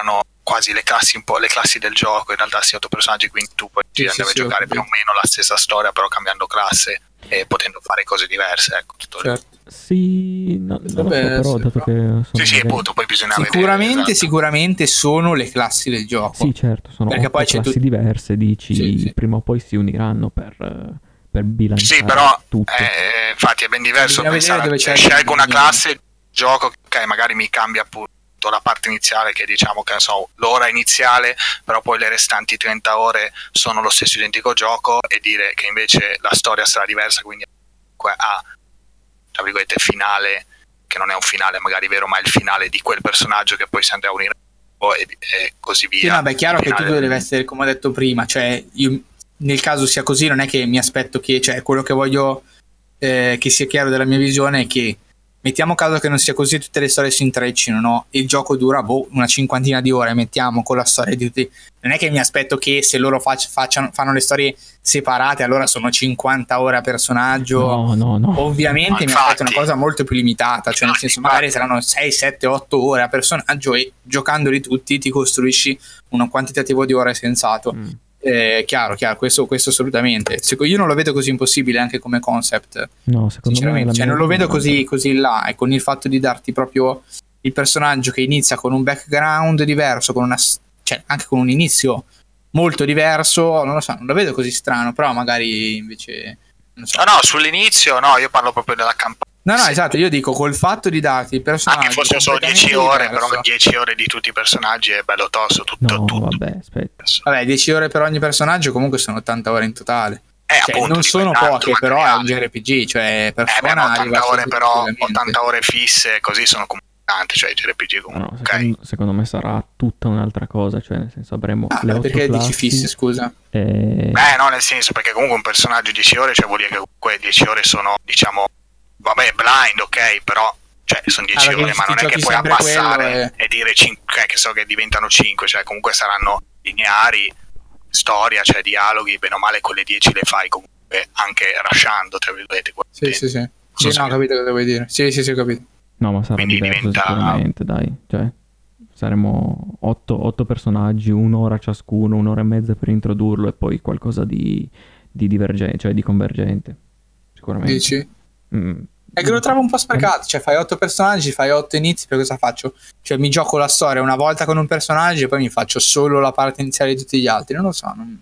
quasi le classi un po' le classi del gioco, in realtà si otto personaggi, quindi tu puoi Sì, andare sì, a sì, giocare ho più o meno la stessa storia, però cambiando classe e potendo fare cose diverse, ecco, tutto lì. Certo. Sì, no, non lo so, Potrebbe però essere, dato però. che sono Sì, sì, magari- appunto, poi bisogna Sicuramente, vedere, esatto. sicuramente sono le classi del gioco. Sì, certo, sono Perché otto poi c'è classi tut- diverse, dici, Sì, sì. prima o poi si uniranno per, eh, per bilanciare Sì, però tutto. eh, infatti è ben diverso Bisogna vedere pensare, dove se c'è scelgo una il- classe, gioco, ok, magari mi cambia appunto la parte iniziale, che diciamo che ne so, l'ora iniziale, però poi le restanti trenta ore sono lo stesso identico gioco, e dire che invece la storia sarà diversa, quindi ha, tra virgolette, finale, che non è un finale magari vero, ma è il finale di quel personaggio che poi si andrà a unire e, e così via. Sì, no, beh, è chiaro Il che tutto finale- deve essere, come ho detto prima, cioè io nel caso sia così non è che mi aspetto che, cioè quello che voglio eh, che sia chiaro della mia visione è che mettiamo caso che non sia così, tutte le storie si intreccino, no? Il gioco dura boh, una cinquantina di ore, mettiamo, con la storia di tutti. Non è che mi aspetto che se loro faccia, facciano, fanno le storie separate, allora sono cinquanta ore a personaggio. No, no, no. Ovviamente Ma mi infatti- aspetto una cosa molto più limitata, cioè nel Infatti, senso magari infatti. saranno sei, sette, otto ore a personaggio e giocandoli tutti ti costruisci un quantitativo di ore sensato. Mm. Eh, chiaro, chiaro, questo, questo assolutamente. Secondo- Io non lo vedo così impossibile anche come concept, No, secondo me sinceramente. la Cioè, mia non lo vedo idea- così, così là, e con il fatto di darti proprio il personaggio che inizia con un background diverso, con una, s- cioè anche con un inizio molto diverso, non lo so, non lo vedo così strano, però magari invece non so. No, no, sull'inizio no, io parlo proprio della campagna. No, no, Sì. esatto, io dico col fatto di darti il personaggio Anche fossero solo dieci completamente ore, diverso. però dieci ore di tutti i personaggi è bello tosto, tutto, No, tutto. vabbè, aspetta. Vabbè, dieci ore per ogni personaggio comunque sono ottanta ore in totale. Eh, Cioè, appunto, non dico, sono tanto poche, però è un materiale. J R P G, cioè Eh, beh, persona ma arriva ottanta ore sempre però, tranquillamente. ottanta ore fisse, così sono comunque tante, cioè i J R P G No, comunque, no, ok. secondo, secondo me sarà tutta un'altra cosa, cioè nel senso avremo Ah, le otto perché classi dici fisse, scusa? e... Eh, no, nel senso, perché comunque un personaggio dieci ore, cioè vuol dire che comunque dieci ore sono, diciamo, vabbè, blind, ok, però, cioè, sono dieci Ah, perché ore, ma ti non è che giochi puoi sempre abbassare quello e dire cinque, che so che diventano cinque, cioè comunque saranno lineari, storia, cioè dialoghi, bene o male quelle dieci le fai comunque anche rushando, tra virgolette. Sì, sì, sì. Sì, Sì, no, ho sì. capito cosa vuoi dire. Sì, sì, sì, ho capito. No, ma sarà Quindi diverso diventa- sicuramente, dai, cioè saremo otto, otto personaggi, un'ora ciascuno, un'ora e mezza per introdurlo e poi qualcosa di, di divergente, cioè di convergente, sicuramente. Dici? Mm. È che lo trovo un po' sprecato, cioè fai otto personaggi, fai otto inizi, per cosa faccio? Cioè mi gioco la storia una volta con un personaggio e poi mi faccio solo la parte iniziale di tutti gli altri, non lo so. Non...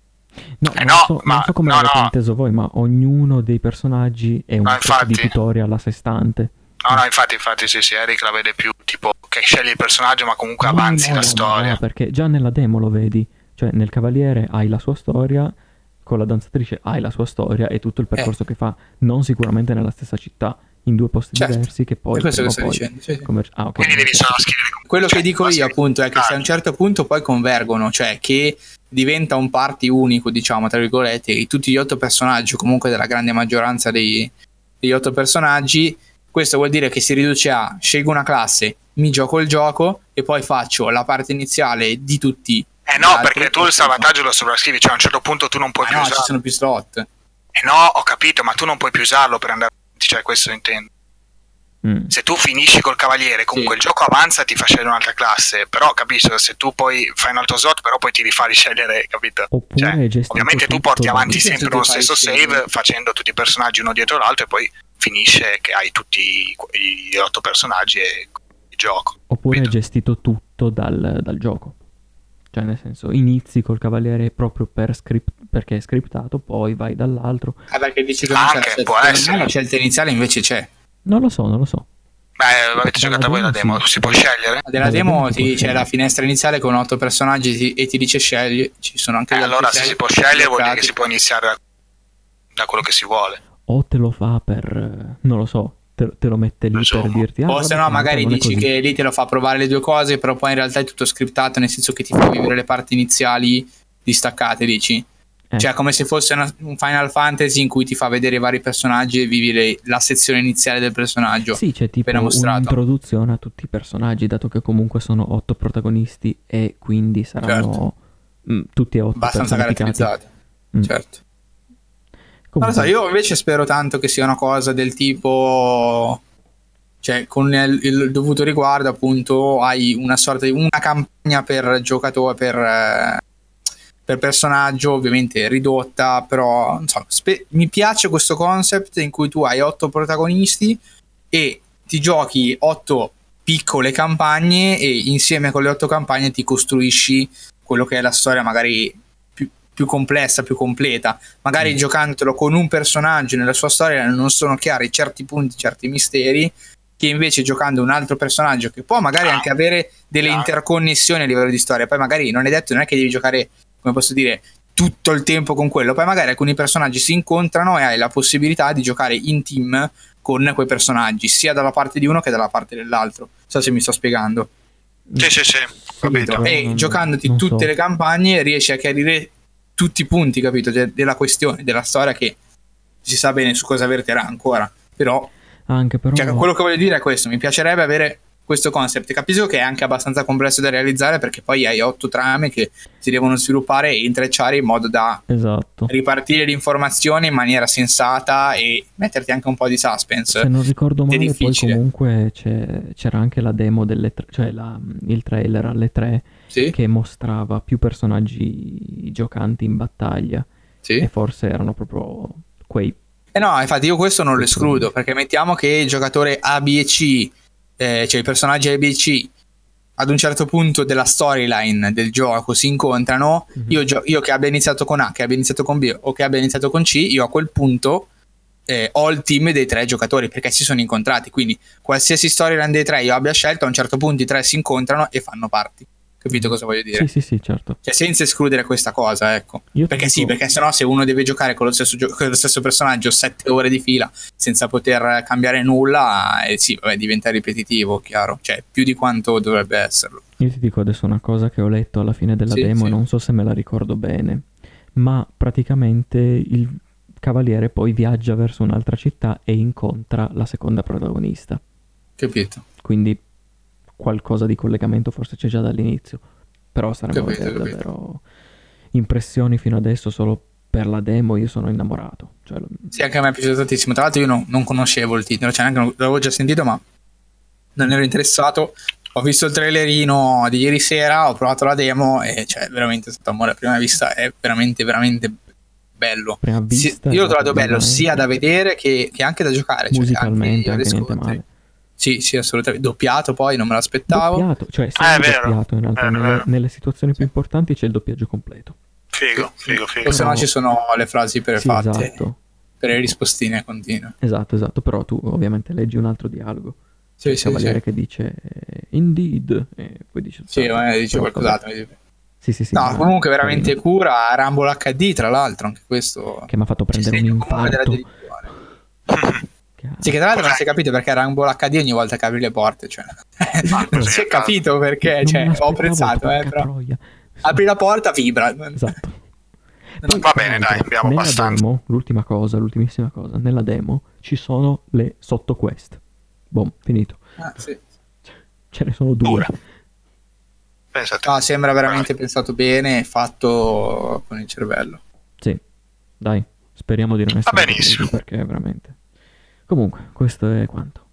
No, Eh non, no, so, ma- non so come no, l'avete no. inteso voi, ma ognuno dei personaggi è un No, set di infatti. tutorial a sé stante. No, no, infatti, infatti, sì, sì, Eric la vede più tipo che scegli il personaggio, ma comunque No, avanzi no, la no, storia. no, perché già nella demo lo vedi, cioè nel Cavaliere hai la sua storia, con la danzatrice hai la sua storia e tutto il percorso che fa, non sicuramente nella stessa città, in due posti Certo. diversi che poi... È questo che prima o sto poi dicendo, sì, sì. commer- ah, ok. Quindi devi ok. solo scrivere. Quello cioè, che dico basta io che- appunto è che se a un Ah, certo punto poi convergono, cioè che diventa un party unico, diciamo, tra virgolette, di tutti gli otto personaggi, comunque della grande maggioranza dei, degli otto personaggi, questo vuol dire che si riduce a scelgo una classe, mi gioco il gioco e poi faccio la parte iniziale di tutti. Eh gli no, altri. perché tu il salvataggio lo sovrascrivi, cioè a un certo punto tu non puoi Ma più no, ci usarlo. sono più slot. Eh no, ho capito, ma tu non puoi più usarlo per andare avanti, cioè questo intendo. Mm. Se tu finisci col cavaliere, comunque Sì. il gioco avanza, ti fa scegliere un'altra classe, però capisci, se tu poi fai un altro slot, però poi ti rifà riscegliere, capito? Oppure Cioè, è gestito ovviamente tu tutto porti da- avanti Nel senso sempre lo ti fai stesso scegliere. save, facendo tutti i personaggi uno dietro l'altro, e poi finisce che hai tutti i- gli otto personaggi e il gioco. Oppure è capito? gestito tutto dal, dal gioco. Cioè nel senso inizi col Cavaliere proprio per script, perché è scriptato, poi vai dall'altro. Ah, perché dici che non c'è la Anche, scelta. può Secondo essere. me la scelta iniziale invece c'è. Non lo so, non lo so. Beh, avete Dalla giocato voi la demo, demo, sì. si può scegliere? Della Dalla demo demo si ti- può c'è scegliere. la finestra iniziale con otto personaggi ti- e ti dice scegli, ci sono anche Eh, gli altri allora se sei si può scegliere vuol dire bloccati. che si può iniziare da, da quello che si vuole. O te lo fa per... eh, non lo so, te, te lo mette lì Insomma. per dirti... Ah, O se guarda no che magari non è dici così. che lì te lo fa provare le due cose, però poi in realtà è tutto scriptato, nel senso che ti fa vivere le parti iniziali distaccate, dici? Eh. Cioè come se fosse una- un Final Fantasy in cui ti fa vedere i vari personaggi e vivi le- la sezione iniziale del personaggio. Sì, c'è tipo appena mostrato. un'introduzione a tutti i personaggi, dato che comunque sono otto protagonisti e quindi saranno mm, tutti e otto Abbastanza personificati. caratterizzate, Mm. certo. Non lo Comunque, so, io invece spero tanto che sia una cosa del tipo cioè con il, il dovuto riguardo appunto hai una sorta di una campagna per giocatore, per, eh, per personaggio ovviamente ridotta, però non so, spe- mi piace questo concept in cui tu hai otto protagonisti e ti giochi otto piccole campagne e insieme con le otto campagne ti costruisci quello che è la storia magari più, più complessa, più completa, magari mm. giocandolo con un personaggio nella sua storia non sono chiari certi punti, certi misteri, che invece giocando un altro personaggio che può magari anche avere delle interconnessioni a livello di storia, poi magari non è detto, non è che devi giocare, come posso dire, tutto il tempo con quello, poi magari alcuni personaggi si incontrano e hai la possibilità di giocare in team con quei personaggi, sia dalla parte di uno che dalla parte dell'altro. Non so se mi sto spiegando. Sì, sì, sì, capito. E non, giocandoti non tutte so. le campagne riesci a chiarire tutti i punti, capito, de- della questione, della storia, che si sa bene su cosa verterà ancora, però anche però cioè, quello che voglio dire è questo, mi piacerebbe avere questo concept. Capisco che è anche abbastanza complesso da realizzare perché poi hai otto trame che si devono sviluppare e intrecciare in modo da esatto. ripartire l'informazione in maniera sensata e metterti anche un po' di suspense. Se non ricordo male, poi comunque c'è, c'era anche la demo delle tre, cioè la, il trailer alle tre sì? che mostrava più personaggi giocanti in battaglia, sì? e forse erano proprio quei. Eh no, infatti io questo non lo escludo, perché mettiamo che il giocatore A, B e C, eh, cioè i personaggi A, B e C, ad un certo punto della storyline del gioco si incontrano, mm-hmm. io, gio- io che abbia iniziato con A, che abbia iniziato con B o che abbia iniziato con C, io a quel punto eh, ho il team dei tre giocatori, perché si sono incontrati, quindi qualsiasi storyline dei tre io abbia scelto, a un certo punto i tre si incontrano e fanno party. Capito cosa voglio dire? Sì, sì, sì, certo. Cioè, senza escludere questa cosa, ecco. Io perché dico... sì, perché sennò se uno deve giocare con lo stesso, gio- con lo stesso personaggio sette ore di fila senza poter cambiare nulla, eh, sì, vabbè, diventa ripetitivo, chiaro. Cioè, più di quanto dovrebbe esserlo. Io ti dico adesso una cosa che ho letto alla fine della sì, demo, sì. e non so se me la ricordo bene, ma praticamente il cavaliere poi viaggia verso un'altra città e incontra la seconda protagonista. Capito. Quindi qualcosa di collegamento forse c'è già dall'inizio. Però saremo capito, a vedere capito. davvero impressioni fino adesso solo per la demo. Io sono innamorato, cioè, sì, anche a me è piaciuto tantissimo. Tra l'altro io no, non conoscevo il titolo, cioè neanche l'avevo già sentito, ma non ero interessato. Ho visto il trailerino di ieri sera, ho provato la demo e cioè veramente è stato amore a prima vista, è veramente veramente bello. Prima vista, sì, io l'ho trovato bello veramente. sia da vedere che, che anche da giocare, musicalmente, cioè anche, anche niente male. Sì, sì, assolutamente. Doppiato poi, non me l'aspettavo. Doppiato, cioè sì, ah, è doppiato in realtà. vero, nelle, vero. nelle situazioni più importanti c'è il doppiaggio completo. Figo, figo, figo. O se no ci sono le frasi prefatte, sì, esatto. per le rispostine continue. Esatto, esatto, però tu ovviamente leggi un altro dialogo. Sì, il sì, cavaliere sì. che dice indeed e poi dice sì, ma dice qualcos'altro. Sì, sì, sì. No, no, comunque veramente carino. cura, Rumble acca di tra l'altro, anche questo che mi ha fatto prendere un infarto. Sì, che tra l'altro non si è capito perché Rumble acca di ogni volta che apri le porte, cioè non si è capito perché, cioè, ho apprezzato, eh, però troia. Apri la porta, vibra. Esatto. Poi, va bene, dai, abbiamo nella abbastanza. Demo, l'ultima cosa, l'ultimissima cosa, nella demo ci sono le sottoquest. Boom, finito. Ah, sì. Ce ne sono due. Pensate. No, sembra veramente pensato bene e fatto con il cervello. Sì, dai, speriamo di non essere va benissimo, perché veramente. Comunque, questo è quanto.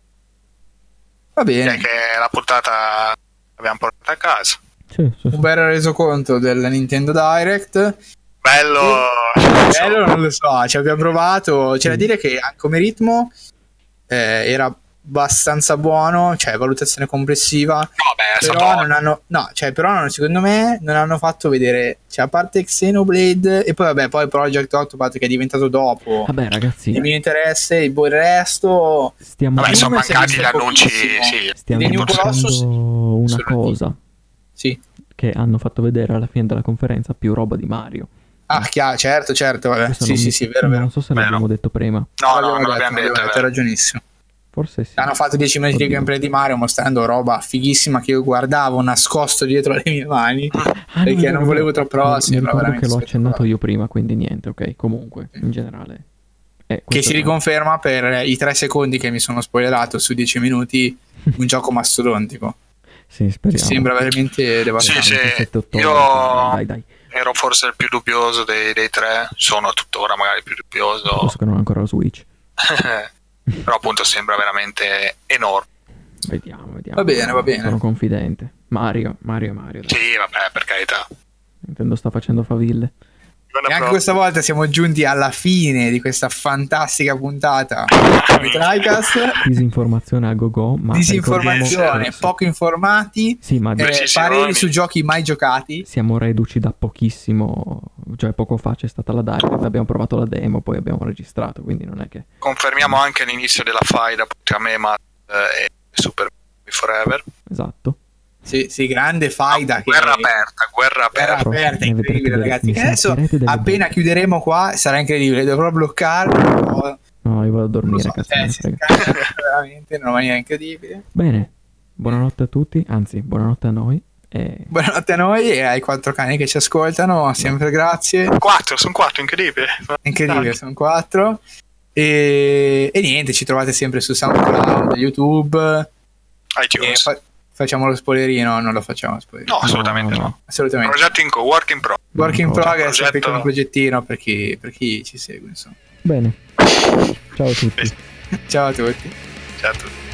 Va bene. Direi che la puntata l'abbiamo portata a casa. Sì, sì, sì. Un bel resoconto del Nintendo Direct. Bello. E... bello non lo so, ci abbiamo provato. C'è da dire che come ritmo eh, era abbastanza buono, cioè valutazione complessiva. No, beh, però non hanno, no, cioè però non, secondo me non hanno fatto vedere, cioè a parte Xenoblade e poi vabbè, poi Project Octopath che è diventato dopo. Vabbè, ragazzi, il mio interesse, il resto stiamo vabbè, sono mancati gli annunci, sì. Stiamo dicendo una cosa. Sì. Che hanno fatto vedere alla fine della conferenza più roba di Mario. Ah, chiaro, certo, certo, vabbè. Sì, sì, mi... sì, vero, vero. Non so se vero. l'abbiamo detto prima. No, no, non l'abbiamo detto, detto, hai ragionissimo. Forse sì. Hanno fatto dieci minuti di gameplay di Mario mostrando roba fighissima che io guardavo nascosto dietro le mie mani ah, perché no, non volevo troppo prossimo. Mi ricordo che l'ho accennato io prima, quindi niente, ok. Comunque, in generale. Eh, che si riconferma per i tre secondi che mi sono spoilerato su dieci minuti un gioco mastodontico. Sì, speriamo. Sembra veramente devastante. Sì, sì. ottobre, Io dai, dai. ero forse il più dubbioso dei, dei tre, sono tuttora magari il più dubbioso. Penso che non ho ancora la Switch. Però appunto sembra veramente enorme. Vediamo, vediamo. Va bene, va bene. Sono confidente. Mario, Mario, Mario. Dai. Sì, vabbè, per carità. Nintendo sta facendo faville. Non E è anche proprio- questa volta siamo giunti alla fine di questa fantastica puntata di TriCast. Disinformazione a go-go, ma Disinformazione, ricordiamo- poco informati, Sì, ma eh, Precisioni. pareri su giochi mai giocati. siamo reduci da pochissimo, cioè poco fa c'è stata la Direct, abbiamo provato la demo, poi abbiamo registrato, quindi non è che... Confermiamo anche l'inizio della faida tra me, Matt eh, e Super Forever. Esatto. Sì, sì, grande faida. che- Guerra aperta, guerra Guerra aperta. aperta, Ne vedrete incredibile, delle- ragazzi. mi Che adesso, sentirete delle appena belle. chiuderemo qua, sarà incredibile. Dovrò bloccarmi. però No, io vado a non lo dormire, so, cazzo eh, me ne si frega. scarica veramente in una maniera incredibile. Bene, buonanotte a tutti, anzi, buonanotte a noi. E... Buonanotte a noi e ai quattro cani che ci ascoltano. Sempre grazie. Quattro, sono quattro, incredibile. Incredibile, sono quattro. E, e niente, ci trovate sempre su SoundCloud, YouTube. E iTunes. fa- facciamo lo spoilerino? Non lo facciamo lo spoilerino. No, assolutamente No, no, no. no. Assolutamente. Progetto in co, work in pro. Work in No, progress, progetto- un piccolo progettino per chi, per chi ci segue. Insomma. Bene, ciao a tutti. Ciao a tutti. Certo.